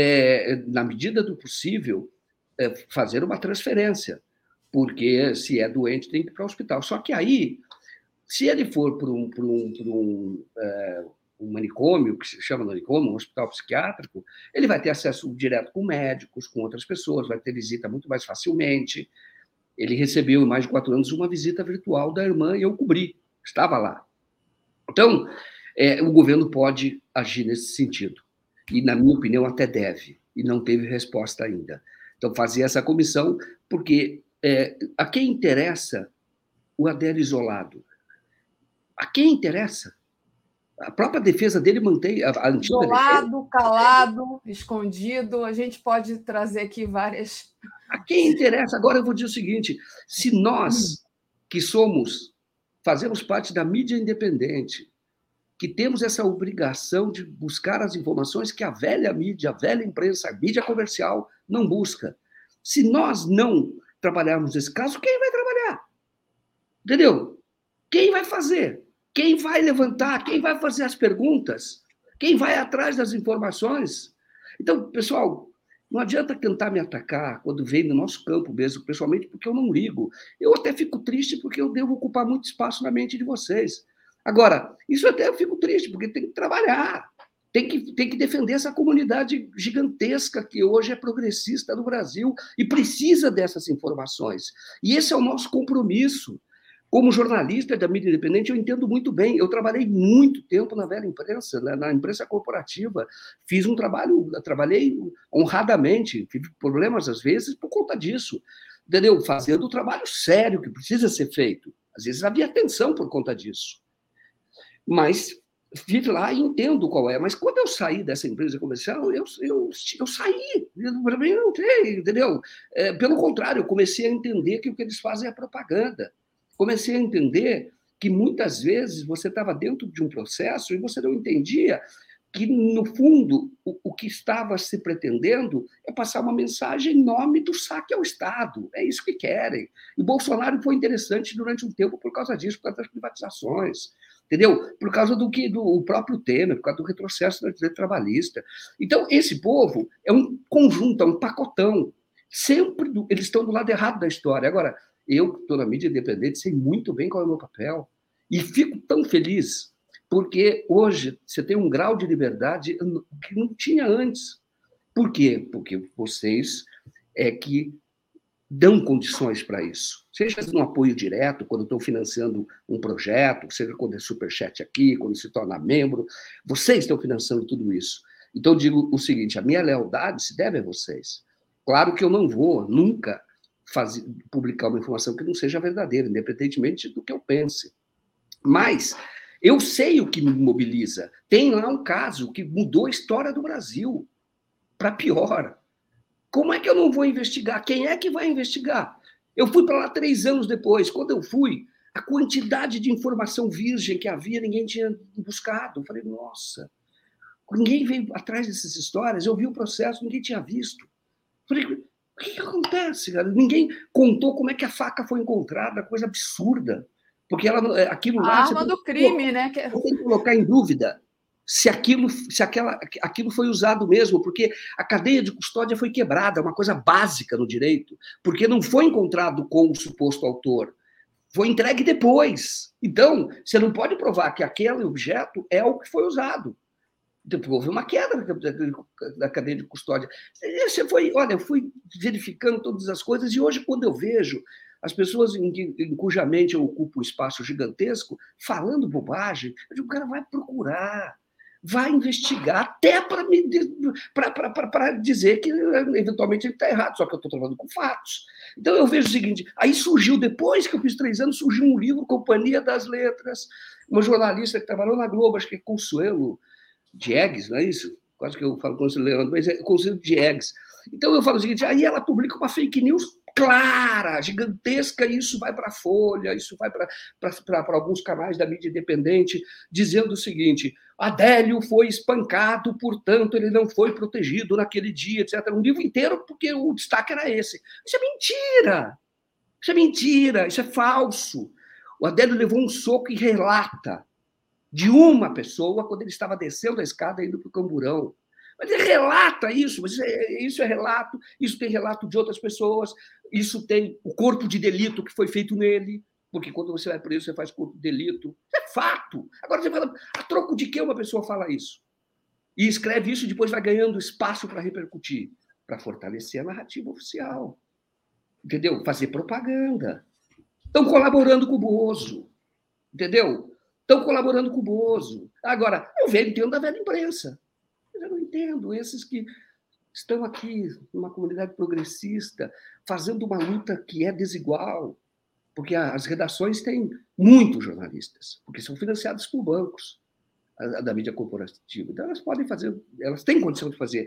na medida do possível, fazer uma transferência, porque se é doente tem que ir para o hospital. Só que aí, se ele for para um manicômio, que se chama manicômio, um hospital psiquiátrico, ele vai ter acesso direto com médicos, com outras pessoas, vai ter visita muito mais facilmente. Ele recebeu, em mais de 4 anos, uma visita virtual da irmã e eu cobri, estava lá. Então, o governo pode agir nesse sentido. E, na minha opinião, até deve, e não teve resposta ainda. Então, fazer essa comissão, porque a quem interessa o Adélio isolado? A quem interessa? A própria defesa dele mantém a antiga isolado, defesa. Calado, escondido, a gente pode trazer aqui várias... A quem interessa? Agora eu vou dizer o seguinte, se nós, que fazemos parte da mídia independente, que temos essa obrigação de buscar as informações que a velha mídia, a velha imprensa, a mídia comercial não busca. Se nós não trabalharmos nesse caso, quem vai trabalhar? Entendeu? Quem vai fazer? Quem vai levantar? Quem vai fazer as perguntas? Quem vai atrás das informações? Então, pessoal, não adianta tentar me atacar quando vem no nosso campo mesmo, pessoalmente, porque eu não ligo. Eu até fico triste porque eu devo ocupar muito espaço na mente de vocês. Agora, isso até eu fico triste, porque tem que trabalhar, tem que defender essa comunidade gigantesca que hoje é progressista no Brasil e precisa dessas informações. E esse é o nosso compromisso. Como jornalista da mídia independente, eu entendo muito bem. Eu trabalhei muito tempo na velha imprensa, na imprensa corporativa. Fiz um trabalhei honradamente, tive problemas às vezes por conta disso. Entendeu? Fazendo o trabalho sério que precisa ser feito. Às vezes havia tensão por conta disso. Mas vive lá e entendo qual é. Mas quando eu saí dessa empresa comercial, eu saí. Para mim, não tem, entendeu? Pelo contrário, eu comecei a entender que o que eles fazem é propaganda. Comecei a entender que muitas vezes você estava dentro de um processo e você não entendia que, no fundo, o que estava se pretendendo é passar uma mensagem em nome do saque ao Estado. É isso que querem. E Bolsonaro foi interessante durante um tempo por causa disso, por causa das privatizações, entendeu? Por causa do próprio Temer, por causa do retrocesso da direita trabalhista. Então, esse povo é um conjunto, é um pacotão. Sempre eles estão do lado errado da história. Agora, eu, que estou na mídia independente, sei muito bem qual é o meu papel. E fico tão feliz, porque hoje você tem um grau de liberdade que não tinha antes. Por quê? Porque vocês é que dão condições para isso. Seja no apoio direto, quando estão financiando um projeto, seja quando é superchat aqui, quando se torna membro, vocês estão financiando tudo isso. Então, eu digo o seguinte, a minha lealdade se deve a vocês. Claro que eu não vou nunca publicar uma informação que não seja verdadeira, independentemente do que eu pense. Mas eu sei o que me mobiliza. Tem lá um caso que mudou a história do Brasil para pior. Como é que eu não vou investigar? Quem é que vai investigar? Eu fui para lá 3 anos depois. Quando eu fui, a quantidade de informação virgem que havia, ninguém tinha buscado. Eu falei, nossa, ninguém veio atrás dessas histórias. Eu vi o processo, ninguém tinha visto. Eu falei, o que acontece, cara? Ninguém contou como é que a faca foi encontrada, coisa absurda. Porque aquilo lá... A arma do crime, né? Você tem que colocar em dúvida se aquilo foi usado mesmo, porque a cadeia de custódia foi quebrada, é uma coisa básica no direito, porque não foi encontrado com o suposto autor, foi entregue depois. Então, você não pode provar que aquele objeto é o que foi usado. Houve uma queda da cadeia de custódia. Olha, eu fui verificando todas as coisas, e hoje, quando eu vejo as pessoas em cuja mente eu ocupo um espaço gigantesco, falando bobagem, eu digo, o cara vai procurar, vai investigar, até para dizer que, eventualmente, ele está errado, só que eu estou trabalhando com fatos. Então, eu vejo o seguinte, aí surgiu, depois que eu fiz 3 anos, surgiu um livro, Companhia das Letras, uma jornalista que trabalhou na Globo, acho que é Consuelo Diegues, não é isso? Quase que eu falo Consuelo Leandro, mas é Consuelo Diegues. Então, eu falo o seguinte, aí ela publica uma fake news clara, gigantesca, e isso vai para a Folha, isso vai para alguns canais da mídia independente, dizendo o seguinte, Adélio foi espancado, portanto, ele não foi protegido naquele dia, etc. Um livro inteiro, porque o destaque era esse. Isso é mentira! Isso é mentira, isso é falso. O Adélio levou um soco e relata de uma pessoa quando ele estava descendo a escada indo para o Camburão. Mas ele relata isso, mas isso é relato, isso tem relato de outras pessoas, isso tem o corpo de delito que foi feito nele, porque quando você vai preso, você faz corpo de delito. Isso é fato. Agora você fala, a troco de que uma pessoa fala isso? E escreve isso e depois vai ganhando espaço para repercutir, para fortalecer a narrativa oficial. Entendeu? Fazer propaganda. Estão colaborando com o Bozo. Entendeu? Estão colaborando com o Bozo. Agora, eu entendo da velha imprensa. Eu não entendo esses que estão aqui numa comunidade progressista fazendo uma luta que é desigual, porque as redações têm muitos jornalistas, porque são financiados por bancos da mídia corporativa. Então, elas podem fazer, elas têm condição de fazer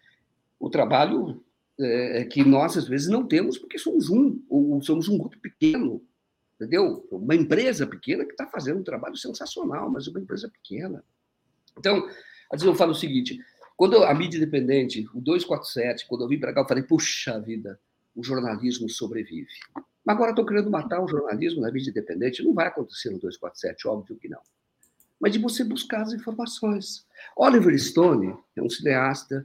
o trabalho que nós, às vezes, não temos, porque somos um grupo pequeno, entendeu? Uma empresa pequena que está fazendo um trabalho sensacional, mas uma empresa pequena. Então, às vezes eu falo o seguinte, quando a mídia independente, o 247, quando eu vim para cá, eu falei, puxa vida, o jornalismo sobrevive. Mas agora estão querendo matar o jornalismo na mídia independente, não vai acontecer no 247, óbvio que não. Mas de você buscar as informações. Oliver Stone é um cineasta,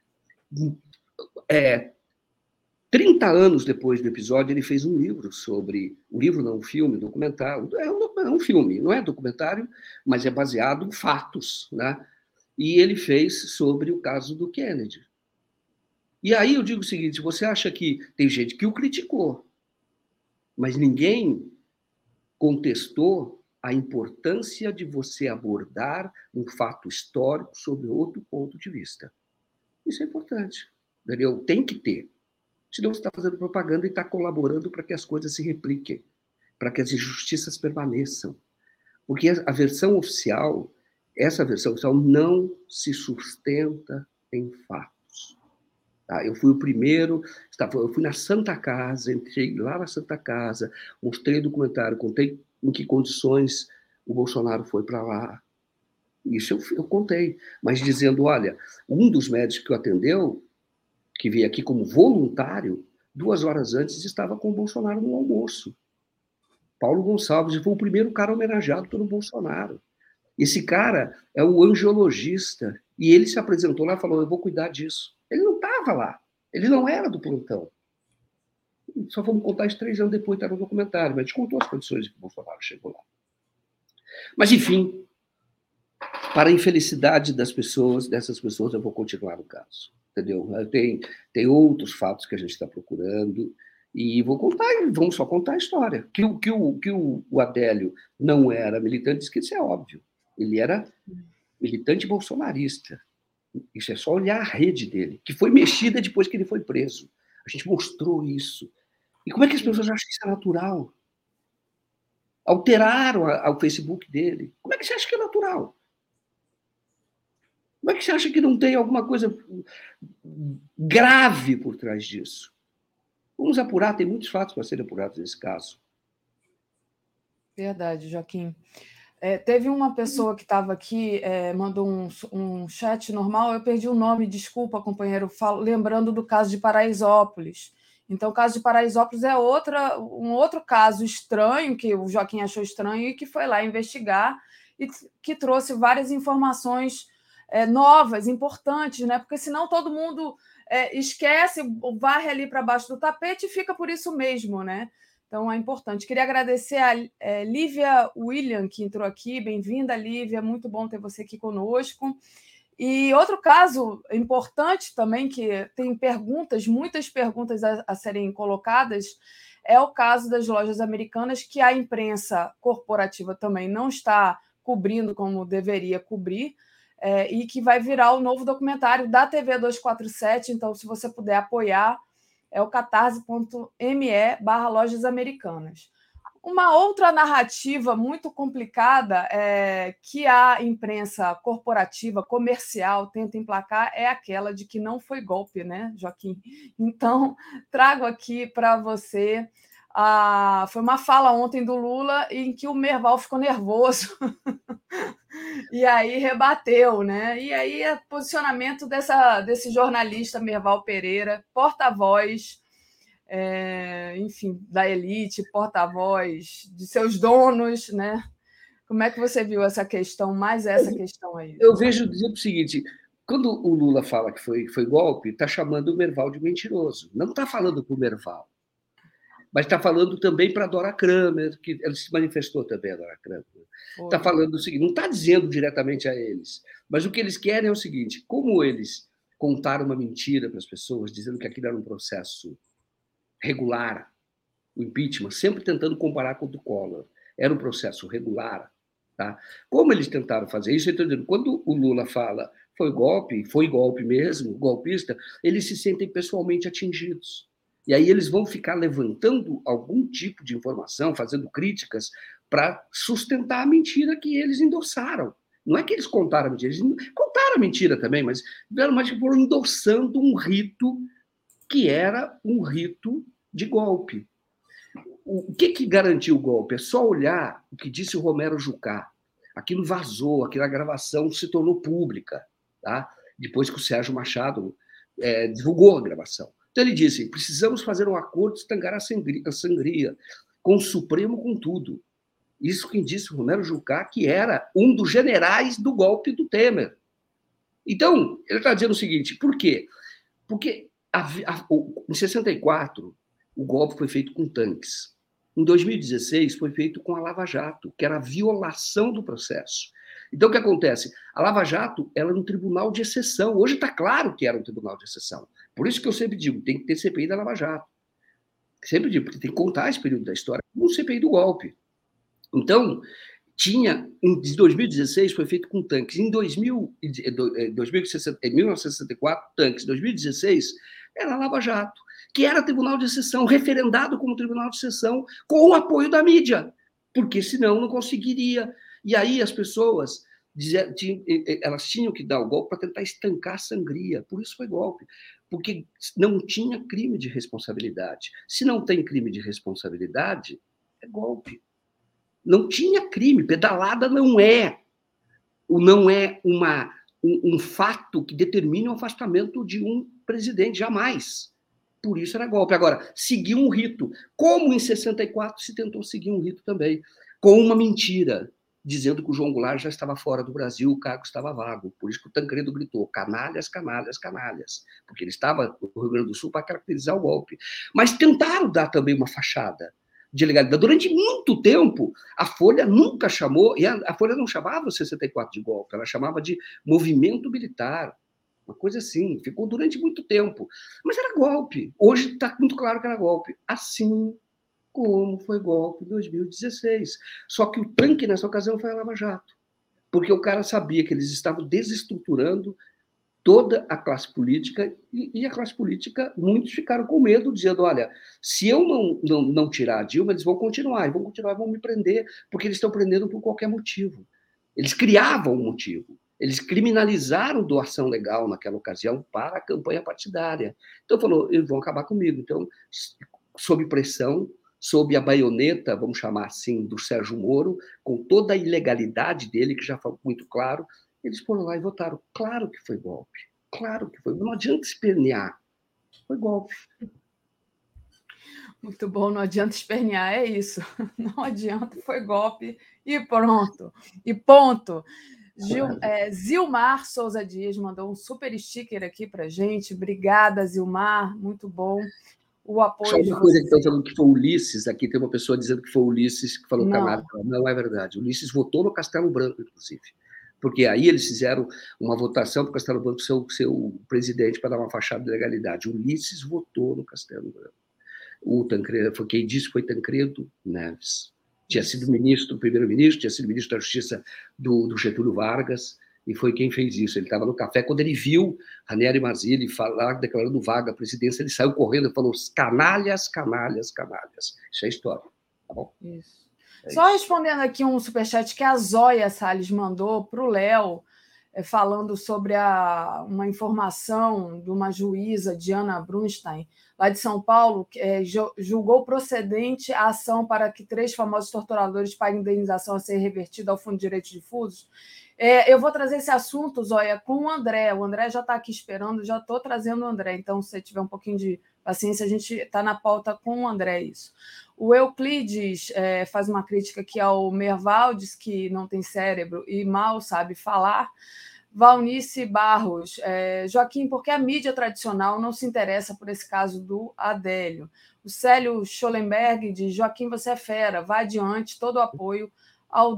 30 anos depois do episódio, ele fez um livro sobre... Um livro não, um filme, documentário. É um filme, não é documentário, mas é baseado em fatos, né? E ele fez sobre o caso do Kennedy. E aí eu digo o seguinte, você acha que tem gente que o criticou, mas ninguém contestou a importância de você abordar um fato histórico sob outro ponto de vista. Isso é importante, entendeu? Tem que ter. Senão você está fazendo propaganda e está colaborando para que as coisas se repliquem, para que as injustiças permaneçam. Porque a versão oficial essa versão oficial não se sustenta em fatos. Tá? Eu fui o primeiro, eu fui na Santa Casa, entrei lá na Santa Casa, mostrei o documentário, contei em que condições o Bolsonaro foi para lá. Isso eu contei, mas dizendo, olha, um dos médicos que o atendeu, que veio aqui como voluntário, 2 horas antes estava com o Bolsonaro no almoço. Paulo Gonçalves, foi o primeiro cara homenageado pelo Bolsonaro. Esse cara é o angiologista, e ele se apresentou lá e falou, eu vou cuidar disso. Ele não estava lá, ele não era do plantão. Só vamos contar isso 3 anos depois, está no documentário, mas a gente contou as condições que o Bolsonaro chegou lá. Mas, enfim, para a infelicidade dessas pessoas, eu vou continuar no caso. Entendeu? Tem outros fatos que a gente está procurando e vamos só contar a história. Que o Adélio não era militante de esquerda, isso é óbvio. Ele era militante bolsonarista. Isso é só olhar a rede dele, que foi mexida depois que ele foi preso. A gente mostrou isso. E como é que as pessoas acham que isso é natural? Alteraram o Facebook dele. Como é que você acha que é natural? Como é que você acha que não tem alguma coisa grave por trás disso? Vamos apurar, tem muitos fatos para serem apurados nesse caso. Verdade, Joaquim. Teve uma pessoa que estava aqui, mandou um chat normal, eu perdi o nome, desculpa, companheiro, lembrando do caso de Paraisópolis. Então, o caso de Paraisópolis é um outro caso estranho, que o Joaquim achou estranho, e que foi lá investigar e que trouxe várias informações novas, importantes, né? Porque senão todo mundo esquece, varre ali para baixo do tapete e fica por isso mesmo, né? Então é importante. Queria agradecer a Lívia William, que entrou aqui. Bem-vinda, Lívia, muito bom ter você aqui conosco. E outro caso importante também, que tem muitas perguntas a serem colocadas, é o caso das lojas americanas, que a imprensa corporativa também não está cobrindo como deveria cobrir, e que vai virar o novo documentário da TV 247. Então, se você puder apoiar, é o catarse.me/lojas americanas. Uma outra narrativa muito complicada que a imprensa corporativa, comercial, tenta emplacar é aquela de que não foi golpe, né, Joaquim? Então, trago aqui para você... foi uma fala ontem do Lula em que o Merval ficou nervoso e aí rebateu, né? E aí é posicionamento desse jornalista Merval Pereira, porta-voz, enfim, da elite, porta-voz de seus donos, né? Como é que você viu essa questão, mais essa questão aí? Eu vejo dizendo o seguinte, quando o Lula fala que foi golpe, está chamando o Merval de mentiroso. Não está falando para o Merval, mas está falando também para a Dora Kramer, que ela se manifestou também, a Dora Kramer. Está falando o seguinte, não está dizendo diretamente a eles, mas o que eles querem é o seguinte, como eles contaram uma mentira para as pessoas, dizendo que aquilo era um processo regular, o impeachment, sempre tentando comparar com o do Collor, era um processo regular, tá? Como eles tentaram fazer isso, eu estou dizendo, quando o Lula fala foi golpe mesmo, golpista, eles se sentem pessoalmente atingidos. E aí eles vão ficar levantando algum tipo de informação, fazendo críticas para sustentar a mentira que eles endossaram. Não é que eles contaram a mentira, eles contaram a mentira também, mas foram endossando um rito que era um rito de golpe. O que garantiu o golpe? É só olhar o que disse o Romero Jucá. Aquilo vazou, aquela gravação se tornou pública, tá? Depois que o Sérgio Machado divulgou a gravação. Então ele disse, precisamos fazer um acordo de estancar a sangria, com o Supremo, com tudo. Isso quem disse o Romero Jucá, que era um dos generais do golpe do Temer. Então, ele está dizendo o seguinte, por quê? Porque em 64, o golpe foi feito com tanques. Em 2016, foi feito com a Lava Jato, que era a violação do processo. Então, o que acontece? A Lava Jato ela é um tribunal de exceção. Hoje está claro que era um tribunal de exceção. Por isso que eu sempre digo, tem que ter CPI da Lava Jato. Sempre digo, porque tem que contar esse período da história como CPI do golpe. Então, em 2016 foi feito com tanques. Em 1964, tanques. Em 2016, era a Lava Jato, que era tribunal de exceção, referendado como tribunal de exceção, com o apoio da mídia, porque senão não conseguiria. E aí as pessoas elas tinham que dar o golpe para tentar estancar a sangria. Por isso foi golpe. Porque não tinha crime de responsabilidade. Se não tem crime de responsabilidade, é golpe. Não tinha crime. Pedalada não é um fato que determine o afastamento de um presidente, jamais. Por isso era golpe. Agora, seguir um rito, como em 64 se tentou seguir um rito também, com uma mentira, dizendo que o João Goulart já estava fora do Brasil, o cargo estava vago. Por isso que o Tancredo gritou, canalhas, canalhas, canalhas, porque ele estava no Rio Grande do Sul para caracterizar o golpe. Mas tentaram dar também uma fachada de legalidade. Durante muito tempo, a Folha nunca chamou, e a Folha não chamava o 64 de golpe, ela chamava de movimento militar, uma coisa assim, ficou durante muito tempo. Mas era golpe. Hoje está muito claro que era golpe. Assim como foi golpe em 2016. Só que o tanque, nessa ocasião, foi a Lava Jato. Porque o cara sabia que eles estavam desestruturando toda a classe política, e a classe política, muitos ficaram com medo, dizendo, olha, se eu não tirar a Dilma, eles vão continuar, vão me prender, porque eles estão prendendo por qualquer motivo. Eles criavam um motivo. Eles criminalizaram doação legal naquela ocasião para a campanha partidária. Então, falou, eles vão acabar comigo. Então, sob pressão, sob a baioneta, vamos chamar assim, do Sérgio Moro, com toda a ilegalidade dele, que já foi muito claro, eles foram lá e votaram. Claro que foi golpe. Claro que foi. Não adianta espernear. Foi golpe. Muito bom, não adianta espernear, é isso. Não adianta, foi golpe e pronto. E ponto. Zilmar Souza Dias mandou um super sticker aqui para gente. Obrigada, Zilmar. Muito bom. O apoio. Só uma coisa que estão falando que foi o Ulisses, aqui tem uma pessoa dizendo que foi o Ulisses que falou canalha. Não é verdade. O Ulisses votou no Castelo Branco, inclusive. Porque aí eles fizeram uma votação para o Castelo Branco ser o presidente para dar uma fachada de legalidade. O Ulisses votou no Castelo Branco. O Tancredo, quem disse foi Tancredo Neves. Tinha sido primeiro-ministro, tinha sido ministro da Justiça do Getúlio Vargas, e foi quem fez isso. Ele estava no café, quando ele viu Ranieri Mazzilli falar, declarando vaga à presidência, ele saiu correndo e falou, canalhas, canalhas, canalhas. Isso é história, tá bom? Isso. Só respondendo aqui um superchat que a Zóia Salles mandou para o Léo, falando sobre uma informação de uma juíza, Diana Brunstein, lá de São Paulo, que julgou procedente a ação para que 3 famosos torturadores paguem indenização a ser revertida ao Fundo de Direitos Difusos. Eu vou trazer esse assunto, Zóia, com o André. O André já está aqui esperando, já estou trazendo o André. Então, se você tiver um pouquinho de paciência, a gente está na pauta com o André, isso. O Euclides faz uma crítica aqui ao Mervaldes, que não tem cérebro e mal sabe falar. Valnice Barros, Joaquim, por que a mídia tradicional não se interessa por esse caso do Adélio? O Célio Schollenberg diz, Joaquim, você é fera, vá adiante, todo o apoio ao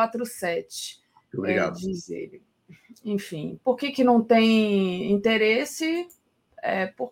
247. Obrigado. Diz ele. Enfim, por que não tem interesse? Por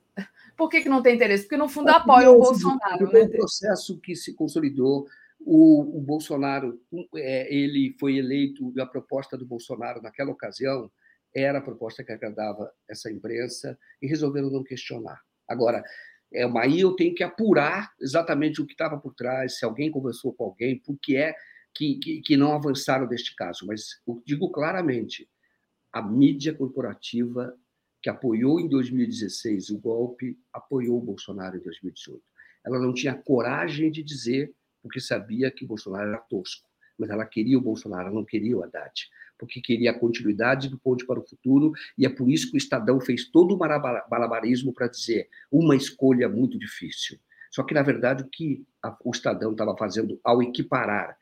que não tem interesse? Porque, no fundo, apoia o Bolsonaro. Né? O processo que se consolidou, o Bolsonaro, ele foi eleito, e a proposta do Bolsonaro naquela ocasião era a proposta que agradava essa imprensa, e resolveram não questionar. Agora, aí eu tenho que apurar exatamente o que estava por trás, se alguém conversou com alguém, por que é que não avançaram neste caso. Mas eu digo claramente, a mídia corporativa que apoiou em 2016 o golpe, apoiou o Bolsonaro em 2018. Ela não tinha coragem de dizer, porque sabia que o Bolsonaro era tosco, mas ela queria o Bolsonaro, ela não queria o Haddad, porque queria a continuidade do Ponte para o Futuro, e é por isso que o Estadão fez todo o malabarismo para dizer uma escolha muito difícil. Só que, na verdade, o que o Estadão estava fazendo ao equiparar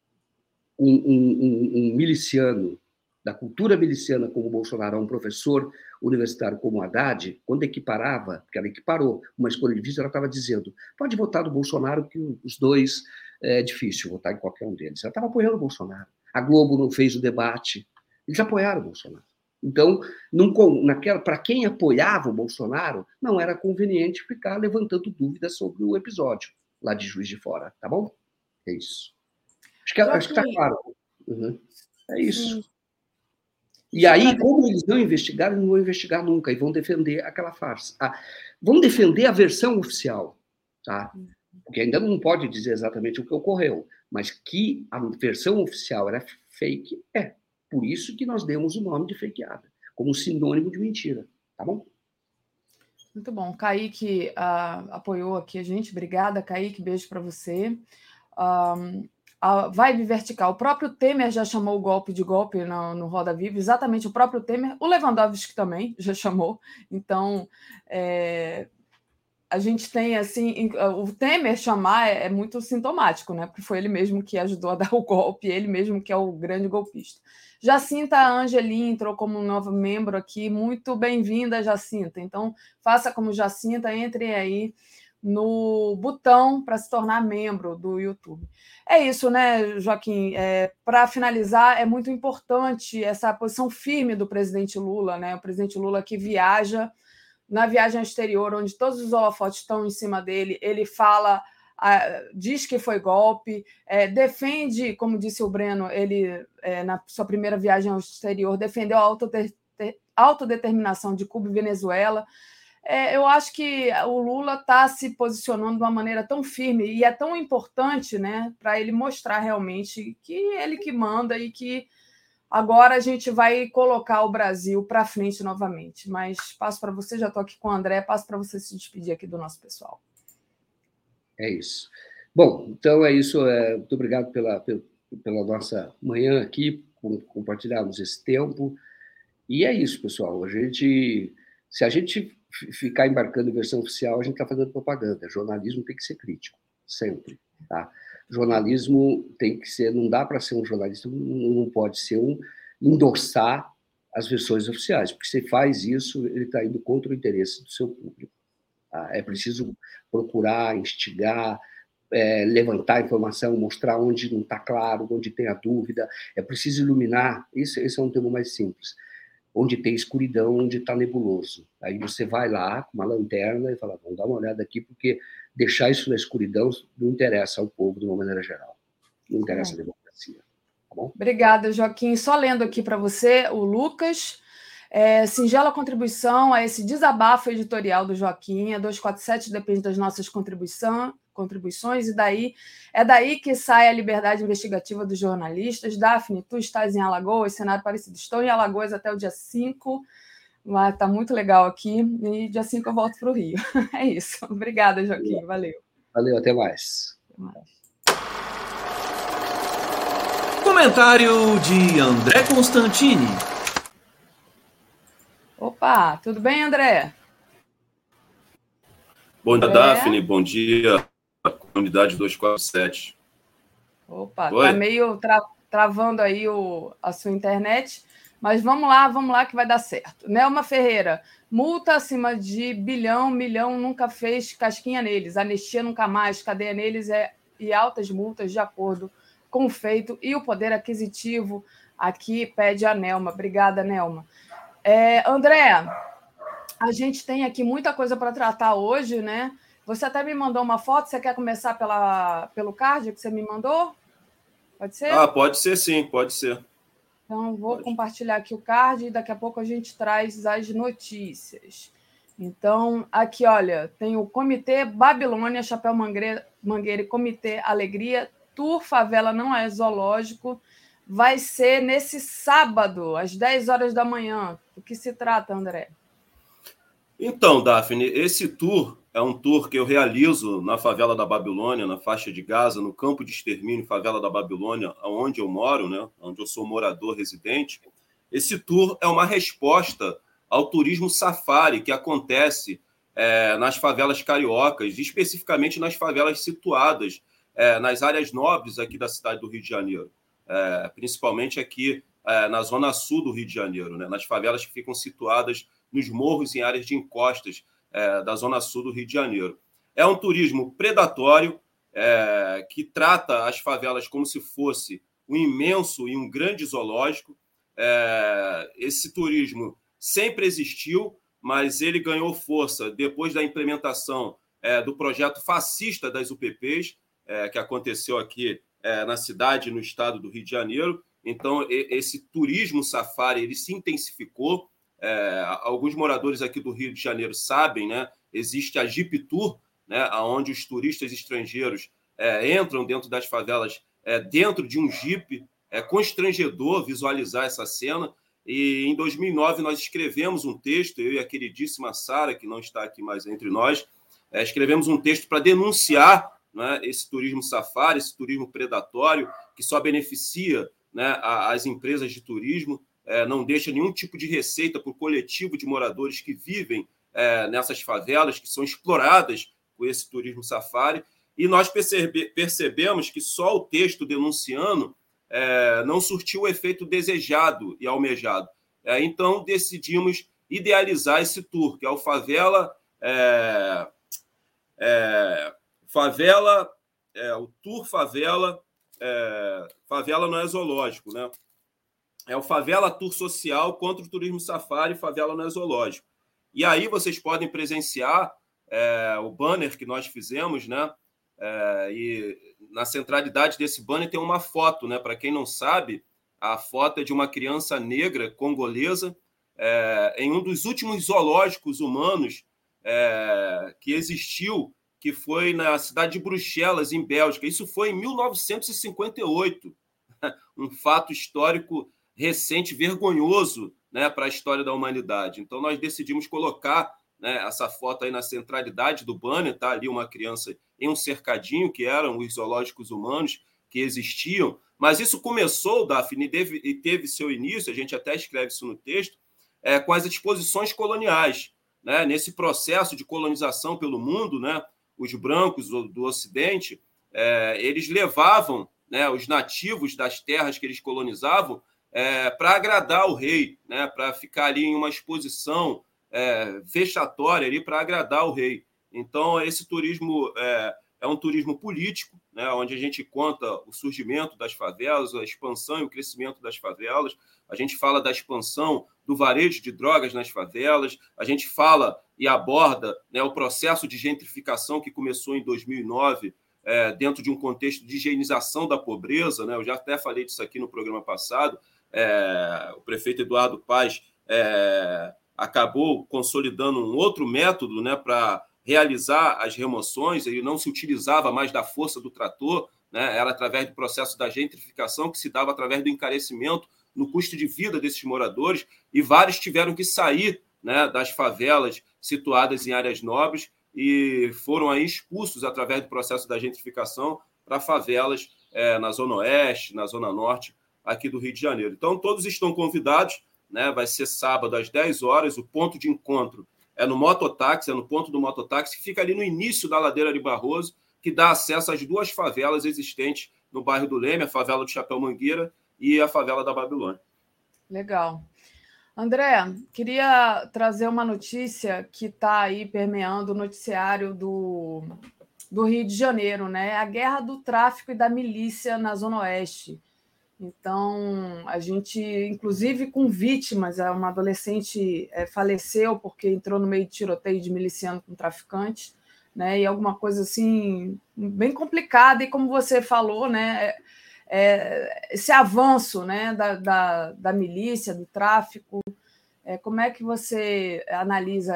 um miliciano, da cultura miliciana como o Bolsonaro, a um professor universitário como o Haddad, quando equiparava, porque ela equiparou uma escolha difícil, ela estava dizendo, pode votar no Bolsonaro, que os dois é difícil votar em qualquer um deles. Ela estava apoiando o Bolsonaro. A Globo não fez o debate. Eles apoiaram o Bolsonaro. Então, para quem apoiava o Bolsonaro, não era conveniente ficar levantando dúvidas sobre o episódio lá de Juiz de Fora, tá bom? É isso. Acho que está claro. Uhum. É isso. Sim. E aí, como eles não investigaram, não vão investigar nunca, e vão defender aquela farsa. Vão defender a versão oficial, tá? Porque ainda não pode dizer exatamente o que ocorreu, mas que a versão oficial era fake, Por isso que nós demos o nome de fakeada, como sinônimo de mentira, tá bom? Muito bom. Kaique apoiou aqui a gente. Obrigada, Kaique. Beijo para você. A vibe vertical. O próprio Temer já chamou o golpe de golpe no Roda Viva. Exatamente, o próprio Temer. O Lewandowski também já chamou. Então, a gente tem, assim... O Temer chamar é muito sintomático, né? Porque foi ele mesmo que ajudou a dar o golpe, ele mesmo que é o grande golpista. Jacinta Angelim entrou como novo membro aqui. Muito bem-vinda, Jacinta. Então, faça como Jacinta, entre aí no botão para se tornar membro do YouTube. É isso, né, Joaquim? Para finalizar, é muito importante essa posição firme do presidente Lula, né? O presidente Lula que viaja, na viagem exterior, onde todos os holofotes estão em cima dele, ele fala... diz que foi golpe, defende, como disse o Breno, ele, na sua primeira viagem ao exterior, defendeu a autodeterminação de Cuba e Venezuela. Eu acho que o Lula está se posicionando de uma maneira tão firme e é tão importante, né, para ele mostrar realmente que ele que manda e que agora a gente vai colocar o Brasil para frente novamente. Mas passo para você, já estou aqui com o André, passo para você se despedir aqui do nosso pessoal. É isso. Bom, então é isso. Muito obrigado pela nossa manhã aqui, por compartilharmos esse tempo. E é isso, pessoal. Se a gente ficar embarcando em versão oficial, a gente está fazendo propaganda. Jornalismo tem que ser crítico, sempre. Tá? Jornalismo tem que ser... Não dá para ser um jornalista, não pode ser endossar as versões oficiais, porque se faz isso, ele está indo contra o interesse do seu público. É preciso procurar, instigar, levantar informação, mostrar onde não está claro, onde tem a dúvida. É preciso iluminar. Esse é um termo mais simples. Onde tem escuridão, onde está nebuloso. Aí você vai lá com uma lanterna e fala, vamos dar uma olhada aqui, porque deixar isso na escuridão não interessa ao povo de uma maneira geral. Não interessa a democracia. Tá bom? Obrigada, Joaquim. Só lendo aqui para você, o Lucas... singela contribuição a esse desabafo editorial do Joaquim. A 247 depende das nossas contribuições, e é daí que sai a liberdade investigativa dos jornalistas. Daphne, tu estás em Alagoas, Senado Parecido. Estou em Alagoas até o dia 5, mas está muito legal aqui, e dia 5 eu volto para o Rio. É isso. Obrigada, Joaquim. Valeu. Valeu, até mais. Até mais. Comentário de André Constantini. Opa, tudo bem, André? Bom dia, Daphne. Bom dia, comunidade 247. Opa, tá meio travando aí a sua internet, mas vamos lá que vai dar certo. Nelma Ferreira, multa acima de milhão nunca fez casquinha neles, anistia nunca mais, cadeia neles e altas multas de acordo com o feito e o poder aquisitivo aqui pede a Nelma. Obrigada, Nelma. André, a gente tem aqui muita coisa para tratar hoje, né? Você até me mandou uma foto, você quer começar pelo card que você me mandou? Pode ser? Pode ser sim, pode ser. Então, vou compartilhar aqui o card e daqui a pouco a gente traz as notícias. Então, aqui, olha, tem o Comitê Babilônia, Chapéu Mangueira e Comitê Alegria, Tour Favela Não É Zoológico. Vai ser nesse sábado, às 10 horas da manhã. Do que se trata, André? Então, Daphne, esse tour é um tour que eu realizo na favela da Babilônia, na faixa de Gaza, no campo de extermínio, favela da Babilônia, onde eu moro, né? Onde eu sou morador residente. Esse tour é uma resposta ao turismo safari que acontece nas favelas cariocas, especificamente nas favelas situadas nas áreas nobres aqui da cidade do Rio de Janeiro. Principalmente aqui na zona sul do Rio de Janeiro, né? Nas favelas que ficam situadas nos morros em áreas de encostas da zona sul do Rio de Janeiro. É um turismo predatório que trata as favelas como se fosse um imenso e um grande zoológico. Esse turismo sempre existiu, mas ele ganhou força depois da implementação do projeto fascista das UPPs, que aconteceu aqui na cidade, no estado do Rio de Janeiro. Então, esse turismo safari ele se intensificou. Alguns moradores aqui do Rio de Janeiro sabem, né? Existe a Jeep Tour, né? Onde os turistas estrangeiros entram dentro das favelas dentro de um Jeep É constrangedor visualizar essa cena. E em 2009 nós escrevemos um texto, eu e a queridíssima Sara, que não está aqui mais entre nós, escrevemos um texto para denunciar, né, esse turismo safari, esse turismo predatório, que só beneficia, né, as empresas de turismo, não deixa nenhum tipo de receita para o coletivo de moradores que vivem nessas favelas, que são exploradas com esse turismo safari. E nós percebemos que só o texto denunciando não surtiu o efeito desejado e almejado. Então, decidimos idealizar esse tour, que é o o Tour Favela. Favela não é zoológico, né? É o Favela Tour Social contra o Turismo Safari, Favela não é zoológico. E aí vocês podem presenciar o banner que nós fizemos, né? E na centralidade desse banner tem uma foto, né? Para quem não sabe, a foto é de uma criança negra congolesa em um dos últimos zoológicos humanos que existiu, que foi na cidade de Bruxelas, em Bélgica. Isso foi em 1958, um fato histórico recente, vergonhoso, né, para a história da humanidade. Então, nós decidimos colocar, né, essa foto aí na centralidade do banner, tá ali uma criança em um cercadinho, que eram os zoológicos humanos que existiam. Mas isso começou, Daphne, e teve seu início, a gente até escreve isso no texto, com as exposições coloniais, né? Nesse processo de colonização pelo mundo, né, os brancos do Ocidente, eles levavam, né, os nativos das terras que eles colonizavam para agradar o rei, né, para ficar ali em uma exposição vexatória ali para agradar o rei. Então, esse turismo é um turismo político, né, onde a gente conta o surgimento das favelas, a expansão e o crescimento das favelas. A gente fala da expansão do varejo de drogas nas favelas, a gente fala e aborda, né, o processo de gentrificação que começou em 2009, dentro de um contexto de higienização da pobreza, né? Eu já até falei disso aqui no programa passado. O prefeito Eduardo Paes acabou consolidando um outro método, né, para realizar as remoções. Ele não se utilizava mais da força do trator, né? Era através do processo da gentrificação, que se dava através do encarecimento no custo de vida desses moradores, e vários tiveram que sair, né, das favelas situadas em áreas nobres e foram aí expulsos através do processo da gentrificação para favelas na Zona Oeste, na Zona Norte, aqui do Rio de Janeiro. Então, todos estão convidados, né? Vai ser sábado às 10 horas, o ponto de encontro é no mototáxi, no ponto do mototáxi, que fica ali no início da Ladeira de Barroso, que dá acesso às duas favelas existentes no bairro do Leme, a favela do Chapéu Mangueira e a favela da Babilônia. Legal. André, queria trazer uma notícia que está aí permeando o noticiário do Rio de Janeiro, né? A guerra do tráfico e da milícia na Zona Oeste. Então, a gente, inclusive com vítimas, uma adolescente faleceu porque entrou no meio de tiroteio de miliciano com traficante, né? E alguma coisa assim, bem complicada, e como você falou, né? Esse avanço, né, da milícia, do tráfico, como é que você analisa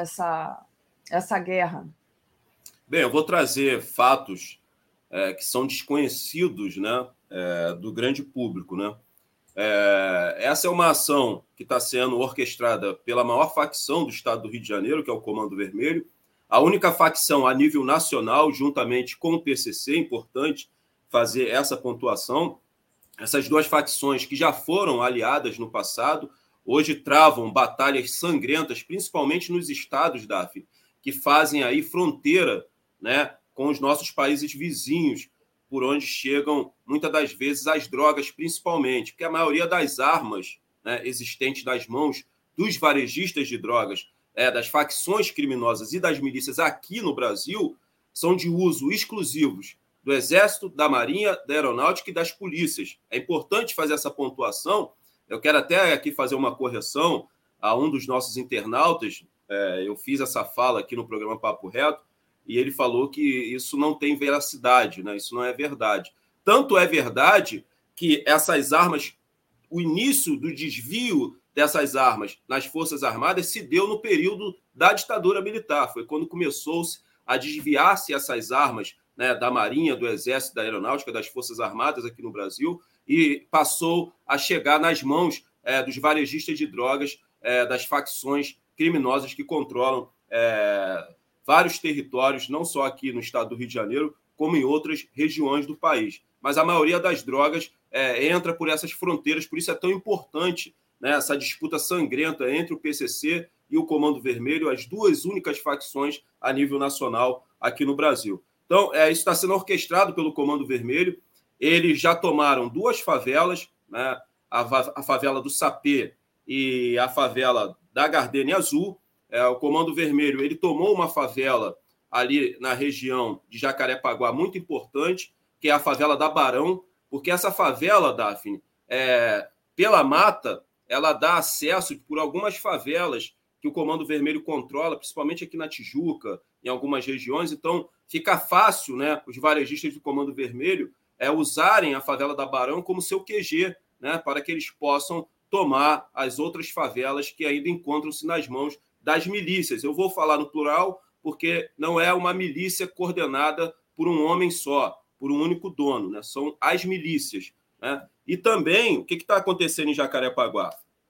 essa guerra? Bem, eu vou trazer fatos que são desconhecidos, né, do grande público, né? Essa é uma ação que está sendo orquestrada pela maior facção do estado do Rio de Janeiro, que é o Comando Vermelho, a única facção a nível nacional, juntamente com o PCC, importante fazer essa pontuação. Essas duas facções que já foram aliadas no passado, hoje travam batalhas sangrentas, principalmente nos estados, Daphne, que fazem aí fronteira, né, com os nossos países vizinhos, por onde chegam, muitas das vezes, as drogas, principalmente, porque a maioria das armas, né, existentes nas mãos dos varejistas de drogas, das facções criminosas e das milícias aqui no Brasil, são de uso exclusivos do Exército, da Marinha, da Aeronáutica e das polícias. É importante fazer essa pontuação. Eu quero até aqui fazer uma correção a um dos nossos internautas. Eu fiz essa fala aqui no programa Papo Reto, e ele falou que isso não tem veracidade, né? Isso não é verdade. Tanto é verdade que essas armas, o início do desvio dessas armas nas Forças Armadas se deu no período da ditadura militar. Foi quando começou-se a desviar-se essas armas, né, da Marinha, do Exército, da Aeronáutica, das Forças Armadas aqui no Brasil, e passou a chegar nas mãos dos varejistas de drogas, das facções criminosas que controlam vários territórios, não só aqui no estado do Rio de Janeiro, como em outras regiões do país. Mas a maioria das drogas entra por essas fronteiras, por isso é tão importante, né, essa disputa sangrenta entre o PCC e o Comando Vermelho, as duas únicas facções a nível nacional aqui no Brasil. Então, isso está sendo orquestrado pelo Comando Vermelho. Eles já tomaram 2 favelas, né, a favela do Sapê e a favela da Gardênia Azul. O Comando Vermelho ele tomou uma favela ali na região de Jacarepaguá muito importante, que é a favela da Barão, porque essa favela, Daphne, pela mata, ela dá acesso por algumas favelas que o Comando Vermelho controla, principalmente aqui na Tijuca, em algumas regiões. Então, fica fácil, né, os varejistas do Comando Vermelho usarem a favela da Barão como seu QG, né, para que eles possam tomar as outras favelas que ainda encontram-se nas mãos das milícias. Eu vou falar no plural, porque não é uma milícia coordenada por um homem só, por um único dono, né? São as milícias, né? E também, o que está acontecendo em Jacarepaguá?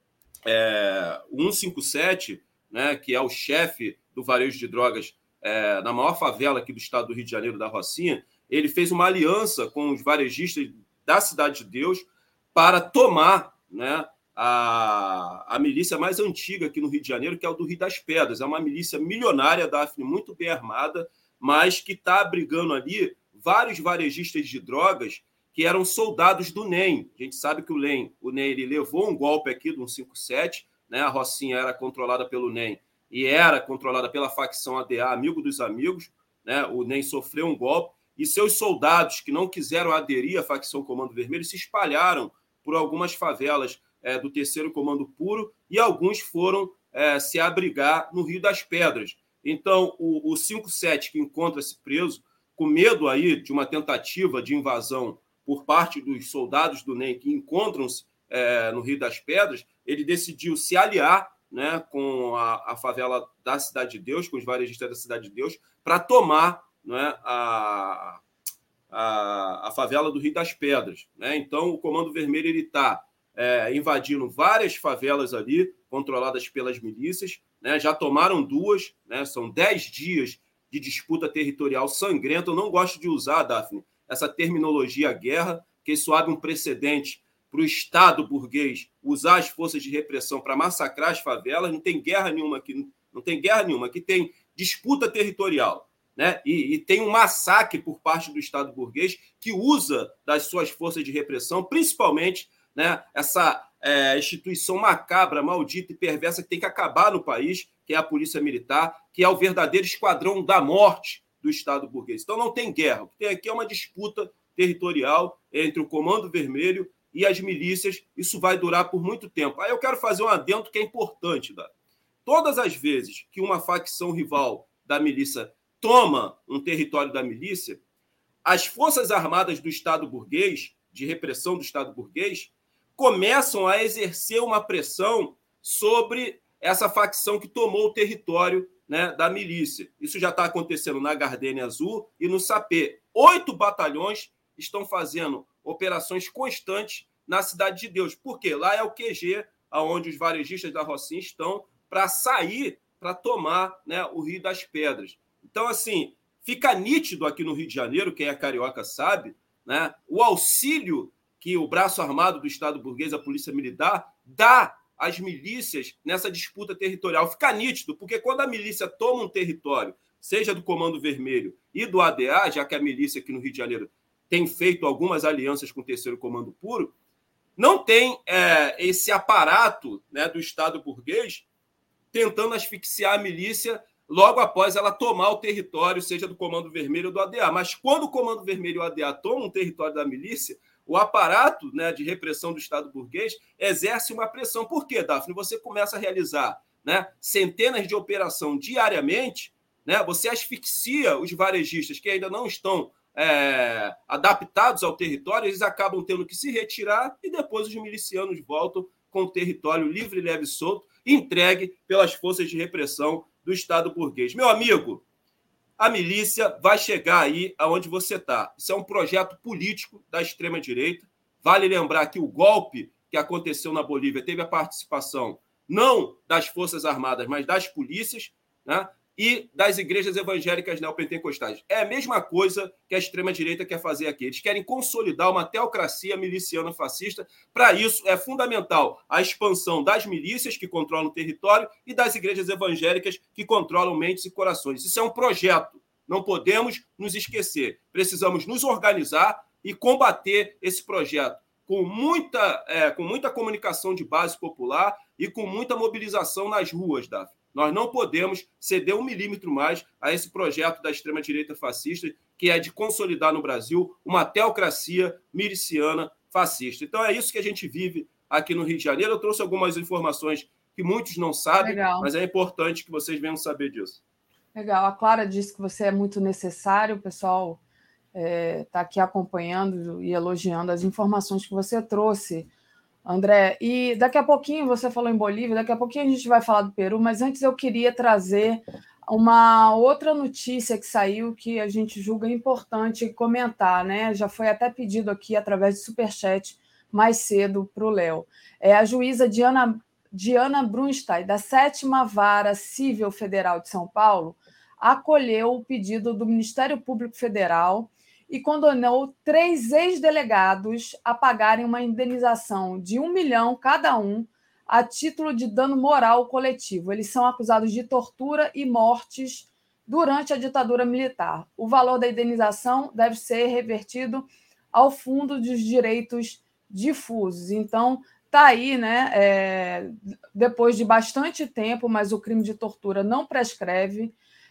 O 157, né, que é o chefe do varejo de drogas na maior favela aqui do estado do Rio de Janeiro, da Rocinha, ele fez uma aliança com os varejistas da Cidade de Deus para tomar, né, a milícia mais antiga aqui no Rio de Janeiro, que é o do Rio das Pedras. É uma milícia milionária, Daphne, muito bem armada, mas que está abrigando ali vários varejistas de drogas que eram soldados do NEM. A gente sabe que o NEM ele levou um golpe aqui do 157, né? A Rocinha era controlada pelo NEM e era controlada pela facção ADA, Amigo dos Amigos, né? O NEM sofreu um golpe e seus soldados que não quiseram aderir à facção Comando Vermelho se espalharam por algumas favelas do 3º Comando Puro e alguns foram se abrigar no Rio das Pedras. Então, o 57, que encontra-se preso, com medo aí de uma tentativa de invasão por parte dos soldados do NEM que encontram-se no Rio das Pedras, ele decidiu se aliar, né, com a favela da Cidade de Deus, com os varejistas da Cidade de Deus, para tomar, né, a favela do Rio das Pedras, né? Então, o Comando Vermelho está invadindo várias favelas ali, controladas pelas milícias, né? Já tomaram 2, né? São 10 dias de disputa territorial sangrenta. Eu não gosto de usar, Daphne, essa terminologia guerra, que isso abre um precedente para o Estado burguês usar as forças de repressão para massacrar as favelas. Não tem guerra nenhuma aqui, não tem guerra nenhuma. Aqui tem disputa territorial, né? E tem um massacre por parte do Estado burguês que usa das suas forças de repressão, principalmente, né, essa instituição macabra, maldita e perversa que tem que acabar no país, que é a Polícia Militar, que é o verdadeiro esquadrão da morte do Estado burguês. Então não tem guerra. O que tem aqui é uma disputa territorial entre o Comando Vermelho e as milícias. Isso vai durar por muito tempo. Aí eu quero fazer um adendo que é importante, Dá. Todas as vezes que uma facção rival da milícia toma um território da milícia, as Forças Armadas do Estado burguês, de repressão do Estado burguês, começam a exercer uma pressão sobre essa facção que tomou o território, né, da milícia. Isso já está acontecendo na Gardênia Azul e no Sapê. 8 batalhões estão fazendo operações constantes na Cidade de Deus. Por quê? Lá é o QG, onde os varejistas da Rocinha estão para sair, para tomar, né, o Rio das Pedras. Então, assim, fica nítido aqui no Rio de Janeiro, quem é carioca sabe, né, o auxílio que o braço armado do Estado burguês, a Polícia Militar, dá às milícias nessa disputa territorial. Fica nítido, porque quando a milícia toma um território, seja do Comando Vermelho e do ADA, já que a milícia aqui no Rio de Janeiro tem feito algumas alianças com o 3º Comando Puro, não tem esse aparato, né, do Estado burguês tentando asfixiar a milícia logo após ela tomar o território, seja do Comando Vermelho ou do ADA. Mas quando o Comando Vermelho e o ADA tomam um território da milícia, o aparato, né, de repressão do Estado burguês exerce uma pressão. Por quê, Daphne? Você começa a realizar, né, centenas de operações diariamente, né, você asfixia os varejistas que ainda não estão adaptados ao território, eles acabam tendo que se retirar e depois os milicianos voltam com o território livre, leve e solto, entregue pelas forças de repressão do Estado burguês. Meu amigo, a milícia vai chegar aí aonde você está. Isso é um projeto político da extrema-direita, Vale lembrar que o golpe que aconteceu na Bolívia teve a participação não das Forças Armadas, mas das polícias, né, e das igrejas evangélicas neopentecostais. É a mesma coisa que a extrema-direita quer fazer aqui. Eles querem consolidar uma teocracia miliciana fascista. Para isso, é fundamental a expansão das milícias que controlam o território e das igrejas evangélicas que controlam mentes e corações. Isso é um projeto. Não podemos nos esquecer. Precisamos nos organizar e combater esse projeto com muita comunicação de base popular e com muita mobilização nas ruas, Davi. Nós não podemos ceder 1 milímetro mais a esse projeto da extrema-direita fascista, que é de consolidar no Brasil uma teocracia miliciana fascista. Então, é isso que a gente vive aqui no Rio de Janeiro. Eu trouxe algumas informações que muitos não sabem, mas é importante que vocês venham saber disso. Legal. A Clara disse que você é muito necessário. O pessoal está aqui acompanhando e elogiando as informações que você trouxe, André. E daqui a pouquinho, você falou em Bolívia, daqui a pouquinho a gente vai falar do Peru, mas antes eu queria trazer uma outra notícia que saiu que a gente julga importante comentar, né? Já foi até pedido aqui através de Superchat mais cedo para o Léo. É a juíza Diana Brunstein, da 7ª Vara Civil Federal de São Paulo, acolheu o pedido do Ministério Público Federal e condenou 3 ex-delegados a pagarem uma indenização de R$1 milhão cada um a título de dano moral coletivo. Eles são acusados de tortura e mortes durante a ditadura militar. O valor da indenização deve ser revertido ao Fundo dos Direitos Difusos. Então, está aí, né? Depois de bastante tempo, mas o crime de tortura não prescreve,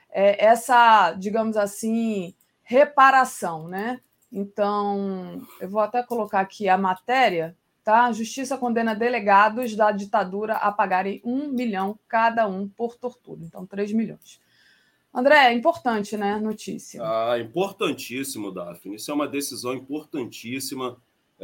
essa, digamos assim, reparação, né? Então, eu vou até colocar aqui a matéria, tá? A Justiça condena delegados da ditadura a pagarem R$1 milhão cada um por tortura. Então, 3 milhões. André, é importante, né? Notícia. Importantíssimo, Daphne. Isso é uma decisão importantíssima.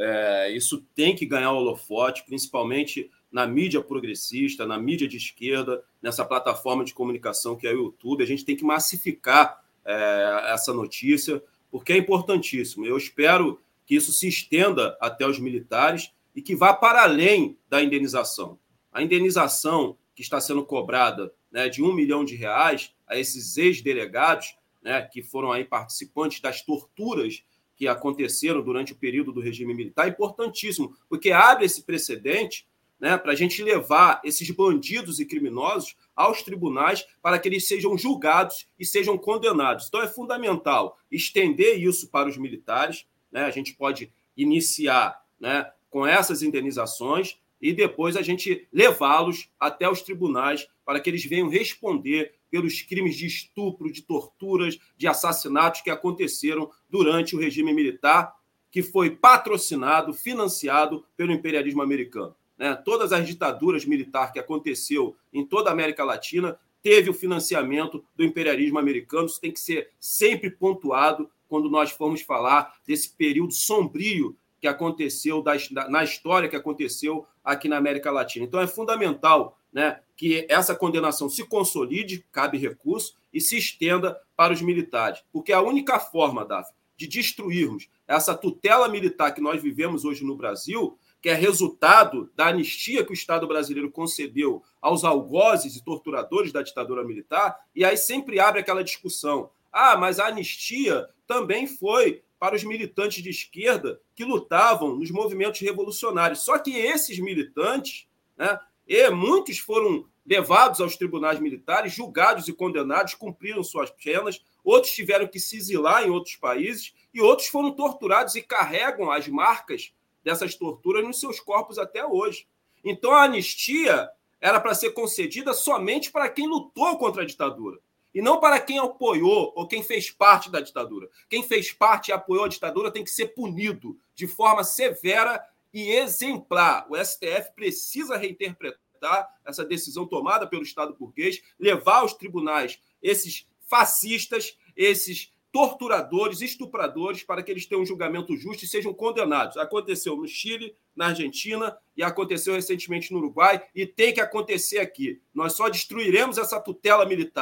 Isso tem que ganhar holofote, principalmente na mídia progressista, na mídia de esquerda, nessa plataforma de comunicação que é o YouTube. A gente tem que massificar essa notícia, porque é importantíssimo. Eu espero que isso se estenda até os militares e que vá para além da indenização. A indenização que está sendo cobrada, né, de R$1 milhão a esses ex-delegados, né, que foram aí participantes das torturas que aconteceram durante o período do regime militar, é importantíssimo, porque abre esse precedente, né, para a gente levar esses bandidos e criminosos aos tribunais para que eles sejam julgados e sejam condenados. Então, é fundamental estender isso para os militares, né? A gente pode iniciar, né, com essas indenizações e depois a gente levá-los até os tribunais para que eles venham responder pelos crimes de estupro, de torturas, de assassinatos que aconteceram durante o regime militar, que foi patrocinado, financiado pelo imperialismo americano. Né? Todas as ditaduras militares que aconteceu em toda a América Latina teve o financiamento do imperialismo americano. Isso tem que ser sempre pontuado quando nós formos falar desse período sombrio que aconteceu, na história que aconteceu aqui na América Latina. Então, é fundamental, né, que essa condenação se consolide, cabe recurso, e se estenda para os militares. Porque a única forma, Daphne, de destruirmos essa tutela militar que nós vivemos hoje no Brasil, que é resultado da anistia que o Estado brasileiro concedeu aos algozes e torturadores da ditadura militar, e aí sempre abre aquela discussão. Mas a anistia também foi para os militantes de esquerda que lutavam nos movimentos revolucionários. Só que esses militantes, né, muitos foram levados aos tribunais militares, julgados e condenados, cumpriram suas penas, outros tiveram que se exilar em outros países e outros foram torturados e carregam as marcas dessas torturas nos seus corpos até hoje. Então, a anistia era para ser concedida somente para quem lutou contra a ditadura, e não para quem apoiou ou quem fez parte da ditadura. Quem fez parte e apoiou a ditadura tem que ser punido de forma severa e exemplar. O STF precisa reinterpretar essa decisão tomada pelo Estado burguês, levar aos tribunais esses fascistas, esses torturadores, estupradores, para que eles tenham um julgamento justo e sejam condenados. Aconteceu no Chile, na Argentina e aconteceu recentemente no Uruguai e tem que acontecer aqui. Nós só destruiremos essa tutela militar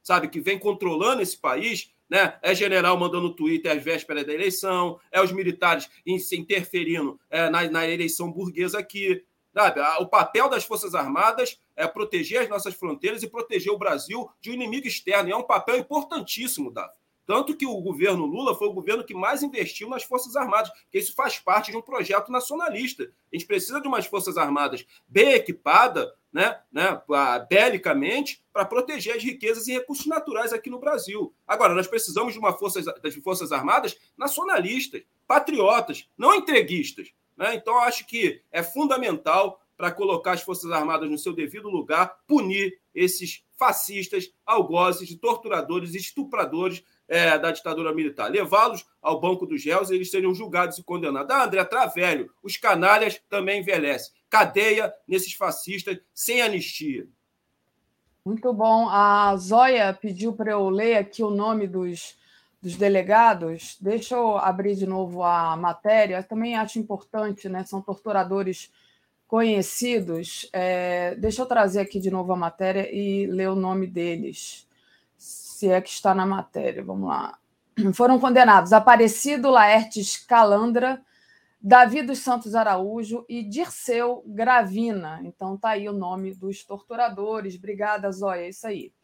sabe, que vem controlando esse país, né? É general mandando Twitter às vésperas da eleição, é os militares se interferindo na eleição burguesa aqui. Sabe? O papel das Forças Armadas é proteger as nossas fronteiras e proteger o Brasil de um inimigo externo. E é um papel importantíssimo, Davi. Tanto que o governo Lula foi o governo que mais investiu nas Forças Armadas, porque isso faz parte de um projeto nacionalista. A gente precisa de umas Forças Armadas bem equipadas, né, belicamente, para proteger as riquezas e recursos naturais aqui no Brasil. Agora, nós precisamos de das Forças Armadas nacionalistas, patriotas, não entreguistas. Né? Então, eu acho que é fundamental, para colocar as Forças Armadas no seu devido lugar, punir esses fascistas, algozes, torturadores e estupradores da ditadura militar. Levá-los ao banco dos réus e eles seriam julgados e condenados. André Travelho, os canalhas também envelhecem. Cadeia nesses fascistas sem anistia. Muito bom. A Zóia pediu para eu ler aqui o nome dos delegados. Deixa eu abrir de novo a matéria. Eu também acho importante, né? São torturadores conhecidos. Deixa eu trazer aqui de novo a matéria e ler o nome deles, se é que está na matéria. Vamos lá. Foram condenados Aparecido Laertes Calandra, Davi dos Santos Araújo e Dirceu Gravina. Então, está aí o nome dos torturadores. Obrigada, Zóia. É isso aí.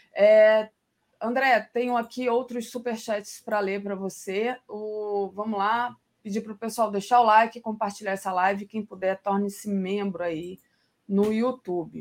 André, tenho aqui outros superchats para ler para você. Vamos lá. Pedir para o pessoal deixar o like, compartilhar essa live. Quem puder, torne-se membro aí no YouTube.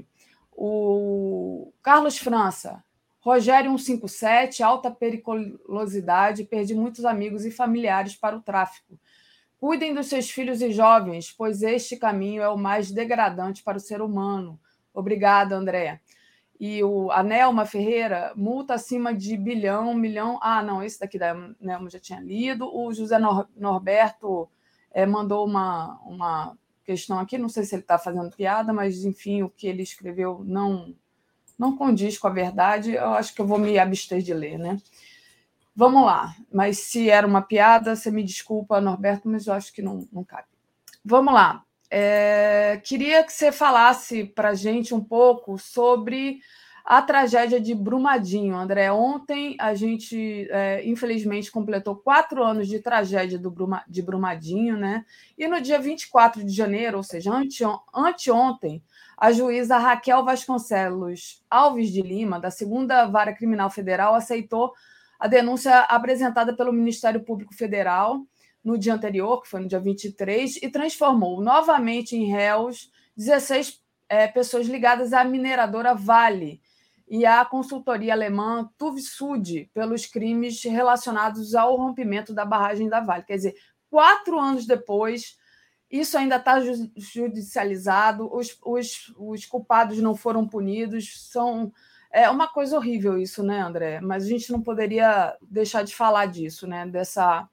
O Carlos França. Rogério 157, alta periculosidade, perdi muitos amigos e familiares para o tráfico. Cuidem dos seus filhos e jovens, pois este caminho é o mais degradante para o ser humano. Obrigada, André. E a Nelma Ferreira, multa acima de milhão. Ah, não, esse daqui da Nelma já tinha lido. O José Norberto mandou uma questão aqui, não sei se ele está fazendo piada, mas, enfim, o que ele escreveu não condiz com a verdade. Eu acho que eu vou me abster de ler, né? Vamos lá. Mas se era uma piada, você me desculpa, Norberto, mas eu acho que não cabe. Vamos lá. Queria que você falasse para a gente um pouco sobre a tragédia de Brumadinho. André, ontem a gente, infelizmente, completou 4 anos de tragédia de Brumadinho, né? E no dia 24 de janeiro, ou seja, anteontem, a juíza Raquel Vasconcelos Alves de Lima, da 2ª Vara Criminal Federal, aceitou a denúncia apresentada pelo Ministério Público Federal no dia anterior, que foi no dia 23, e transformou novamente em réus 16 pessoas ligadas à mineradora Vale e à consultoria alemã TÜV-SÜD pelos crimes relacionados ao rompimento da barragem da Vale. Quer dizer, 4 anos depois, isso ainda está judicializado, os culpados não foram punidos, é uma coisa horrível isso, né, André? Mas a gente não poderia deixar de falar disso, né? Dessa,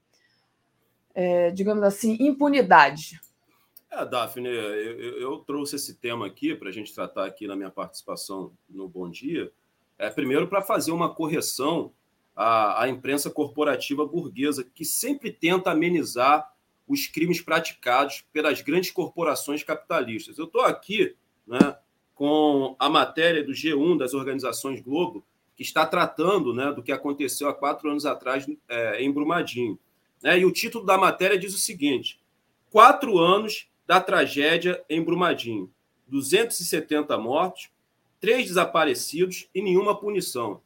digamos assim, impunidade. Daphne, eu trouxe esse tema aqui para a gente tratar aqui na minha participação no Bom Dia, primeiro para fazer uma correção à imprensa corporativa burguesa, que sempre tenta amenizar os crimes praticados pelas grandes corporações capitalistas. Eu estou aqui, né, com a matéria do G1 das organizações Globo, que está tratando, né, do que aconteceu há 4 anos atrás em Brumadinho. Né? E o título da matéria diz o seguinte: 4 anos da tragédia em Brumadinho, 270 mortos, 3 desaparecidos e nenhuma punição.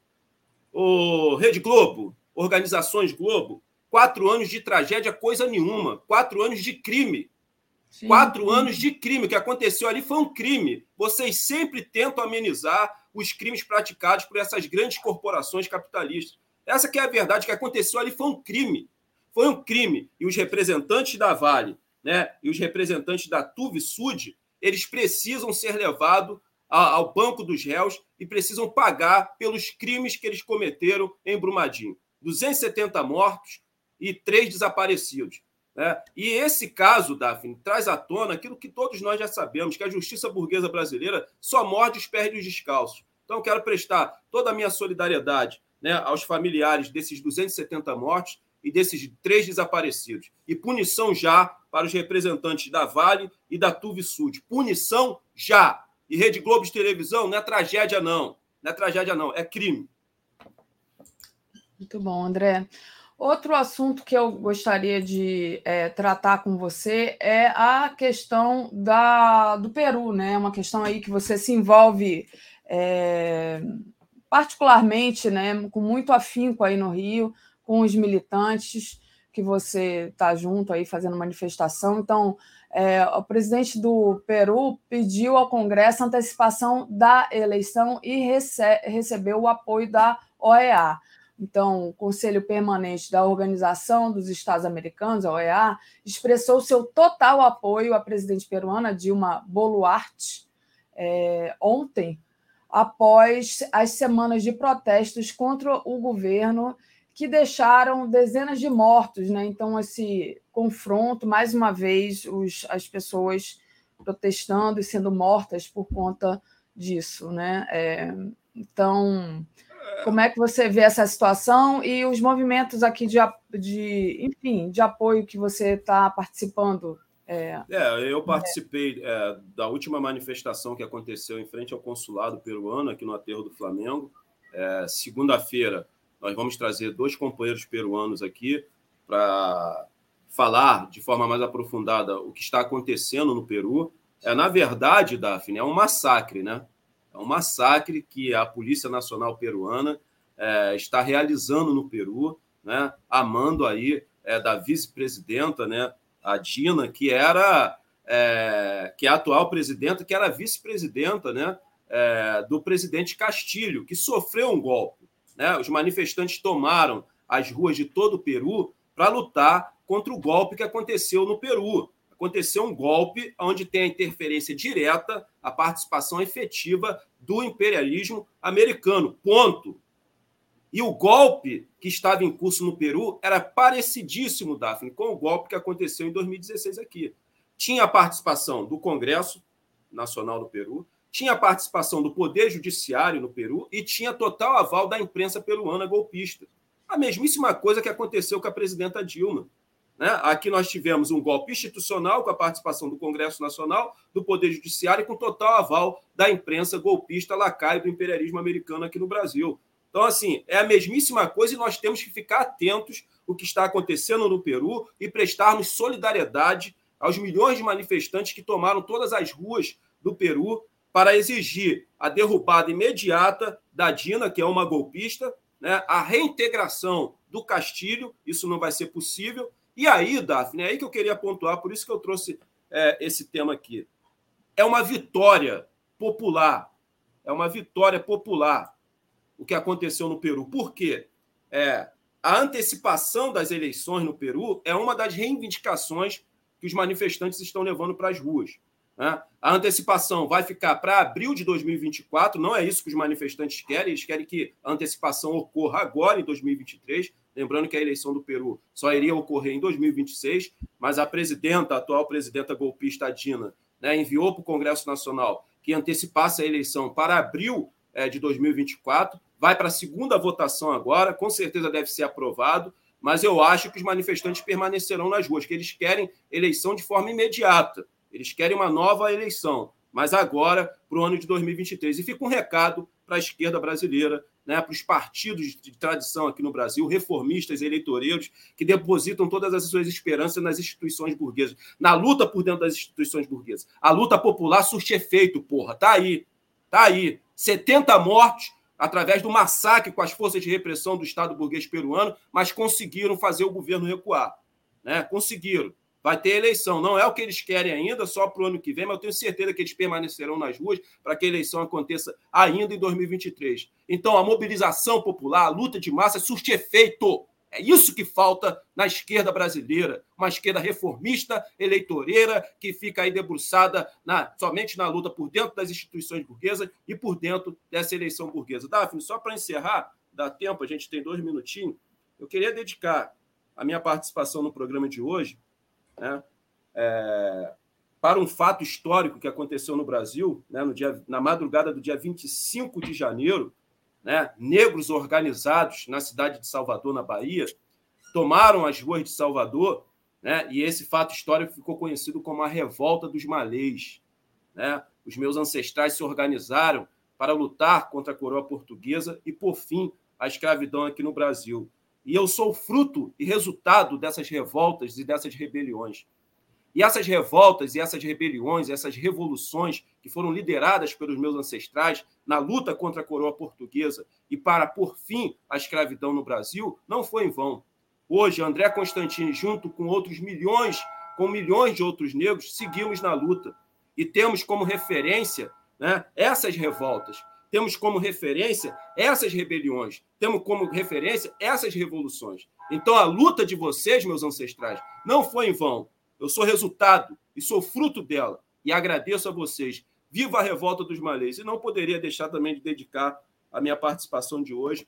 Rede Globo, organizações Globo, 4 anos de tragédia, coisa nenhuma. 4 anos de crime. Sim. 4 anos de crime. O que aconteceu ali foi um crime. Vocês sempre tentam amenizar os crimes praticados por essas grandes corporações capitalistas. Essa que é a verdade. O que aconteceu ali foi um crime. Foi um crime. E os representantes da Vale, né, e os representantes da TÜV-SÜD, eles precisam ser levados ao banco dos réus e precisam pagar pelos crimes que eles cometeram em Brumadinho. 270 mortos e 3 desaparecidos. Né? E esse caso, Daphne, traz à tona aquilo que todos nós já sabemos, que a justiça burguesa brasileira só morde os pés dos descalços. Então, eu quero prestar toda a minha solidariedade, né, aos familiares desses 270 mortos e desses 3 desaparecidos. E punição já para os representantes da Vale e da TÜV-SÜD. Punição já. E Rede Globo de televisão não é tragédia, não. Não é tragédia, não. É crime. Muito bom, André. Outro assunto que eu gostaria de tratar com você é a questão do Peru, né? Uma questão aí que você se envolve particularmente, né, com muito afinco aí no Rio, com os militantes que você está junto aí fazendo manifestação. Então, o presidente do Peru pediu ao Congresso antecipação da eleição e recebeu o apoio da OEA. Então, o Conselho Permanente da Organização dos Estados Americanos, a OEA, expressou seu total apoio à presidente peruana Dilma Boluarte ontem, após as semanas de protestos contra o governo que deixaram dezenas de mortos, né? Então, esse confronto, mais uma vez, as pessoas protestando e sendo mortas por conta disso, né? Então, como é que você vê essa situação e os movimentos aqui de apoio que você está participando? Eu participei da última manifestação que aconteceu em frente ao consulado peruano, aqui no Aterro do Flamengo. Segunda-feira, nós vamos trazer 2 companheiros peruanos aqui para falar de forma mais aprofundada o que está acontecendo no Peru. Na verdade, Daphne, é um massacre, né? É um massacre que a Polícia Nacional Peruana está realizando no Peru, né? A mando aí da vice-presidenta, né? A Dina, que é a atual presidenta, que era vice-presidenta, né? Do presidente Castilho, que sofreu um golpe, né? Os manifestantes tomaram as ruas de todo o Peru para lutar contra o golpe que aconteceu no Peru. Aconteceu um golpe onde tem a interferência direta, a participação efetiva do imperialismo americano. Ponto. E o golpe que estava em curso no Peru era parecidíssimo, Daphne, com o golpe que aconteceu em 2016 aqui. Tinha a participação do Congresso Nacional do Peru, tinha a participação do Poder Judiciário no Peru e tinha total aval da imprensa peruana golpista. A mesmíssima coisa que aconteceu com a presidenta Dilma. Né? Aqui nós tivemos um golpe institucional com a participação do Congresso Nacional, do Poder Judiciário e com total aval da imprensa golpista lacaio do imperialismo americano aqui no Brasil. Então, assim, é a mesmíssima coisa e nós temos que ficar atentos ao que está acontecendo no Peru e prestarmos solidariedade aos milhões de manifestantes que tomaram todas as ruas do Peru para exigir a derrubada imediata da Dina, que é uma golpista, né, a reintegração do Castilho, isso não vai ser possível. E aí, Daphne, é aí que eu queria pontuar, por isso que eu trouxe esse tema aqui. É uma vitória popular, o que aconteceu no Peru. Por quê? A antecipação das eleições no Peru é uma das reivindicações que os manifestantes estão levando para as ruas. Né? A antecipação vai ficar para abril de 2024, não é isso que os manifestantes querem, eles querem que a antecipação ocorra agora, em 2023, lembrando que a eleição do Peru só iria ocorrer em 2026, mas a atual presidenta golpista Dina, né, enviou para o Congresso Nacional que antecipasse a eleição para abril de 2024, vai para a segunda votação agora, com certeza deve ser aprovado, mas eu acho que os manifestantes permanecerão nas ruas, que eles querem eleição de forma imediata, eles querem uma nova eleição, mas agora para o ano de 2023. E fica um recado para a esquerda brasileira, né, para os partidos de tradição aqui no Brasil, reformistas, eleitoreiros, que depositam todas as suas esperanças nas instituições burguesas, na luta por dentro das instituições burguesas. A luta popular surte efeito, porra, tá aí. 70 mortes através do massacre com as forças de repressão do Estado burguês peruano, mas conseguiram fazer o governo recuar. Né? Conseguiram. Vai ter eleição. Não é o que eles querem ainda, só para o ano que vem, mas eu tenho certeza que eles permanecerão nas ruas para que a eleição aconteça ainda em 2023. Então, a mobilização popular, a luta de massa surte efeito. É isso que falta na esquerda brasileira. Uma esquerda reformista, eleitoreira, que fica aí debruçada somente na luta por dentro das instituições burguesas e por dentro dessa eleição burguesa. Daphne, só para encerrar, dá tempo, a gente tem 2 minutinhos, eu queria dedicar a minha participação no programa de hoje, né, para um fato histórico que aconteceu no Brasil, né, na madrugada do dia 25 de janeiro, né, negros organizados na cidade de Salvador, na Bahia, tomaram as ruas de Salvador, né, e esse fato histórico ficou conhecido como a Revolta dos Malês. Né? Os meus ancestrais se organizaram para lutar contra a coroa portuguesa e, por fim, a escravidão aqui no Brasil. E eu sou fruto e resultado dessas revoltas e dessas rebeliões. E essas revoltas e essas rebeliões, essas revoluções que foram lideradas pelos meus ancestrais na luta contra a coroa portuguesa e para pôr fim à escravidão no Brasil, não foi em vão. Hoje, André Constantini, junto com milhões de outros negros, seguimos na luta. E temos como referência, né, essas revoltas, temos como referência essas rebeliões, temos como referência essas revoluções. Então, a luta de vocês, meus ancestrais, não foi em vão. Eu sou resultado e sou fruto dela. E agradeço a vocês. Viva a revolta dos malês. E não poderia deixar também de dedicar a minha participação de hoje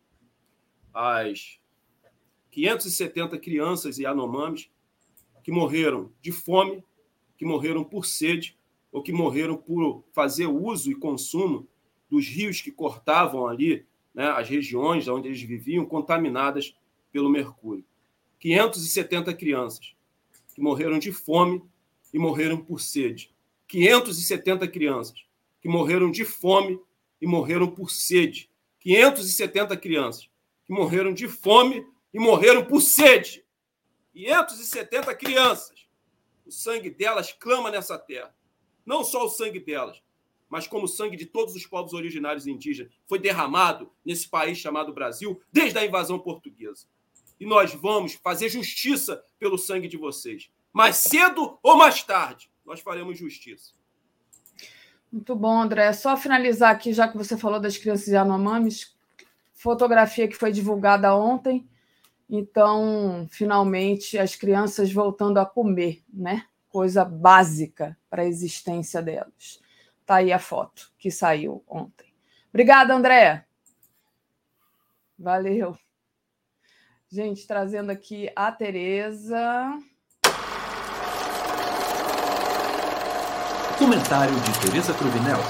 às 570 crianças e Yanomamis que morreram de fome, que morreram por sede, ou que morreram por fazer uso e consumo dos rios que cortavam ali, né, as regiões onde eles viviam, contaminadas pelo mercúrio. 570 crianças que morreram de fome e morreram por sede. 570 crianças que morreram de fome e morreram por sede. 570 crianças que morreram de fome e morreram por sede. 570 crianças. O sangue delas clama nessa terra. Não só o sangue delas, mas como o sangue de todos os povos originários indígenas foi derramado nesse país chamado Brasil desde a invasão portuguesa. E nós vamos fazer justiça pelo sangue de vocês. Mais cedo ou mais tarde, nós faremos justiça. Muito bom, André. Só finalizar aqui, já que você falou das crianças Yanomamis, fotografia que foi divulgada ontem. Então, finalmente, as crianças voltando a comer, né? Coisa básica para a existência delas. Está aí a foto que saiu ontem. Obrigada, André. Valeu. Gente, trazendo aqui a Tereza. Comentário de Tereza Cruvinel.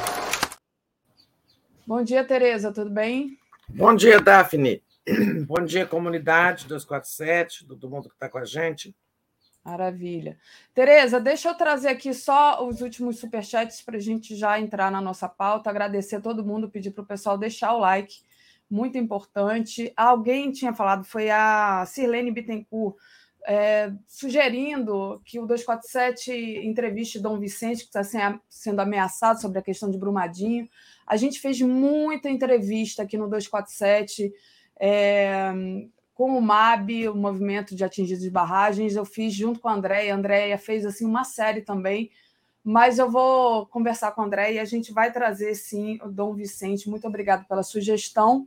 Bom dia, Tereza, tudo bem? Bom dia, Daphne. Bom dia, comunidade 247, todo mundo que está com a gente. Maravilha. Tereza, deixa eu trazer aqui só os últimos superchats para a gente já entrar na nossa pauta. Agradecer a todo mundo, pedir para o pessoal deixar o like, muito importante. Alguém tinha falado, foi a Sirlene Bittencourt, sugerindo que o 247 entreviste Dom Vicente, que está sendo ameaçado sobre a questão de Brumadinho. A gente fez muita entrevista aqui no 247, com o MAB, o Movimento de Atingidos de Barragens. Eu fiz junto com a Andréia. A Andréia fez assim, uma série também, mas eu vou conversar com a Andréia e a gente vai trazer, sim, o Dom Vicente. Muito obrigada pela sugestão.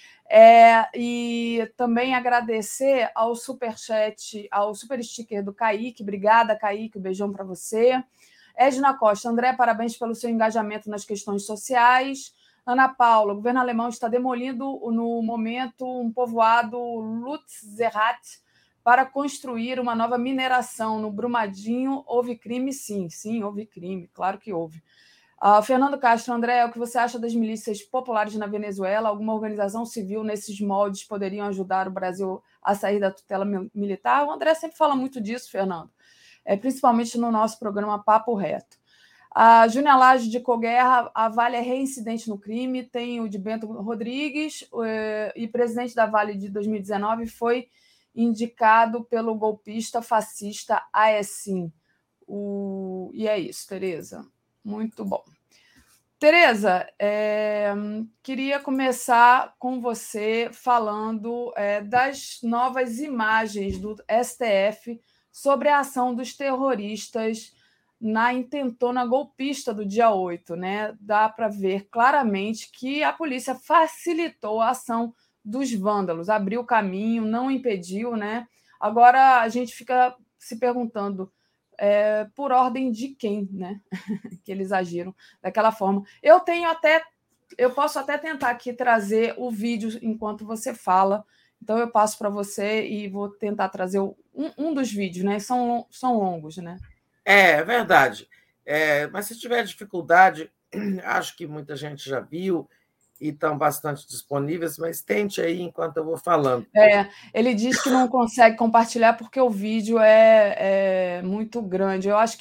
E também agradecer ao superchat, ao super sticker do Kaique. Obrigada, Kaique, um beijão para você. Edna Costa, André, parabéns pelo seu engajamento nas questões sociais. Ana Paula, o governo alemão está demolindo, no momento, um povoado Lutzerat para construir uma nova mineração no Brumadinho. Houve crime? Sim, houve crime, claro que houve. Fernando Castro, André, o que você acha das milícias populares na Venezuela? Alguma organização civil nesses moldes poderiam ajudar o Brasil a sair da tutela militar? O André sempre fala muito disso, Fernando, principalmente no nosso programa Papo Reto. A Júnia Lage de Coguerra, a Vale é reincidente no crime. Tem o de Bento Rodrigues, e presidente da Vale de 2019 foi indicado pelo golpista fascista Aécin. E é isso, Tereza. Muito bom. Tereza, queria começar com você falando das novas imagens do STF sobre a ação dos terroristas na intentona golpista do dia 8, né? Dá para ver claramente que a polícia facilitou a ação dos vândalos, abriu o caminho, não impediu, né? Agora a gente fica se perguntando por ordem de quem, né? que eles agiram daquela forma. Eu posso até tentar aqui trazer o vídeo enquanto você fala, então eu passo para você e vou tentar trazer um dos vídeos, né? São longos, né? É verdade. Mas se tiver dificuldade, acho que muita gente já viu e estão bastante disponíveis, mas tente aí enquanto eu vou falando. Ele diz que não consegue compartilhar porque o vídeo é muito grande. Eu acho que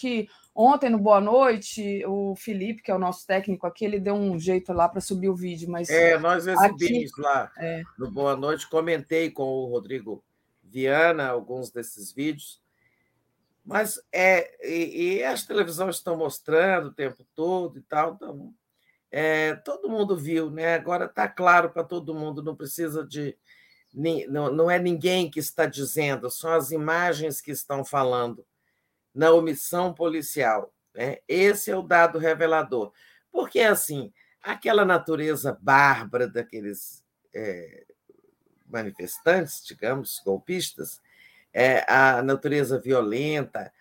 Ontem, no Boa Noite, o Felipe, que é o nosso técnico aqui, ele deu um jeito lá para subir o vídeo, mas nós exibimos aqui, lá no Boa Noite, comentei com o Rodrigo Viana alguns desses vídeos, mas e as televisões estão mostrando o tempo todo e tal, então todo mundo viu, né? Agora está claro para todo mundo, não precisa de... Não é ninguém que está dizendo, são as imagens que estão falando na omissão policial, né? Esse é o dado revelador. Porque, assim, aquela natureza bárbara daqueles manifestantes, digamos, golpistas, a natureza violenta,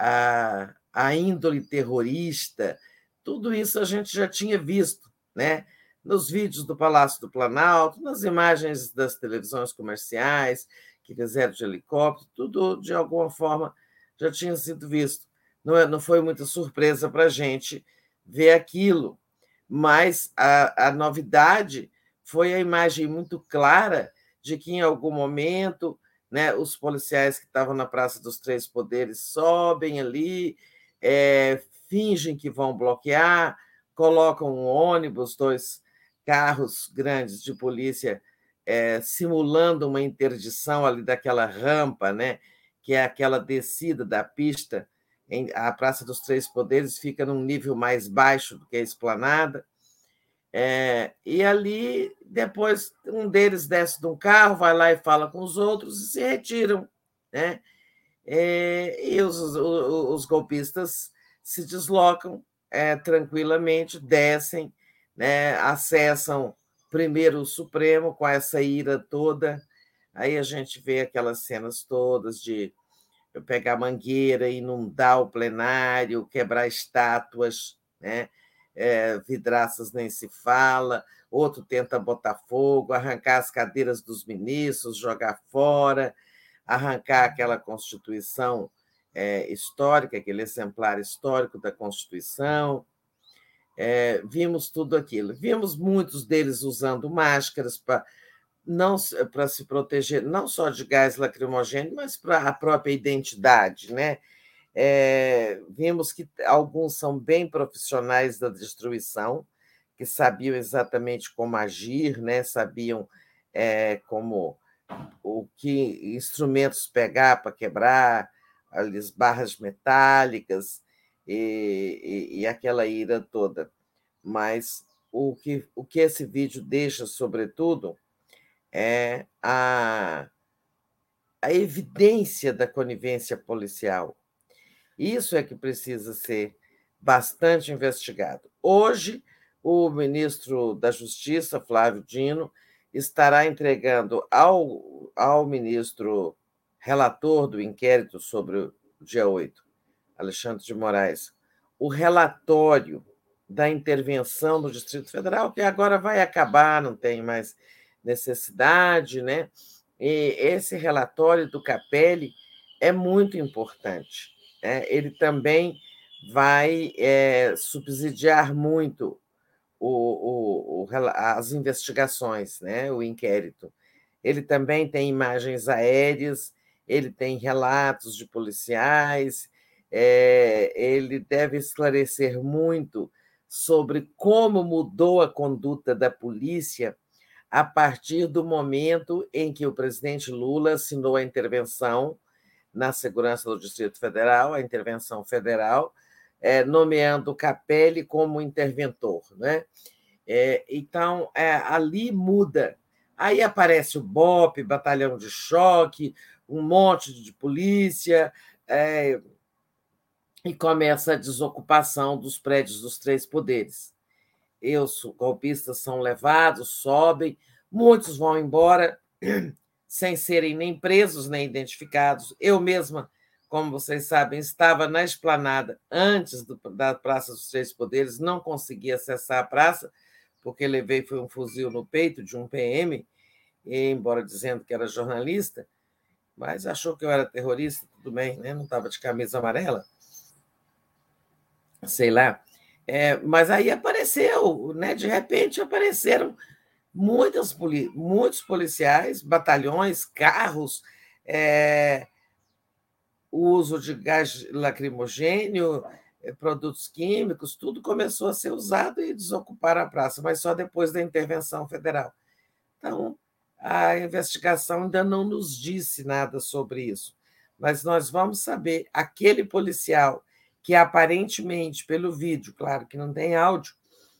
a índole terrorista, tudo isso a gente já tinha visto, né? Nos vídeos do Palácio do Planalto, nas imagens das televisões comerciais que fizeram de helicóptero, tudo, de alguma forma, já tinha sido visto. Não foi muita surpresa para a gente ver aquilo, mas a novidade foi a imagem muito clara de que, em algum momento, né, os policiais que estavam na Praça dos Três Poderes sobem ali, fingem que vão bloquear, colocam um ônibus, 2 carros grandes de polícia simulando uma interdição ali daquela rampa, né, que é aquela descida da pista. A Praça dos Três Poderes fica num nível mais baixo do que a Esplanada. E ali, depois, um deles desce de um carro, vai lá e fala com os outros e se retiram, né? E os golpistas se deslocam tranquilamente, descem, né? Acessam primeiro o Supremo com essa ira toda. Aí a gente vê aquelas cenas todas de pegar mangueira, inundar o plenário, quebrar estátuas, né? Vidraças nem se fala, outro tenta botar fogo, arrancar as cadeiras dos ministros, jogar fora, arrancar aquela Constituição histórica, aquele exemplar histórico da Constituição. Vimos tudo aquilo. Vimos muitos deles usando máscaras para se proteger, não só de gás lacrimogêneo, mas para a própria identidade, né? Vimos que alguns são bem profissionais da destruição, que sabiam exatamente como agir, né? Sabiam que instrumentos pegar para quebrar as barras metálicas e aquela ira toda. Mas o que esse vídeo deixa, sobretudo, é a evidência da conivência policial. Isso é que precisa ser bastante investigado. Hoje, o ministro da Justiça, Flávio Dino, estará entregando ao ministro relator do inquérito sobre o dia 8, Alexandre de Moraes, o relatório da intervenção do Distrito Federal, que agora vai acabar, não tem mais necessidade, né? E esse relatório do Capelli é muito importante. Ele também vai subsidiar muito as investigações, né? O inquérito. Ele também tem imagens aéreas, ele tem relatos de policiais, ele deve esclarecer muito sobre como mudou a conduta da polícia a partir do momento em que o presidente Lula assinou a intervenção na segurança do Distrito Federal, a intervenção federal, nomeando o Capelli como interventor, né? Então, ali muda. Aí aparece o BOPE, Batalhão de Choque, um monte de polícia, e começa a desocupação dos prédios dos Três Poderes. Os golpistas são levados, sobem, muitos vão embora sem serem nem presos nem identificados. Eu mesma, como vocês sabem, estava na Esplanada antes da Praça dos Três Poderes, não consegui acessar a praça, porque levei um fuzil no peito de um PM, embora dizendo que era jornalista, mas achou que eu era terrorista, tudo bem, né? Não estava de camisa amarela, sei lá. Mas aí apareceu, né? De repente apareceram muitos policiais, batalhões, carros, o uso de gás lacrimogênio, produtos químicos, tudo começou a ser usado e desocuparam a praça, mas só depois da intervenção federal. Então, a investigação ainda não nos disse nada sobre isso, mas nós vamos saber. Aquele policial que aparentemente, pelo vídeo, claro que não tem áudio,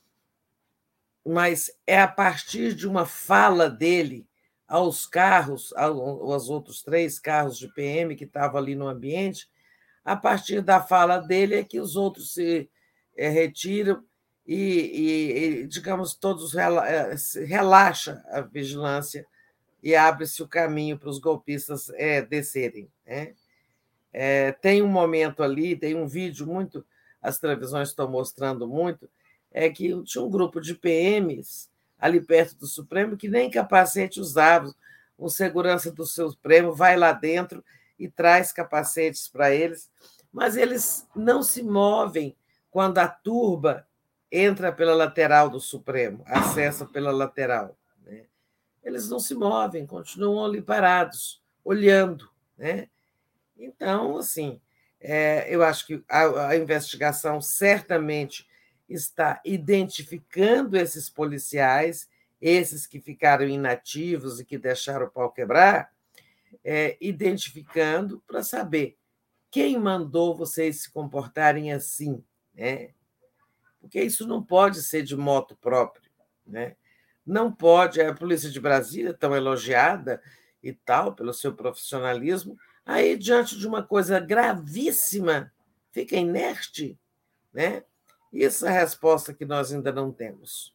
mas é a partir de uma fala dele aos carros, aos outros 3 carros de PM que estavam ali no ambiente, a partir da fala dele é que os outros se retiram e, digamos, todos relaxa a vigilância e abre-se o caminho para os golpistas descerem, né? Tem um momento ali, tem um vídeo muito, as televisões estão mostrando muito, que tinha um grupo de PMs ali perto do Supremo que nem capacete usava. O segurança do Supremo vai lá dentro e traz capacetes para eles, mas eles não se movem quando a turba entra pela lateral do Supremo, acessa pela lateral, né? Eles não se movem, continuam ali parados, olhando, né? Então, assim, eu acho que a investigação certamente está identificando esses policiais, esses que ficaram inativos e que deixaram o pau quebrar, identificando para saber quem mandou vocês se comportarem assim, né? Porque isso não pode ser de moto próprio, né? Não pode. A Polícia de Brasília, tão elogiada e tal, pelo seu profissionalismo, aí, diante de uma coisa gravíssima, fica inerte, né? Isso é a resposta que nós ainda não temos.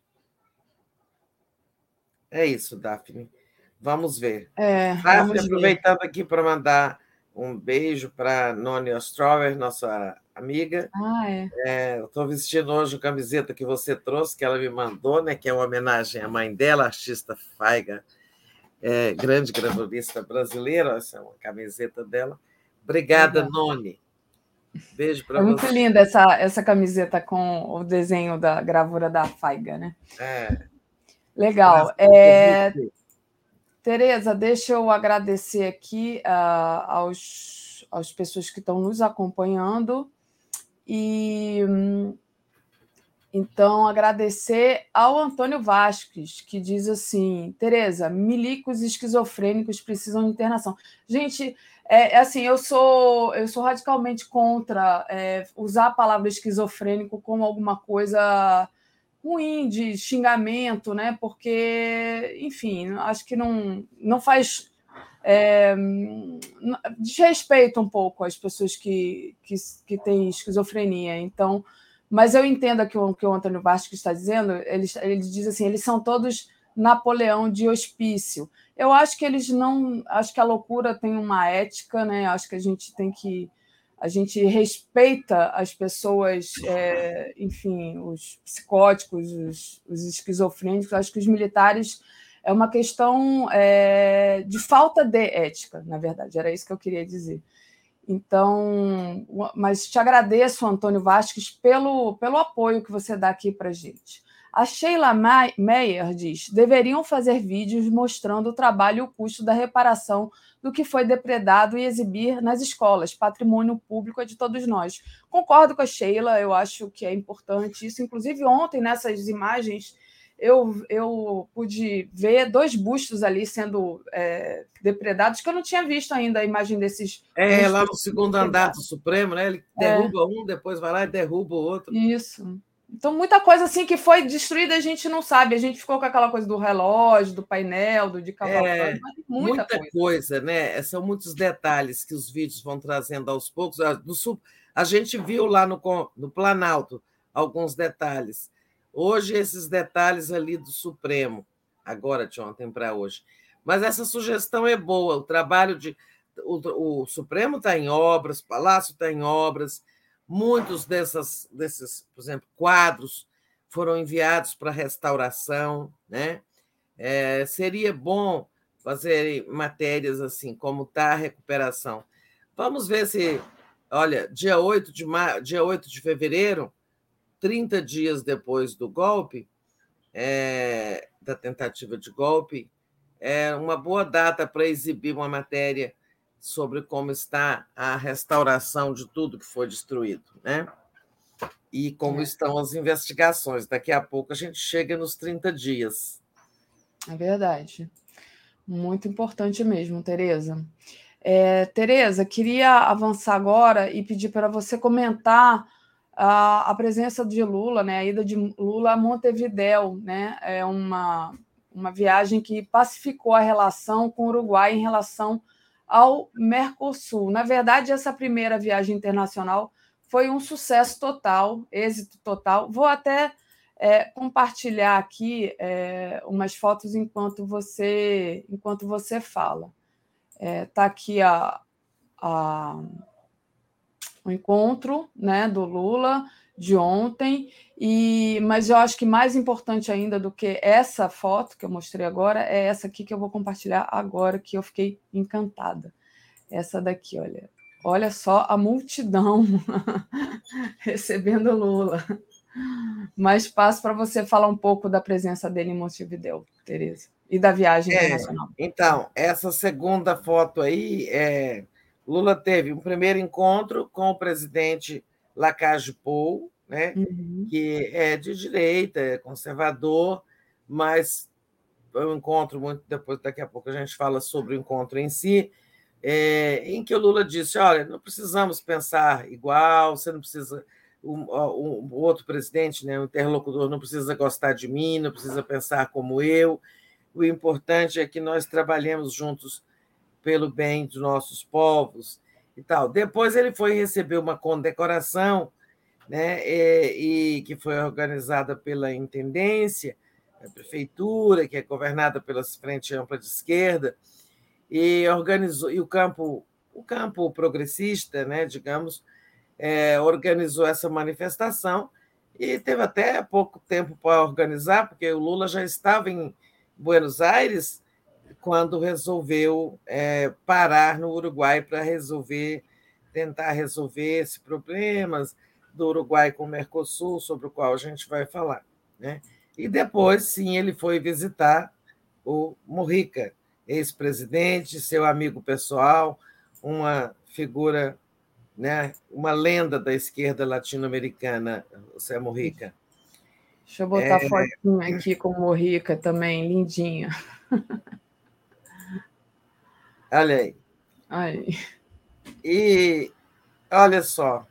É isso, Daphne. Vamos ver. Daphne, aproveitando aqui para mandar um beijo para Noni Ostrower, nossa amiga. Estou vestindo hoje a camiseta que você trouxe, que ela me mandou, né? Que é uma homenagem à mãe dela, a artista Faiga, grande gravurista brasileira. Essa é uma camiseta dela. Obrigada, Noni. Beijo para você. É muito linda essa camiseta com o desenho da gravura da Faiga, né? Legal. Tereza, deixa eu agradecer aqui às pessoas que estão nos acompanhando e então agradecer ao Antônio Vasques, que diz assim: Tereza, milicos esquizofrênicos precisam de internação. Gente, assim, eu sou radicalmente contra usar a palavra esquizofrênico como alguma coisa ruim, de xingamento, né? Porque, enfim, acho que não faz desrespeito um pouco às pessoas que têm esquizofrenia. Então, mas eu entendo aqui o que o Antônio Vasques está dizendo. Ele diz assim: eles são todos Napoleão de hospício. Eu acho que eles não. Acho que a loucura tem uma ética, né? Acho que a gente respeita as pessoas, enfim, os psicóticos, os esquizofrênicos. Acho que os militares é uma questão de falta de ética, na verdade, era isso que eu queria dizer. Então, mas te agradeço, Antônio Vasques, pelo apoio que você dá aqui para a gente. A Sheila Meyer diz: deveriam fazer vídeos mostrando o trabalho e o custo da reparação do que foi depredado e exibir nas escolas. Patrimônio público é de todos nós. Concordo com a Sheila, eu acho que é importante isso. Inclusive, ontem, nessas imagens, eu pude ver 2 bustos ali sendo depredados, que eu não tinha visto ainda a imagem desses. Lá no segundo andar do Supremo, né? Ele derruba um, depois vai lá e derruba o outro. Isso. Então, muita coisa assim que foi destruída a gente não sabe. A gente ficou com aquela coisa do relógio, do painel, de Cavalcante, mas muita coisa, né? São muitos detalhes que os vídeos vão trazendo aos poucos. A gente viu lá no Planalto alguns detalhes. Hoje, esses detalhes ali do Supremo, agora de ontem para hoje. Mas essa sugestão é boa. O trabalho o Supremo está em obras, o Palácio está em obras. Muitos desses, por exemplo, quadros foram enviados para restauração, né? Seria bom fazer matérias assim, como está a recuperação. Vamos ver se... Olha, dia 8 de fevereiro, 30 dias depois do golpe, da tentativa de golpe, é uma boa data para exibir uma matéria sobre como está a restauração de tudo que foi destruído, né? e como estão as investigações. Daqui a pouco a gente chega nos 30 dias. É verdade. Muito importante mesmo, Tereza. Tereza, queria avançar agora e pedir para você comentar a presença de Lula, né, a ida de Lula a Montevidéu, né, é uma viagem que pacificou a relação com o Uruguai em relação ao Mercosul. Na verdade, essa primeira viagem internacional foi um sucesso total, êxito total. Vou até compartilhar aqui umas fotos enquanto você fala. Está aqui o encontro, né, do Lula de ontem, mas eu acho que mais importante ainda do que essa foto que eu mostrei agora é essa aqui que eu vou compartilhar agora, que eu fiquei encantada. Essa daqui, olha só a multidão recebendo o Lula. Mas passo para você falar um pouco da presença dele em Montevidéu, Tereza, e da viagem internacional. Então, essa segunda foto aí, Lula teve um primeiro encontro com o presidente Lacalle Pou, né, que é de direita, é conservador, mas foi um encontro muito depois, daqui a pouco a gente fala sobre o encontro em si, em que o Lula disse: olha, não precisamos pensar igual, você não precisa, o outro presidente, né, o interlocutor, não precisa gostar de mim, não precisa pensar como eu, o importante é que nós trabalhemos juntos pelo bem dos nossos povos e tal. Depois ele foi receber uma condecoração, né, e que foi organizada pela Intendência, a Prefeitura, que é governada pela Frente Ampla de Esquerda, e organizou, e o campo progressista, né, digamos, organizou essa manifestação e teve até pouco tempo para organizar, porque o Lula já estava em Buenos Aires quando resolveu parar no Uruguai para tentar resolver esses problemas do Uruguai com o Mercosul, sobre o qual a gente vai falar, né? E depois, sim, ele foi visitar o Mujica, ex-presidente, seu amigo pessoal, uma figura, né, uma lenda da esquerda latino-americana, o Zé Mujica. Deixa eu botar a fotinha aqui com o Mujica também, lindinha. Olha aí. Aí. E olha só,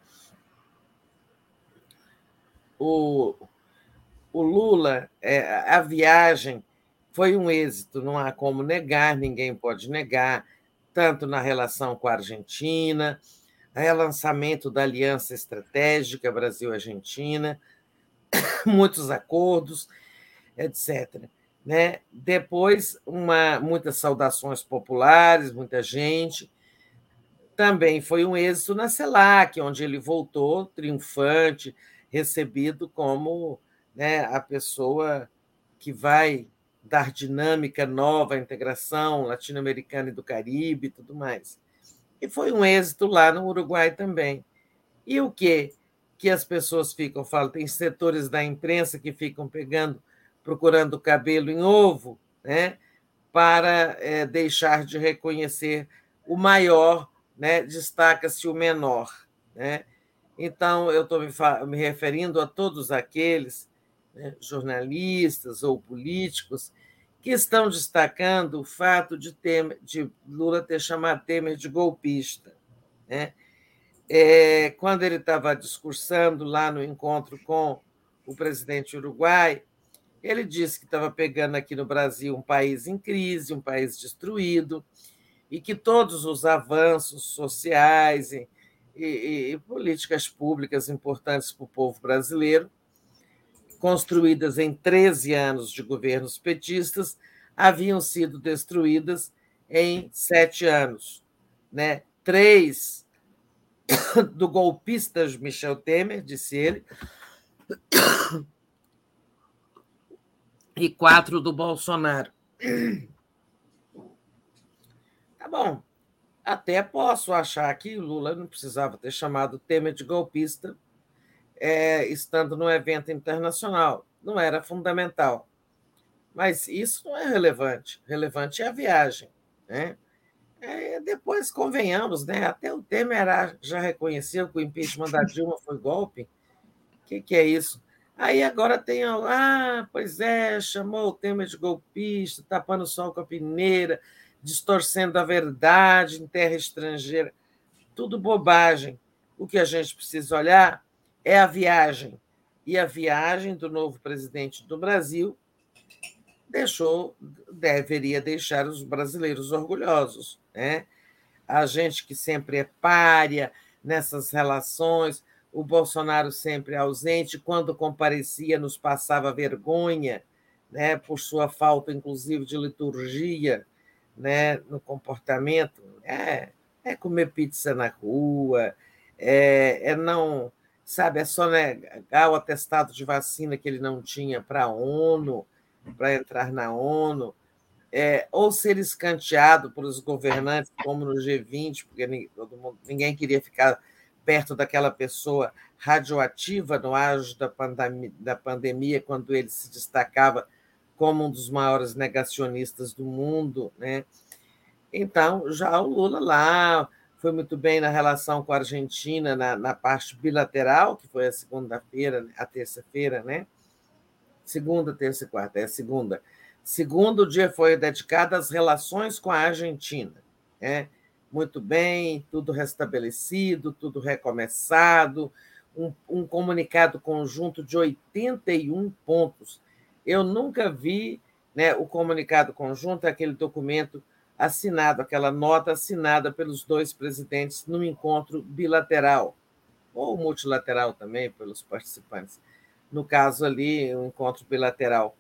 o Lula, a viagem foi um êxito, não há como negar, ninguém pode negar, tanto na relação com a Argentina, relançamento da aliança estratégica Brasil-Argentina, muitos acordos, etc. Né? Depois, muitas saudações populares, muita gente. Também foi um êxito na CELAC, onde ele voltou triunfante, recebido como, né, a pessoa que vai dar dinâmica nova à integração latino-americana e do Caribe e tudo mais. E foi um êxito lá no Uruguai também. E o que as pessoas falam? Tem setores da imprensa que ficam procurando cabelo em ovo, né, para deixar de reconhecer o maior, né, destaca-se o menor, né? Então, eu estou me referindo a todos aqueles, né, jornalistas ou políticos que estão destacando o fato de Lula ter chamado Temer de golpista, né? Quando ele estava discursando lá no encontro com o presidente uruguai, ele disse que estava pegando aqui no Brasil um país em crise, um país destruído, e que todos os avanços sociais e políticas públicas importantes para o povo brasileiro, construídas em 13 anos de governos petistas, haviam sido destruídas em 7 anos, né? 3 do golpista Michel Temer, disse ele, e 4 do Bolsonaro. Tá bom, até posso achar que Lula não precisava ter chamado Temer de golpista, estando no evento internacional. Não era fundamental. Mas isso não é relevante. Relevante é a viagem, né? Depois, convenhamos, né? Até o Temer já reconheceu que o impeachment da Dilma foi golpe, que é isso? Aí agora tem, pois é, chamou o Temer de golpista, tapando o sol com a peneira, distorcendo a verdade em terra estrangeira. Tudo bobagem. O que a gente precisa olhar é a viagem. E a viagem do novo presidente do Brasil deveria deixar os brasileiros orgulhosos, né? A gente que sempre é pária nessas relações, o Bolsonaro sempre ausente, quando comparecia nos passava vergonha, né, por sua falta, inclusive, de liturgia, né, no comportamento. É comer pizza na rua, não, sabe, é só negar o atestado de vacina que ele não tinha para a ONU, para entrar na ONU, ou ser escanteado pelos governantes, como no G20, porque ninguém queria ficar perto daquela pessoa radioativa no auge da pandemia, quando ele se destacava como um dos maiores negacionistas do mundo, né? Então, já o Lula lá foi muito bem na relação com a Argentina, na parte bilateral, que foi a terça-feira, né? Segunda, terça e quarta, segunda. Segundo dia foi dedicado às relações com a Argentina. Né? Muito bem, tudo restabelecido, tudo recomeçado, um comunicado conjunto de 81 pontos. Eu nunca vi, né, o comunicado conjunto, aquele documento assinado, aquela nota assinada pelos dois presidentes num encontro bilateral, ou multilateral também, pelos participantes. No caso ali, um encontro bilateral.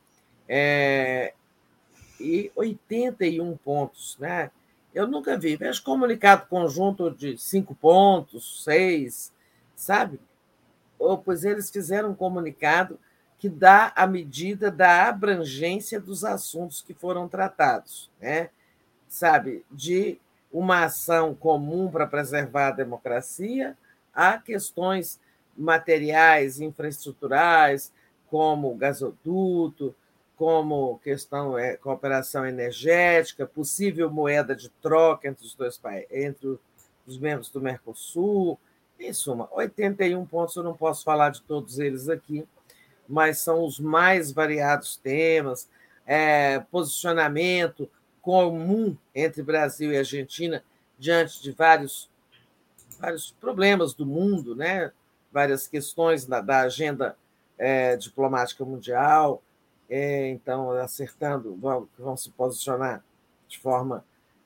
E 81 pontos, né? Eu nunca vi. Vejo comunicado conjunto de 5 pontos, 6, sabe? Pois eles fizeram um comunicado que dá a medida da abrangência dos assuntos que foram tratados, né? Sabe? De uma ação comum para preservar a democracia a questões materiais, infraestruturais, como gasoduto, como questão cooperação energética, possível moeda de troca entre os dois países, entre os membros do Mercosul. Em suma, 81 pontos, eu não posso falar de todos eles aqui, mas são os mais variados temas, posicionamento comum entre Brasil e Argentina diante de vários problemas do mundo, né? Várias questões da agenda diplomática mundial, então, acertando, vão se posicionar de forma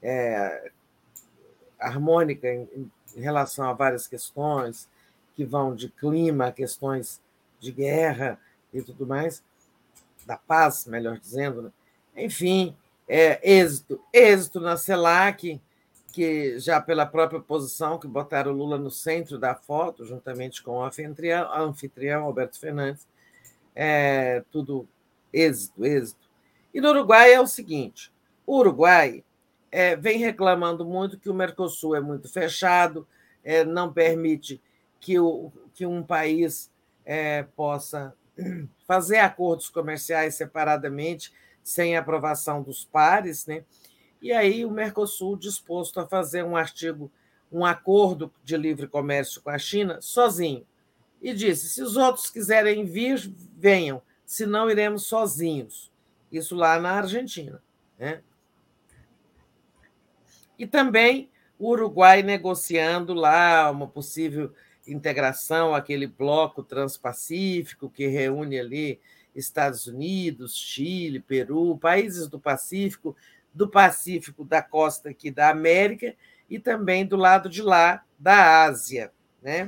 harmônica em relação a várias questões, que vão de clima a questões de guerra e tudo mais, da paz, melhor dizendo. Né? Enfim, êxito na CELAC, que já pela própria posição, que botaram o Lula no centro da foto, juntamente com o anfitrião Alberto Fernandes, tudo êxito. E no Uruguai é o seguinte, o Uruguai vem reclamando muito que o Mercosul é muito fechado, não permite que um país possa fazer acordos comerciais separadamente, sem aprovação dos pares, né? E aí o Mercosul disposto a fazer um acordo de livre comércio com a China sozinho. E disse, se os outros quiserem vir, venham, senão iremos sozinhos. Isso lá na Argentina. Né? E também o Uruguai negociando lá uma possível integração, aquele bloco transpacífico que reúne ali Estados Unidos, Chile, Peru, países do Pacífico da costa aqui da América e também do lado de lá da Ásia. Né?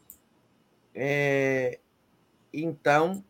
Então,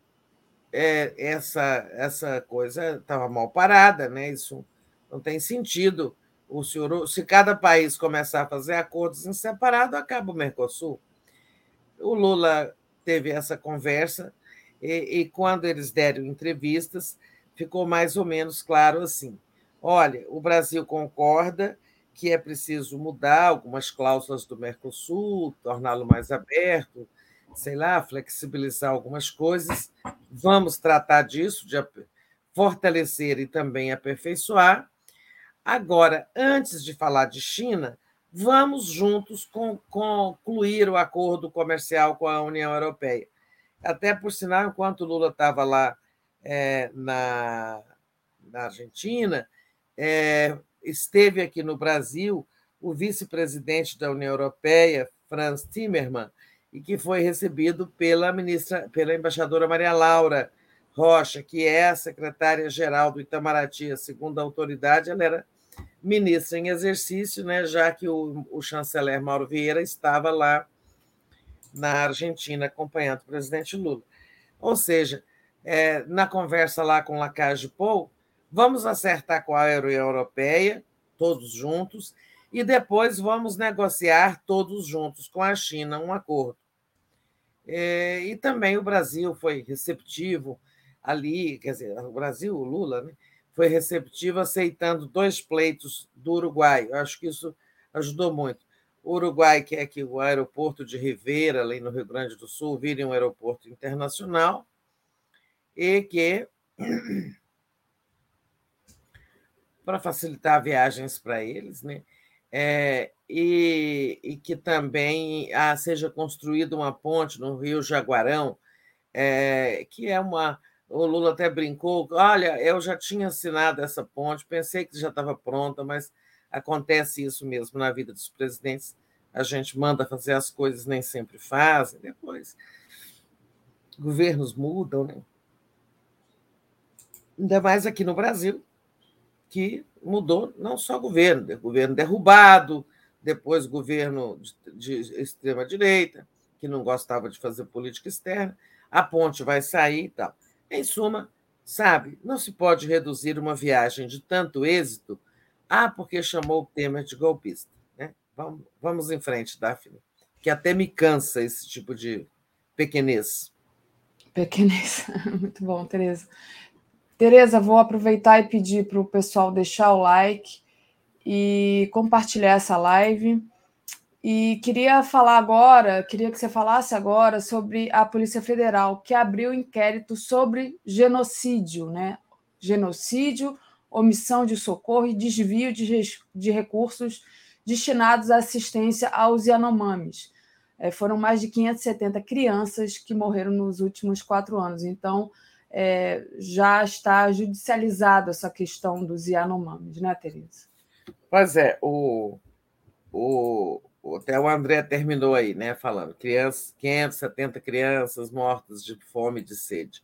essa coisa estava mal parada, né? Isso não tem sentido. Se cada país começar a fazer acordos em separado, acaba o Mercosul. O Lula teve essa conversa e quando eles deram entrevistas, ficou mais ou menos claro assim, olha, o Brasil concorda que é preciso mudar algumas cláusulas do Mercosul, torná-lo mais aberto, sei lá, flexibilizar algumas coisas, vamos tratar disso, de fortalecer e também aperfeiçoar. Agora, antes de falar de China, vamos juntos concluir o acordo comercial com a União Europeia. Até, por sinal, enquanto Lula estava lá na Argentina, esteve aqui no Brasil o vice-presidente da União Europeia, Franz Timmermans, e que foi recebido pela embaixadora Maria Laura Rocha, que é a secretária-geral do Itamaraty. Segundo a autoridade, ela era ministra em exercício, né, já que o chanceler Mauro Vieira estava lá na Argentina acompanhando o presidente Lula. Ou seja, na conversa lá com Lacalle Pou, vamos acertar com a União Europeia, todos juntos, e depois vamos negociar todos juntos com a China um acordo. E também o Brasil foi receptivo ali, quer dizer, o Brasil, o Lula, né, foi receptivo aceitando 2 pleitos do Uruguai. Eu acho que isso ajudou muito. O Uruguai quer que o aeroporto de Rivera, ali no Rio Grande do Sul, vire um aeroporto internacional e que, para facilitar viagens para eles, né, e que também seja construída uma ponte no Rio Jaguarão, que é uma... O Lula até brincou, olha, eu já tinha assinado essa ponte, pensei que já estava pronta, mas acontece isso mesmo na vida dos presidentes. A gente manda fazer as coisas, nem sempre fazem, depois governos mudam, né? Ainda mais aqui no Brasil, que mudou não só governo derrubado, depois governo de extrema-direita, que não gostava de fazer política externa, a ponte vai sair e tal. Em suma, sabe, não se pode reduzir uma viagem de tanto êxito porque chamou o Temer de golpista. Né? Vamos em frente, Daphne, que até me cansa esse tipo de pequenez. Pequenez, muito bom, Tereza. Tereza, vou aproveitar e pedir para o pessoal deixar o like e compartilhar essa live. E queria que você falasse agora sobre a Polícia Federal, que abriu inquérito sobre genocídio, né? Genocídio, omissão de socorro e desvio de recursos destinados à assistência aos Yanomamis. Foram mais de 570 crianças que morreram nos últimos 4 anos. Então, já está judicializada essa questão dos Yanomamis, né, Tereza? Pois é, até o André terminou aí, né, falando 570 crianças mortas de fome e de sede.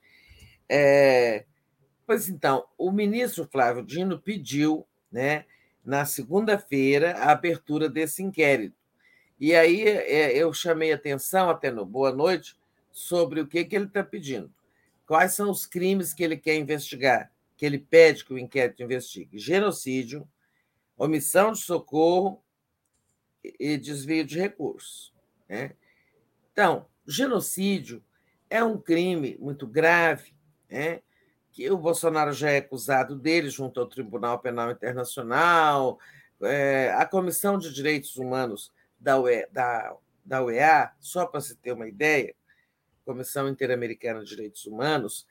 Pois então, o ministro Flávio Dino pediu, né, na segunda-feira, a abertura desse inquérito. E aí eu chamei atenção, até no Boa Noite, sobre o que ele está pedindo. Quais são os crimes que ele quer investigar, que ele pede que o inquérito investigue? Genocídio, omissão de socorro e desvio de recursos. Né? Então, genocídio é um crime muito grave, né? Que o Bolsonaro já é acusado dele junto ao Tribunal Penal Internacional, a Comissão de Direitos Humanos da UEA, só para se ter uma ideia, Comissão Interamericana de Direitos Humanos,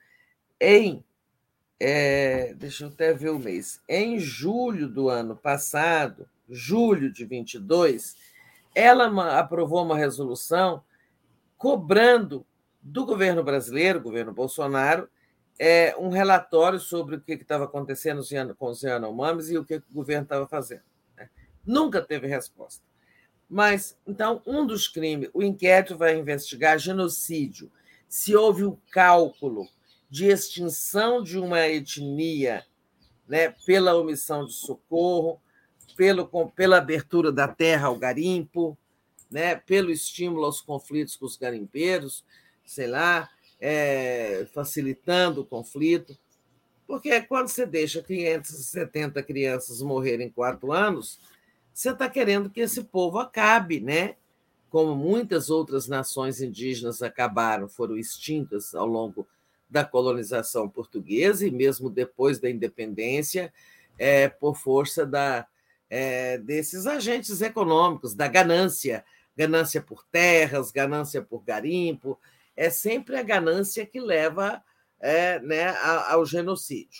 deixa eu até ver o mês, em julho do ano passado, julho de 22, ela aprovou uma resolução cobrando do governo brasileiro, governo Bolsonaro, um relatório sobre o que estava acontecendo com os Yanomamis e o que o governo estava fazendo. Né? Nunca teve resposta. Mas, então, um dos crimes, o inquérito vai investigar genocídio, se houve o cálculo de extinção de uma etnia, né, pela omissão de socorro, pela abertura da terra ao garimpo, né, pelo estímulo aos conflitos com os garimpeiros, sei lá, facilitando o conflito. Porque quando você deixa 570 crianças morrerem em 4 anos, você está querendo que esse povo acabe, né? Como muitas outras nações indígenas acabaram, foram extintas ao longo da colonização portuguesa e mesmo depois da independência, por força desses agentes econômicos, da ganância por terras, ganância por garimpo. É sempre a ganância que leva né, ao genocídio.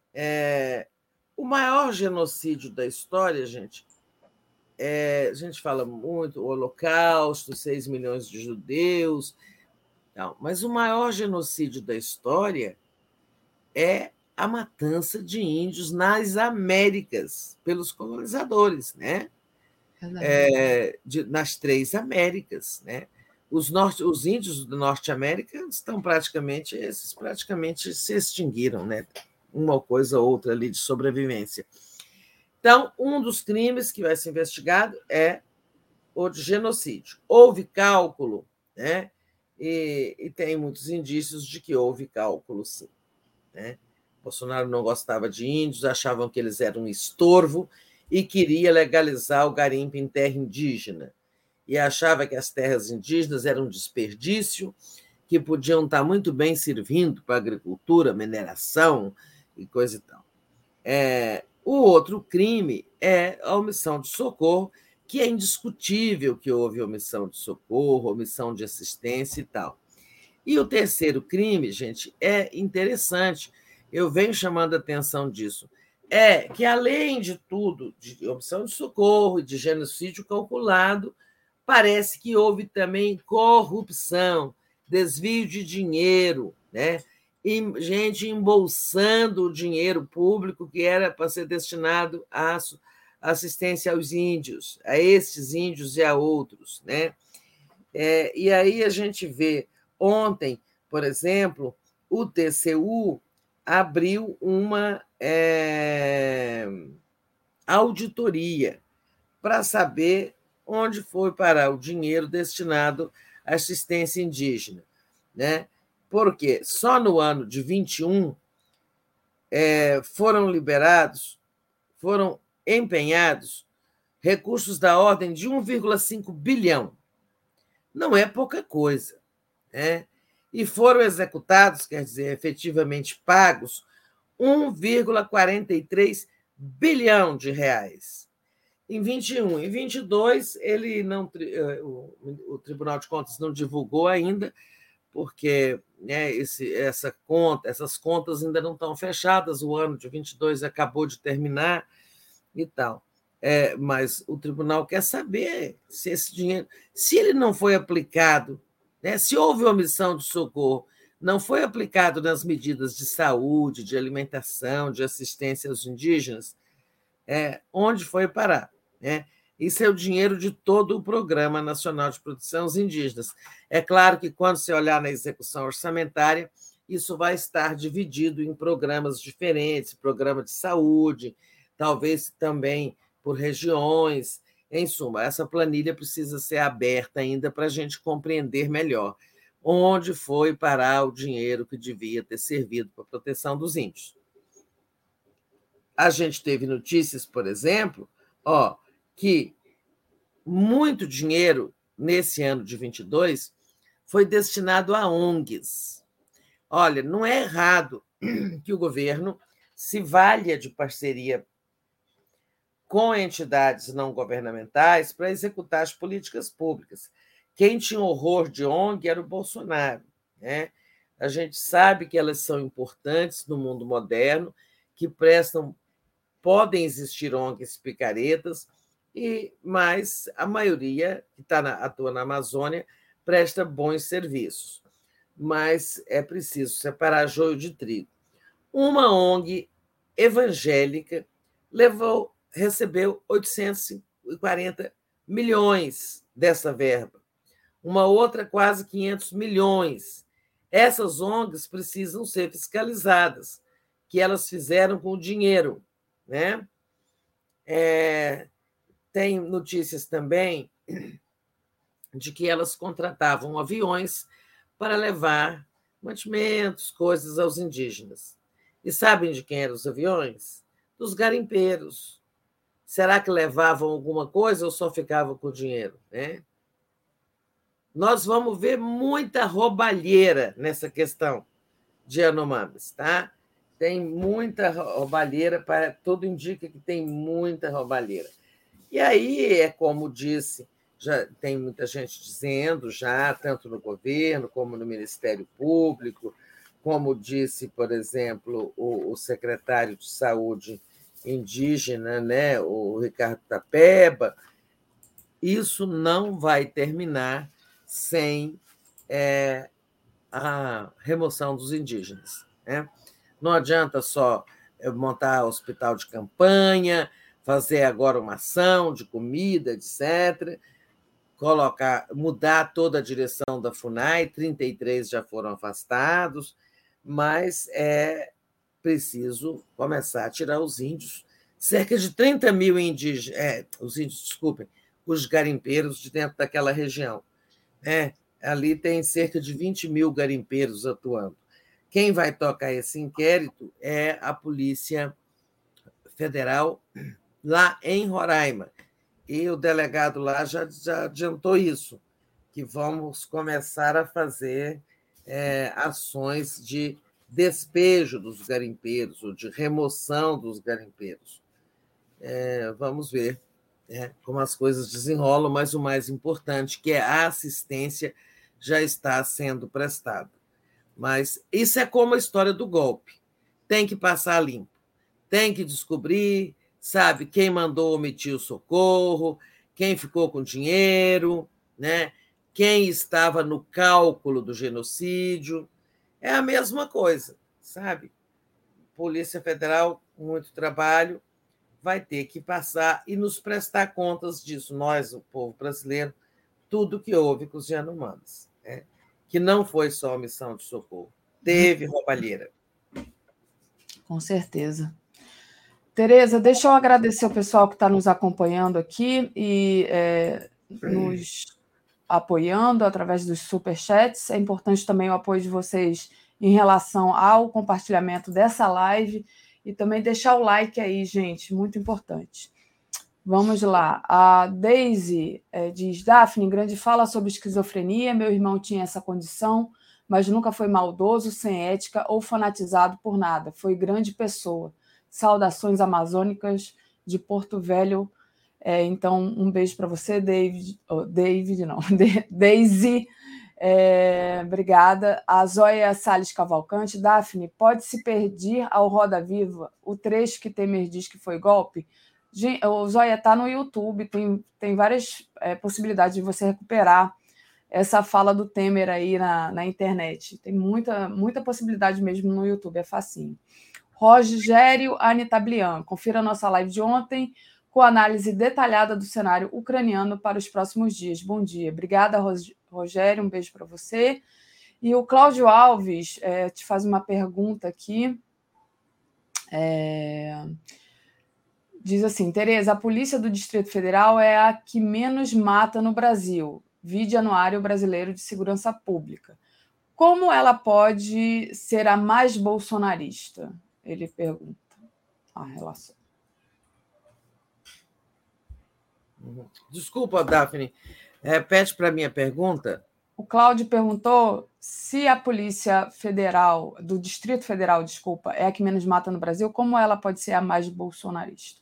O maior genocídio da história, gente, a gente fala muito, o Holocausto, 6 milhões de judeus, Não, mas o maior genocídio da história é a matança de índios nas Américas pelos colonizadores, né? Nas 3 Américas, né? Os índios do Norte América estão praticamente se extinguiram, né? Uma coisa ou outra ali de sobrevivência. Então, um dos crimes que vai ser investigado é o de genocídio. Houve cálculo, né? E tem muitos indícios de que houve cálculo, sim, né? Bolsonaro não gostava de índios, achavam que eles eram um estorvo e queria legalizar o garimpo em terra indígena. E achava que as terras indígenas eram um desperdício, que podiam estar muito bem servindo para a agricultura, mineração e coisa e tal. O outro crime é a omissão de socorro, que é indiscutível que houve omissão de socorro, omissão de assistência e tal. E o terceiro crime, gente, é interessante, eu venho chamando a atenção disso, é que, além de tudo, de omissão de socorro e de genocídio calculado, parece que houve também corrupção, desvio de dinheiro, né? E gente embolsando o dinheiro público que era para ser destinado à assistência aos índios, a estes índios e a outros, né? E aí a gente vê, ontem, por exemplo, o TCU abriu uma auditoria para saber onde foi parar o dinheiro destinado à assistência indígena, né? Porque só no ano de 21 foram empenhados recursos da ordem de 1,5 bilhão. Não é pouca coisa, né? E foram executados, quer dizer, efetivamente pagos, 1,43 bilhão de reais. Em 21 e 22, o Tribunal de Contas não divulgou ainda, porque, né, essas contas ainda não estão fechadas, o ano de 22 acabou de terminar e tal. Mas o tribunal quer saber se esse dinheiro, se ele não foi aplicado, né, se houve omissão de socorro, não foi aplicado nas medidas de saúde, de alimentação, de assistência aos indígenas, onde foi parar, né? Isso é o dinheiro de todo o Programa Nacional de Proteção aos Indígenas. É claro que, quando você olhar na execução orçamentária, isso vai estar dividido em programas diferentes, programa de saúde, talvez também por regiões. Em suma, essa planilha precisa ser aberta ainda para a gente compreender melhor onde foi parar o dinheiro que devia ter servido para a proteção dos índios. A gente teve notícias, por exemplo, que muito dinheiro nesse ano de 22 foi destinado a ONGs. Olha, não é errado que o governo se valha de parceria com entidades não governamentais para executar as políticas públicas. Quem tinha horror de ONG era o Bolsonaro, né? A gente sabe que elas são importantes no mundo moderno, que podem existir ONGs picaretas, mas a maioria que atua na Amazônia presta bons serviços. Mas é preciso separar joio de trigo. Uma ONG evangélica recebeu 840 milhões dessa verba. Uma outra, quase 500 milhões. Essas ONGs precisam ser fiscalizadas, que elas fizeram com o dinheiro, né? Tem notícias também de que elas contratavam aviões para levar mantimentos, coisas aos indígenas. E sabem de quem eram os aviões? Dos garimpeiros. Será que levavam alguma coisa ou só ficavam com o dinheiro, né? Nós vamos ver muita roubalheira nessa questão de Yanomamis, tá? Tem muita roubalheira, tudo indica que tem muita roubalheira. E aí, como disse, já tem muita gente dizendo, já, tanto no governo como no Ministério Público, como disse, por exemplo, o secretário de Saúde indígena, né, o Ricardo Tapeba, isso não vai terminar sem a remoção dos indígenas, né? Não adianta só montar hospital de campanha, fazer agora uma ação de comida, etc., mudar toda a direção da FUNAI, 33 já foram afastados, mas é preciso começar a tirar os índios, cerca de 30 mil indígenas, os índios, desculpem, os garimpeiros de dentro daquela região. Ali tem cerca de 20 mil garimpeiros atuando. Quem vai tocar esse inquérito é a Polícia Federal lá em Roraima. E o delegado lá já adiantou isso, que vamos começar a fazer ações de despejo dos garimpeiros, ou de remoção dos garimpeiros. Vamos ver como as coisas desenrolam, mas o mais importante, que é a assistência, já está sendo prestada. Mas isso é como a história do golpe. Tem que passar limpo, tem que descobrir, sabe, quem mandou omitir o socorro, quem ficou com dinheiro, né? Quem estava no cálculo do genocídio. É a mesma coisa, sabe? Polícia Federal, muito trabalho, vai ter que passar e nos prestar contas disso, nós, o povo brasileiro, tudo que houve com os Yanomamis, que não foi só missão de socorro, teve roubalheira. Com certeza. Tereza, deixa eu agradecer o pessoal que está nos acompanhando aqui e nos apoiando através dos superchats. É importante também o apoio de vocês em relação ao compartilhamento dessa live e também deixar o like aí, gente, muito importante. Vamos lá. A Daisy diz, Daphne, grande fala sobre esquizofrenia. Meu irmão tinha essa condição, mas nunca foi maldoso, sem ética ou fanatizado por nada. Foi grande pessoa. Saudações amazônicas de Porto Velho. Então, um beijo para você, Daisy. Obrigada. A Zóia Salles Cavalcante. Daphne, pode-se perder ao Roda Viva o trecho que Temer diz que foi golpe? O Zóia está no YouTube, tem várias possibilidades de você recuperar essa fala do Temer aí na internet. Tem muita possibilidade mesmo no YouTube, é facinho. Rogério Anitablian, confira a nossa live de ontem com análise detalhada do cenário ucraniano para os próximos dias. Bom dia. Obrigada, Rogério, um beijo para você. E o Cláudio Alves te faz uma pergunta aqui. Diz assim, Tereza, a Polícia do Distrito Federal é a que menos mata no Brasil. Vide Anuário Brasileiro de Segurança Pública. Como ela pode ser a mais bolsonarista? Ele pergunta a relação. Desculpa, Daphne. Repete para mim a pergunta. O Cláudio perguntou se a Polícia Federal, do Distrito Federal, desculpa, é a que menos mata no Brasil, como ela pode ser a mais bolsonarista?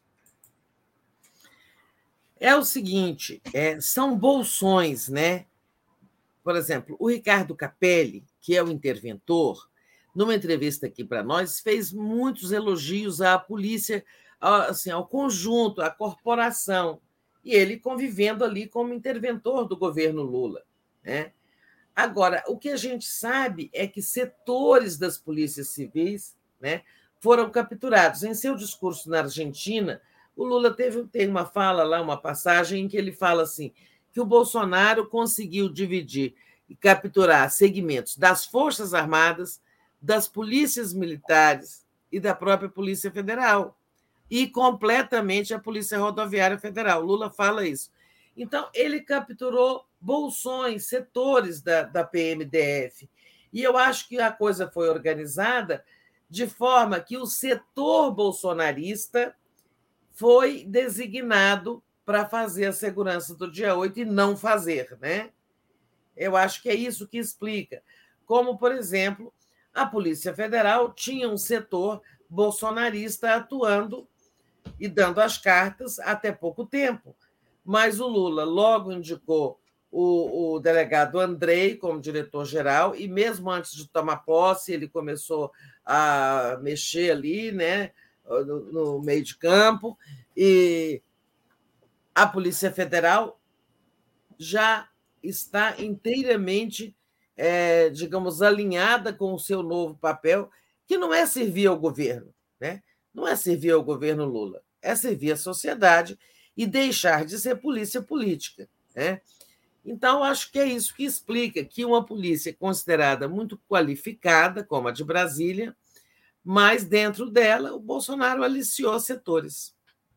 É o seguinte, são bolsões, né? Por exemplo, o Ricardo Capelli, que é o interventor, numa entrevista aqui para nós, fez muitos elogios à polícia, assim, ao conjunto, à corporação, e ele convivendo ali como interventor do governo Lula, né? Agora, o que a gente sabe é que setores das polícias civis, né, foram capturados. Em seu discurso na Argentina, o Lula tem uma fala lá, uma passagem em que ele fala assim, que o Bolsonaro conseguiu dividir e capturar segmentos das Forças Armadas, das polícias militares e da própria Polícia Federal, e completamente a Polícia Rodoviária Federal. Lula fala isso. Então, ele capturou bolsões, setores da PMDF. E eu acho que a coisa foi organizada de forma que o setor bolsonarista foi designado para fazer a segurança do dia 8 e não fazer, né? Eu acho que é isso que explica. Como, por exemplo, a Polícia Federal tinha um setor bolsonarista atuando e dando as cartas até pouco tempo. Mas o Lula logo indicou o delegado Andrei como diretor-geral e mesmo antes de tomar posse, ele começou a mexer ali, né, no meio de campo, e a Polícia Federal já está inteiramente digamos, alinhada com o seu novo papel, que não é servir ao governo, né? Não é servir ao governo Lula, é servir à sociedade e deixar de ser polícia política, né? Então, acho que é isso que explica que uma polícia considerada muito qualificada, como a de Brasília, mas dentro dela o Bolsonaro aliciou setores.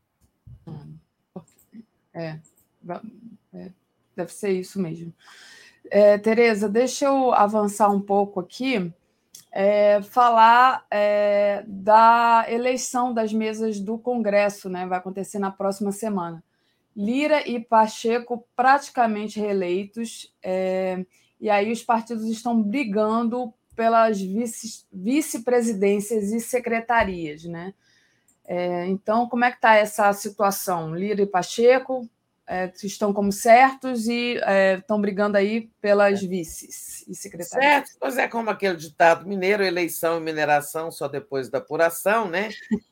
Deve ser isso mesmo. Tereza, deixa eu avançar um pouco aqui, falar da eleição das mesas do Congresso, né? Vai acontecer na próxima semana. Lira e Pacheco praticamente reeleitos, e aí os partidos estão brigando pelas vice-presidências e secretarias, né? Então, como é que está essa situação? Lira e Pacheco estão como certos e estão brigando aí pelas vices e secretarias. Certo, pois é como aquele ditado mineiro, eleição e mineração só depois da apuração, né?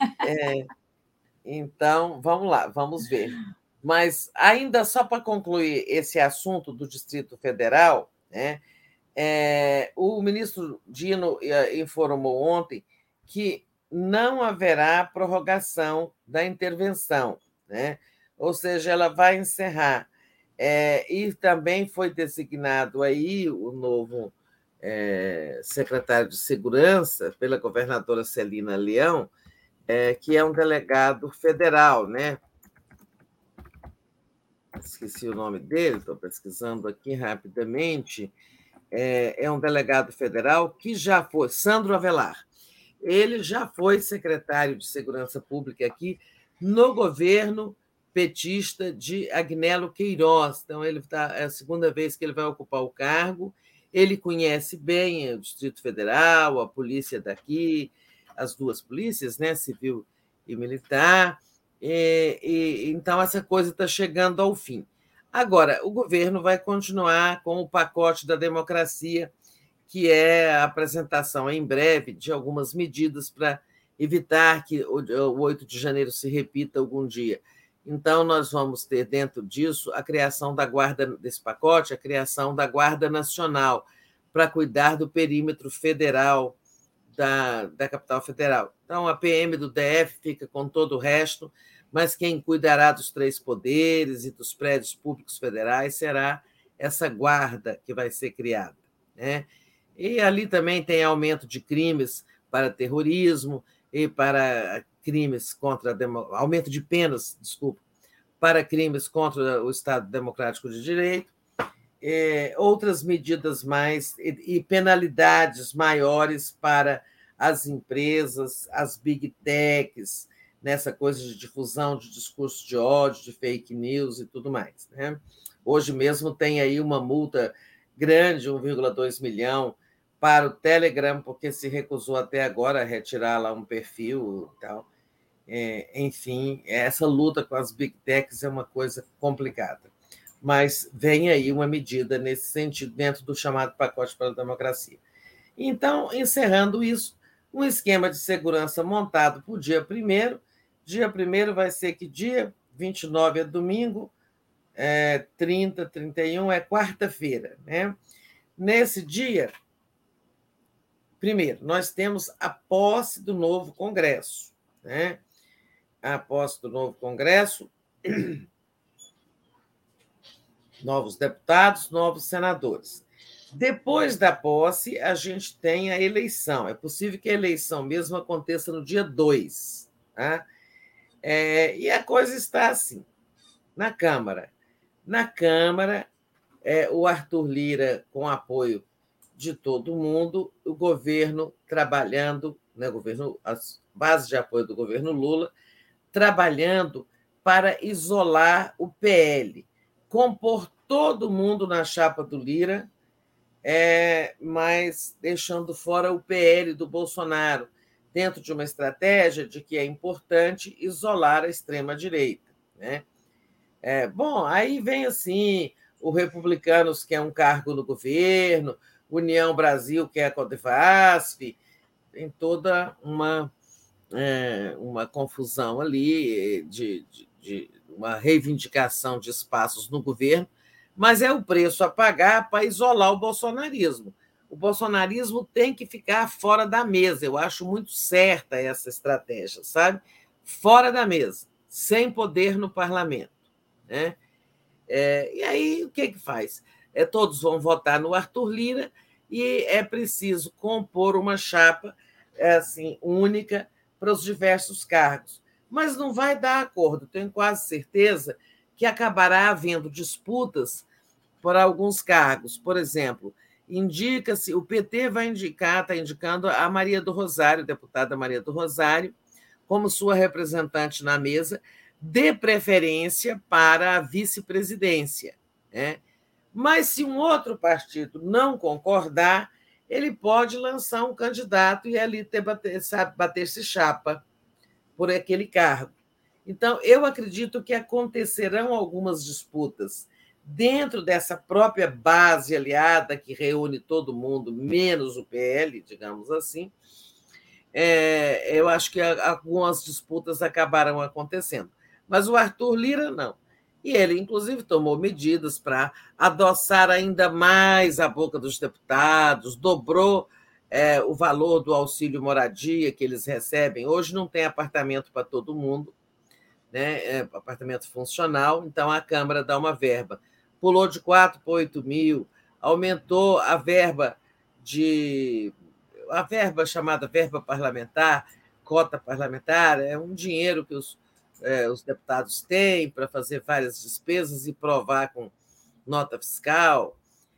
Então, vamos lá, vamos ver. Mas, ainda só para concluir esse assunto do Distrito Federal, né, o ministro Dino informou ontem que não haverá prorrogação da intervenção, né? Ou seja, ela vai encerrar. E também foi designado aí o novo secretário de Segurança pela governadora Celina Leão, que é um delegado federal, né? Esqueci o nome dele, estou pesquisando aqui rapidamente. É um delegado federal que já foi, Sandro Avelar. Ele já foi secretário de Segurança Pública aqui no governo petista de Agnello Queiroz. Então, é a segunda vez que ele vai ocupar o cargo. Ele conhece bem o Distrito Federal, a polícia daqui, as duas polícias, né, civil e militar. Então, essa coisa está chegando ao fim. Agora, o governo vai continuar com o pacote da democracia, que é a apresentação em breve de algumas medidas para evitar que o 8 de janeiro se repita algum dia. Então, nós vamos ter dentro disso a criação da Guarda, desse pacote, a criação da Guarda Nacional, para cuidar do perímetro federal da capital federal. Então, a PM do DF fica com todo o resto, mas quem cuidará dos 3 poderes e dos prédios públicos federais será essa guarda que vai ser criada, né? E ali também tem aumento de crimes para terrorismo e para crimes contra aumento de penas, para crimes contra o Estado Democrático de Direito, outras medidas mais e penalidades maiores para as empresas, as big techs, nessa coisa de difusão de discurso de ódio, de fake news e tudo mais, né? Hoje mesmo tem aí uma multa grande, 1,2 milhão, para o Telegram, porque se recusou até agora a retirar lá um perfil e tal. Enfim, essa luta com as big techs é uma coisa complicada. Mas vem aí uma medida nesse sentido, dentro do chamado pacote para a democracia. Então, encerrando isso, um esquema de segurança montado para o dia 1º. Dia 1º vai ser que dia? 29 é domingo, 30, 31 é quarta-feira, né? Nesse dia, primeiro, nós temos a posse do novo Congresso, né? A posse do novo Congresso, novos deputados, novos senadores. Depois da posse, a gente tem a eleição. É possível que a eleição mesmo aconteça no dia 2, tá? E a coisa está assim, na Câmara. Na Câmara, o Arthur Lira, com apoio de todo mundo, o governo trabalhando, né, as bases de apoio do governo Lula, trabalhando para isolar o PL, compor todo mundo na chapa do Lira, mas deixando fora o PL do Bolsonaro, dentro de uma estratégia de que é importante isolar a extrema-direita, né? Bom, aí vem assim, o Republicanos quer um cargo no governo, União Brasil quer a Codevasf, tem toda uma confusão ali, de uma reivindicação de espaços no governo, mas é o preço a pagar para isolar o bolsonarismo. O bolsonarismo tem que ficar fora da mesa. Eu acho muito certa essa estratégia, sabe? Fora da mesa, sem poder no parlamento, né? E aí, o que faz? Todos vão votar no Arthur Lira e é preciso compor uma chapa assim, única para os diversos cargos. Mas não vai dar acordo, tenho quase certeza que acabará havendo disputas por alguns cargos. Por exemplo, indica-se, o PT vai está indicando a Maria do Rosário, deputada Maria do Rosário, como sua representante na mesa, de preferência para a vice-presidência, né? Mas, se um outro partido não concordar, ele pode lançar um candidato e ali bater-se chapa por aquele cargo. Então, eu acredito que acontecerão algumas disputas dentro dessa própria base aliada que reúne todo mundo, menos o PL, digamos assim. Eu acho que algumas disputas acabarão acontecendo. Mas o Arthur Lira, não. E ele, inclusive, tomou medidas para adoçar ainda mais a boca dos deputados, dobrou o valor do auxílio moradia que eles recebem. Hoje não tem apartamento para todo mundo, né? Apartamento funcional, então a Câmara dá uma verba. Pulou de 4 para 8 mil, aumentou a verba chamada verba parlamentar, cota parlamentar, é um dinheiro que os deputados têm para fazer várias despesas e provar com nota fiscal.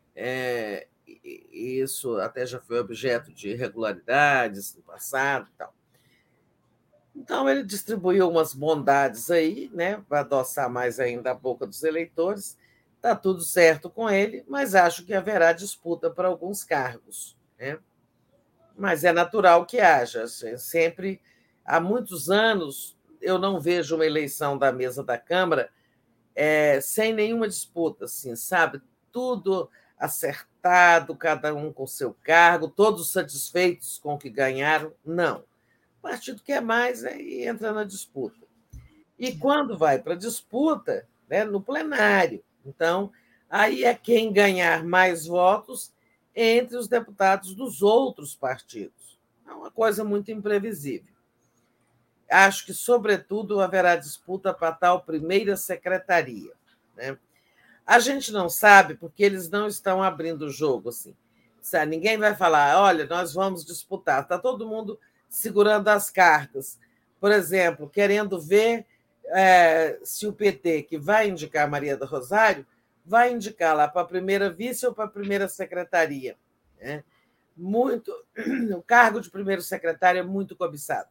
Isso até já foi objeto de irregularidades no passado e tal. Então, ele distribuiu umas bondades aí, né, para adoçar mais ainda a boca dos eleitores. Está tudo certo com ele, mas acho que haverá disputa para alguns cargos, né? Mas é natural que haja. Sempre, há muitos anos, eu não vejo uma eleição da mesa da Câmara sem nenhuma disputa, assim, sabe? Tudo acertado, cada um com seu cargo, todos satisfeitos com o que ganharam. Não. O partido quer mais e entra na disputa. E quando vai para a disputa, né, no plenário. Então, aí é quem ganhar mais votos entre os deputados dos outros partidos. É uma coisa muito imprevisível. Acho que, sobretudo, haverá disputa para tal primeira secretaria, né? A gente não sabe porque eles não estão abrindo o jogo. Assim. Sabe? Ninguém vai falar, olha, nós vamos disputar. Está todo mundo segurando as cartas. Por exemplo, querendo ver se o PT, que vai indicar Maria do Rosário, vai indicar lá para a primeira vice ou para a primeira secretaria, né? O cargo de primeiro secretário é muito cobiçado.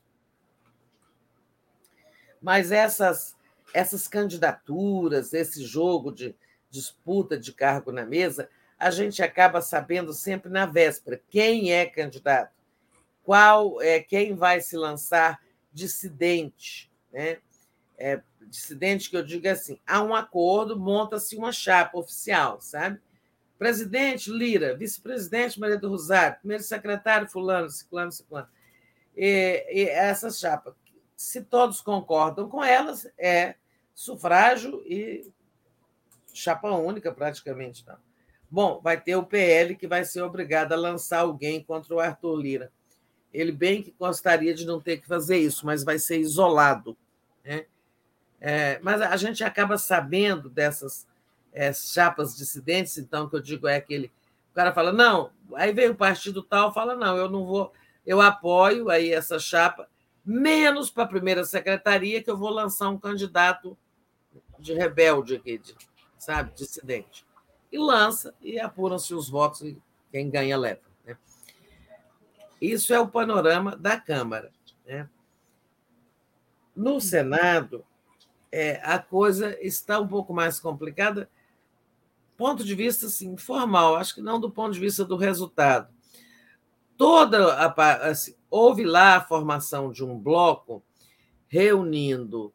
Mas essas candidaturas, esse jogo de disputa de cargo na mesa, a gente acaba sabendo sempre na véspera quem é candidato, quem vai se lançar dissidente, né? Dissidente que eu digo assim, há um acordo, monta-se uma chapa oficial, sabe? Presidente Lira, vice-presidente Maria do Rosário, primeiro secretário fulano, ciclano. E essa chapa, se todos concordam com elas, é sufrágio e chapa única praticamente. Não. Bom, vai ter o PL que vai ser obrigado a lançar alguém contra o Arthur Lira. Ele bem que gostaria de não ter que fazer isso, mas vai ser isolado, né? Mas a gente acaba sabendo dessas chapas dissidentes, então, que eu digo aquele... O cara fala, não, aí vem o partido tal, fala, não, eu não vou, eu apoio aí essa chapa, menos para a primeira secretaria, que eu vou lançar um candidato de rebelde aqui, sabe, dissidente. E lança, e apuram-se os votos, e quem ganha leva, né? Isso é o panorama da Câmara, né? No Senado, a coisa está um pouco mais complicada, ponto de vista assim, formal, acho que não do ponto de vista do resultado. Houve lá a formação de um bloco reunindo,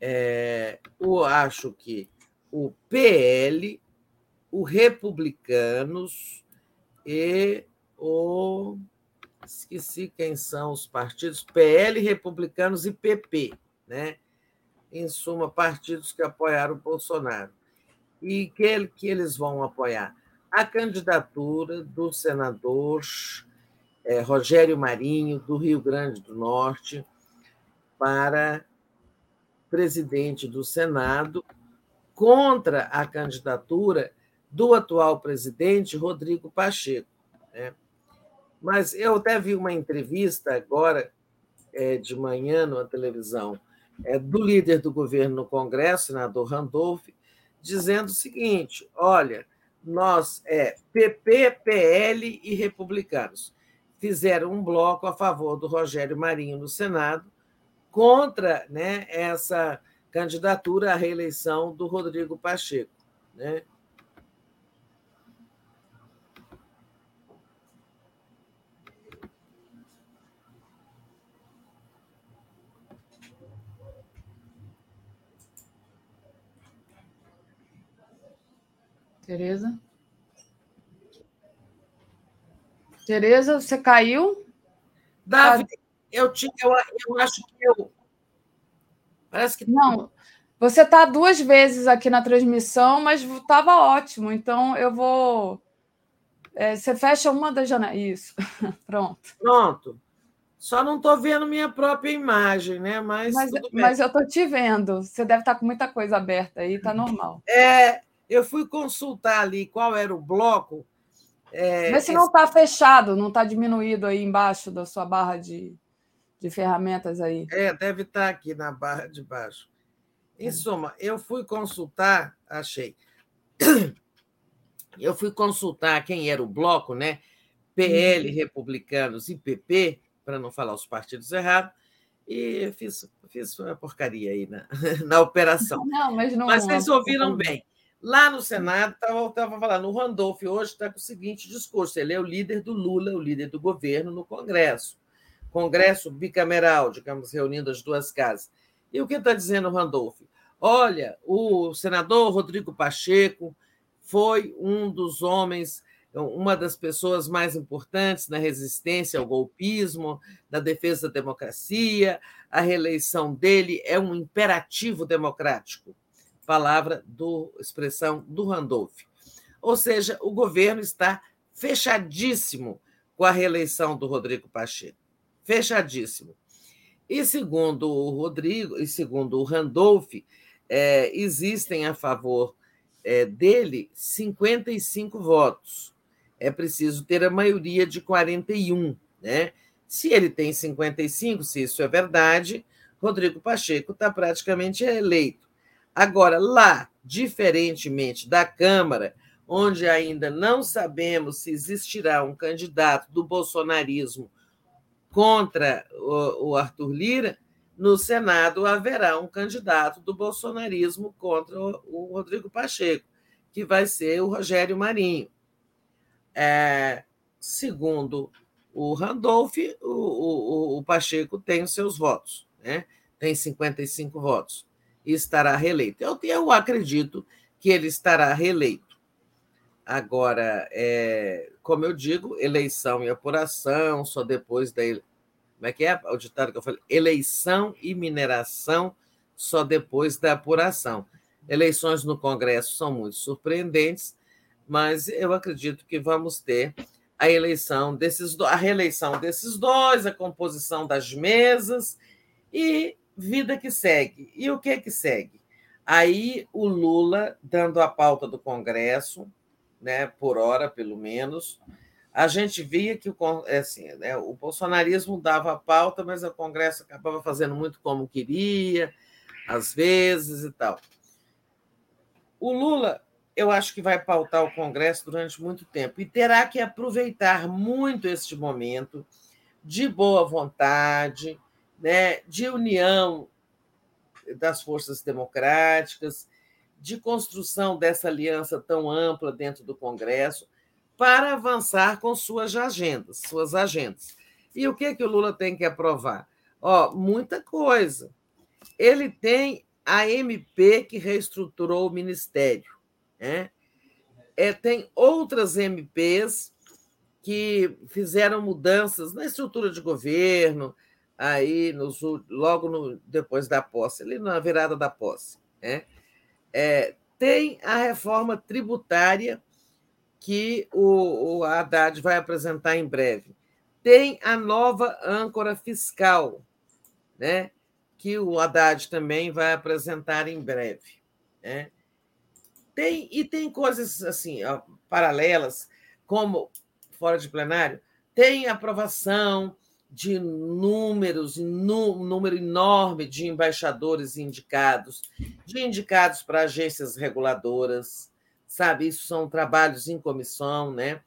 acho que o PL, o Republicanos e o... Esqueci quem são os partidos, PL, Republicanos e PP, né? Em suma, partidos que apoiaram o Bolsonaro. e que eles vão apoiar a candidatura do senador Rogério Marinho, do Rio Grande do Norte, para presidente do Senado, contra a candidatura do atual presidente, Rodrigo Pacheco. Né? Mas eu até vi uma entrevista agora, de manhã, na televisão, do líder do governo no Congresso, senador Randolph, dizendo o seguinte: olha, nós, PP, PL e republicanos, fizeram um bloco a favor do Rogério Marinho no Senado contra, né, essa candidatura à reeleição do Rodrigo Pacheco. Né? Tereza? Tereza, você caiu? Davi, eu acho que eu... Parece que... Não, você está 2 vezes aqui na transmissão, mas estava ótimo, então eu vou... você fecha uma das janelas. Isso, pronto. Pronto. Só não estou vendo minha própria imagem, né? Mas tudo bem. Mas eu estou te vendo. Você deve estar com muita coisa aberta aí, está normal. Eu fui consultar ali qual era o bloco. Vê se não está fechado, não está diminuído aí embaixo da sua barra de ferramentas aí. Deve estar aqui na barra de baixo. Em suma, eu fui consultar, achei. Eu fui consultar quem era o bloco, né? PL, Republicanos e PP, para não falar os partidos errados, e fiz uma porcaria aí na operação. Não, mas vocês ouviram bem. Lá no Senado, estava falando, o Randolph hoje está com o seguinte discurso: ele é o líder do Lula, o líder do governo no Congresso. Congresso bicameral, digamos, reunindo as duas casas. E o que está dizendo o Randolph? Olha, o senador Rodrigo Pacheco foi um dos homens, uma das pessoas mais importantes na resistência ao golpismo, na defesa da democracia. A reeleição dele é um imperativo democrático. Expressão do Randolph. Ou seja, o governo está fechadíssimo com a reeleição do Rodrigo Pacheco. Fechadíssimo. E segundo o Rodrigo, e segundo o Randolph, existem a favor dele 55 votos. É preciso ter a maioria de 41. Né? Se ele tem 55, se isso é verdade, Rodrigo Pacheco está praticamente eleito. Agora, lá, diferentemente da Câmara, onde ainda não sabemos se existirá um candidato do bolsonarismo contra o Arthur Lira, no Senado haverá um candidato do bolsonarismo contra o Rodrigo Pacheco, que vai ser o Rogério Marinho. Segundo o Randolph, o Pacheco tem os seus votos, né? Tem 55 votos. E estará reeleito. Eu acredito que ele estará reeleito. Agora, como eu digo, eleição e apuração, só depois da... Como é que é o ditado que eu falei? Eleição e mineração, só depois da apuração. Eleições no Congresso são muito surpreendentes, mas eu acredito que vamos ter a reeleição desses dois, a composição das mesas e vida que segue. E o que segue? Aí o Lula dando a pauta do Congresso, né, por hora, pelo menos. A gente via que o bolsonarismo dava a pauta, mas o Congresso acabava fazendo muito como queria, às vezes e tal. O Lula, eu acho que vai pautar o Congresso durante muito tempo e terá que aproveitar muito este momento de boa vontade, né, de união das forças democráticas, de construção dessa aliança tão ampla dentro do Congresso, para avançar com suas agendas. E o que o Lula tem que aprovar? Muita coisa. Ele tem a MP que reestruturou o Ministério. Né? Tem outras MPs que fizeram mudanças na estrutura de governo, aí logo depois da posse, ali na virada da posse. Né? Tem a reforma tributária que o Haddad vai apresentar em breve. Tem a nova âncora fiscal, né, que o Haddad também vai apresentar em breve, né? Tem coisas assim, ó, paralelas, como fora de plenário, tem aprovação de número enorme de embaixadores indicados, de indicados para agências reguladoras, sabe? Isso são trabalhos em comissão, né?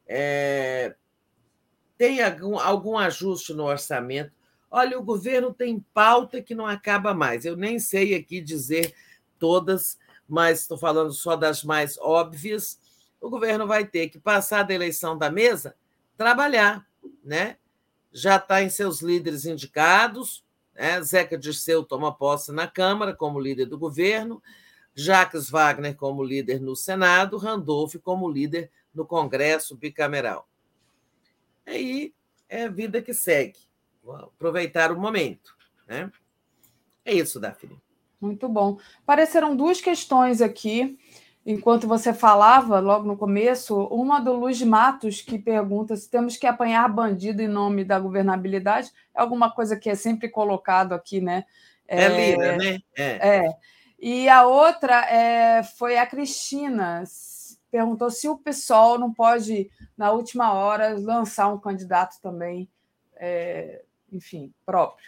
Tem algum ajuste no orçamento. Olha, o governo tem pauta que não acaba mais. Eu nem sei aqui dizer todas, mas estou falando só das mais óbvias. O governo vai ter que passar da eleição da mesa, trabalhar, né? Já está em seus líderes indicados, né? Zeca Dirceu toma posse na Câmara como líder do governo, Jacques Wagner como líder no Senado, Randolph como líder no Congresso bicameral. Aí é a vida que segue. Vou aproveitar o momento, né? É isso, Daphne. Muito bom. Apareceram duas questões aqui, enquanto você falava, logo no começo. Uma do Luiz Matos, que pergunta se temos que apanhar bandido em nome da governabilidade. É alguma coisa que é sempre colocado aqui, né? Lira, né? E a outra foi a Cristina, perguntou se o PSOL não pode, na última hora, lançar um candidato também, enfim, próprio.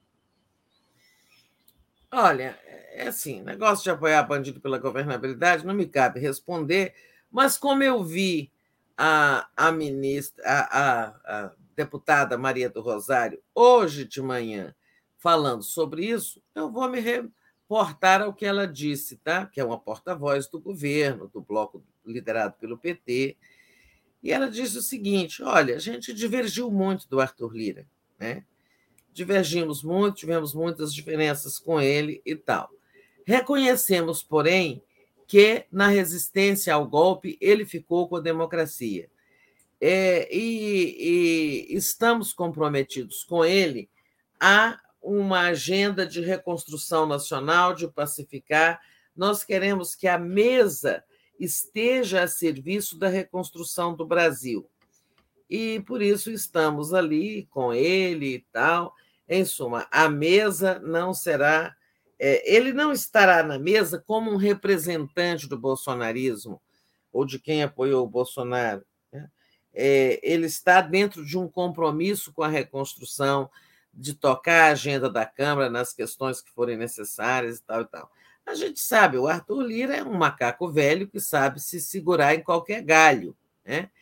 Olha, é assim, negócio de apoiar bandido pela governabilidade não me cabe responder, mas como eu vi a deputada Maria do Rosário hoje de manhã falando sobre isso, eu vou me reportar ao que ela disse, tá? Que é uma porta-voz do governo, do bloco liderado pelo PT, e ela disse o seguinte: olha, a gente divergiu muito do Arthur Lira, né? Divergimos muito, tivemos muitas diferenças com ele e tal. Reconhecemos, porém, que na resistência ao golpe ele ficou com a democracia. E estamos comprometidos com ele a uma agenda de reconstrução nacional, de pacificar. Nós queremos que a mesa esteja a serviço da reconstrução do Brasil. E, por isso, estamos ali com ele e tal. Em suma, a mesa não será... ele não estará na mesa como um representante do bolsonarismo ou de quem apoiou o Bolsonaro, né? Ele está dentro de um compromisso com a reconstrução, de tocar a agenda da Câmara nas questões que forem necessárias e tal e tal. A gente sabe, o Arthur Lira é um macaco velho que sabe se segurar em qualquer galho, né?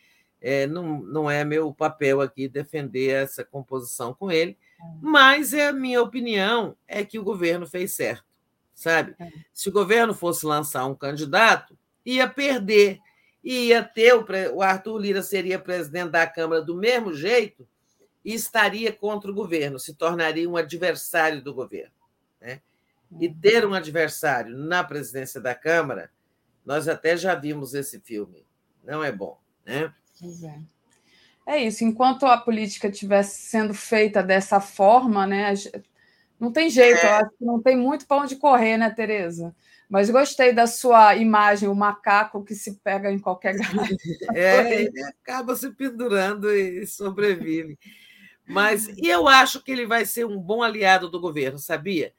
Não é meu papel aqui defender essa composição com ele, mas a minha opinião é que o governo fez certo, sabe? Se o governo fosse lançar um candidato, ia perder, e ia ter o Arthur Lira seria presidente da Câmara do mesmo jeito e estaria contra o governo, se tornaria um adversário do governo, né? E ter um adversário na presidência da Câmara, nós até já vimos esse filme, não é bom, né? Pois é isso, enquanto a política estivesse sendo feita dessa forma, né, não tem jeito, eu acho que não tem muito para onde correr, né, Tereza? Mas gostei da sua imagem, o macaco que se pega em qualquer galho. Ele acaba se pendurando e sobrevive. E eu acho que ele vai ser um bom aliado do governo, sabia?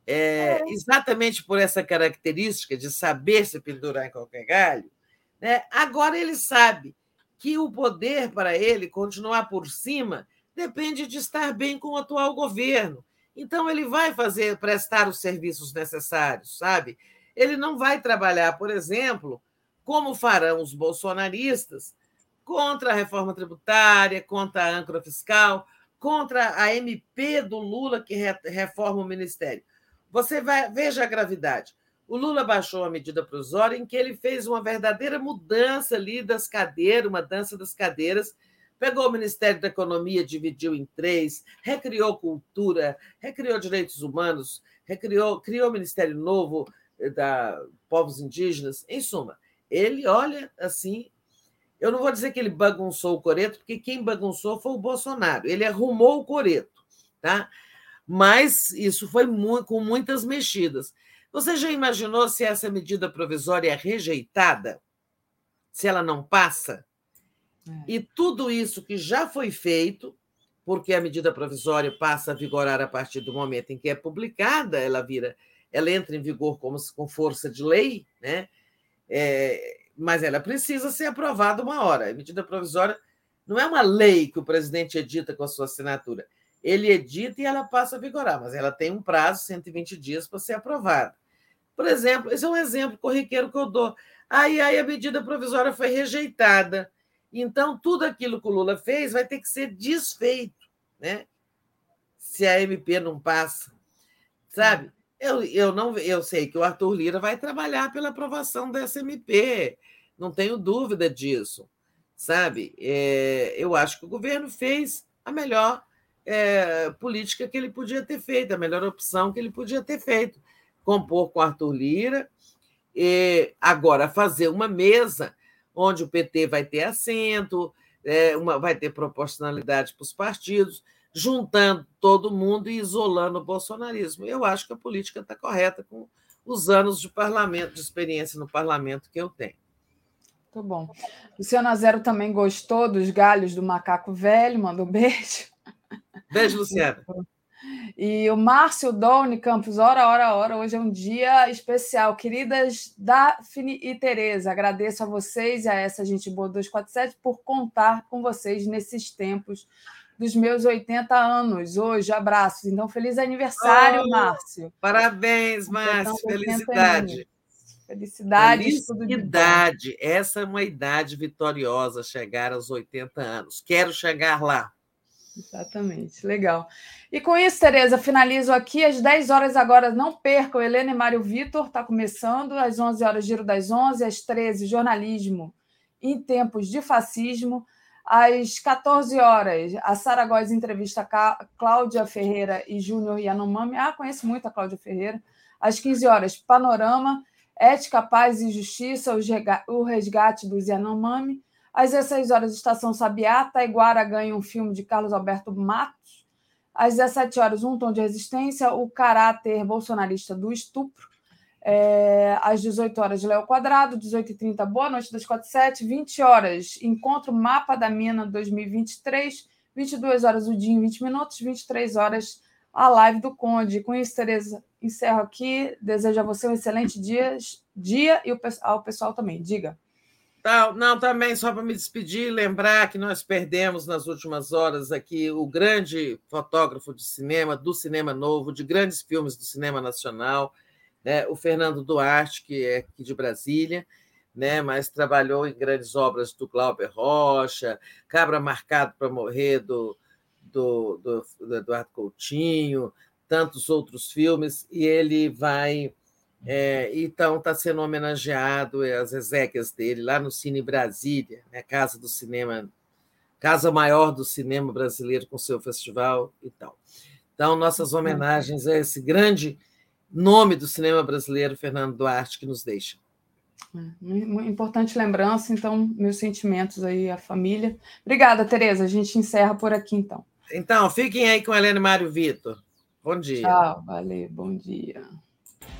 Exatamente por essa característica de saber se pendurar em qualquer galho, né? Agora ele sabe que o poder para ele continuar por cima depende de estar bem com o atual governo. Então, ele vai prestar os serviços necessários, sabe? Ele não vai trabalhar, por exemplo, como farão os bolsonaristas, contra a reforma tributária, contra a âncora fiscal, contra a MP do Lula, que reforma o Ministério. Veja a gravidade. O Lula baixou a medida provisória em que ele fez uma verdadeira mudança ali das cadeiras, uma dança das cadeiras, pegou o Ministério da Economia, dividiu em 3, recriou cultura, recriou direitos humanos, criou o Ministério Novo da povos indígenas. Em suma, ele olha assim... Eu não vou dizer que ele bagunçou o coreto, porque quem bagunçou foi o Bolsonaro. Ele arrumou o coreto, tá? Mas isso foi com muitas mexidas. Você já imaginou se essa medida provisória é rejeitada? Se ela não passa? E tudo isso que já foi feito, porque a medida provisória passa a vigorar a partir do momento em que é publicada, ela entra em vigor com força de lei, né? Mas ela precisa ser aprovada uma hora. A medida provisória não é uma lei que o presidente edita com a sua assinatura. Ele edita e ela passa a vigorar, mas ela tem um prazo, 120 dias, para ser aprovada. Por exemplo, esse é um exemplo corriqueiro que eu dou. Aí a medida provisória foi rejeitada. Então, tudo aquilo que o Lula fez vai ter que ser desfeito, né? Se a MP não passa. Sabe? Eu sei que o Arthur Lira vai trabalhar pela aprovação dessa MP, não tenho dúvida disso, sabe? Eu acho que o governo fez a melhor política que ele podia ter feito, a melhor opção que ele podia ter feito, compor com o Arthur Lira, e agora fazer uma mesa onde o PT vai ter assento, vai ter proporcionalidade para os partidos, juntando todo mundo e isolando o bolsonarismo. Eu acho que a política está correta com os anos de parlamento, de experiência no parlamento que eu tenho. Muito bom. Luciana Zero também gostou dos galhos do macaco velho, mandou um beijo. Beijo, Luciana. E o Márcio Doni Campos, ora, hoje é um dia especial. Queridas Daphne e Tereza, agradeço a vocês e a essa gente boa 247 por contar com vocês nesses tempos dos meus 80 anos. Hoje, abraços. Então, feliz aniversário, Márcio. Parabéns, Márcio. Felicidade. Felicidades. Felicidade. Essa é uma idade vitoriosa, chegar aos 80 anos. Quero chegar lá. Exatamente, legal. E com isso, Tereza, finalizo aqui às 10 horas agora. Não percam, Helena e Mário Vitor, está começando. Às 11 horas, Giro das 11. Às 13, Jornalismo em Tempos de Fascismo. Às 14 horas, a Sara Góes entrevista a Cláudia Ferreira e Júnior Yanomami. Conheço muito a Cláudia Ferreira. Às 15 horas, Panorama, Ética, Paz e Justiça, o resgate dos Yanomami. Às 16 horas, Estação Sabiá, Taiguara ganha um filme de Carlos Alberto Matos. Às 17 horas, Um Tom de Resistência, o caráter bolsonarista do estupro. Às 18 horas, Léo Quadrado, 18h30, Boa Noite 247, 20 horas, Encontro Mapa da Mina 2023, 22 horas, o dia em 20 minutos, 23 horas, a live do Conde. Com isso, Tereza, encerro aqui, desejo a você um excelente dia e ao pessoal também, diga. Não, também, só para me despedir, lembrar que nós perdemos nas últimas horas aqui o grande fotógrafo de cinema, do cinema novo, de grandes filmes do cinema nacional, né, o Fernando Duarte, que é aqui de Brasília, né, mas trabalhou em grandes obras do Glauber Rocha, Cabra Marcado para Morrer, do Eduardo Coutinho, tantos outros filmes, e ele vai... então está sendo homenageado as exéquias dele lá no Cine Brasília, né, Casa Maior do Cinema Brasileiro, com seu festival e tal. Então, nossas homenagens a esse grande nome do cinema brasileiro, Fernando Duarte, que nos deixa. Uma importante lembrança, então, meus sentimentos aí à família. Obrigada, Tereza. A gente encerra por aqui, então. Então, fiquem aí com Helena e Mário Vitor. Bom dia. Tchau, valeu, bom dia.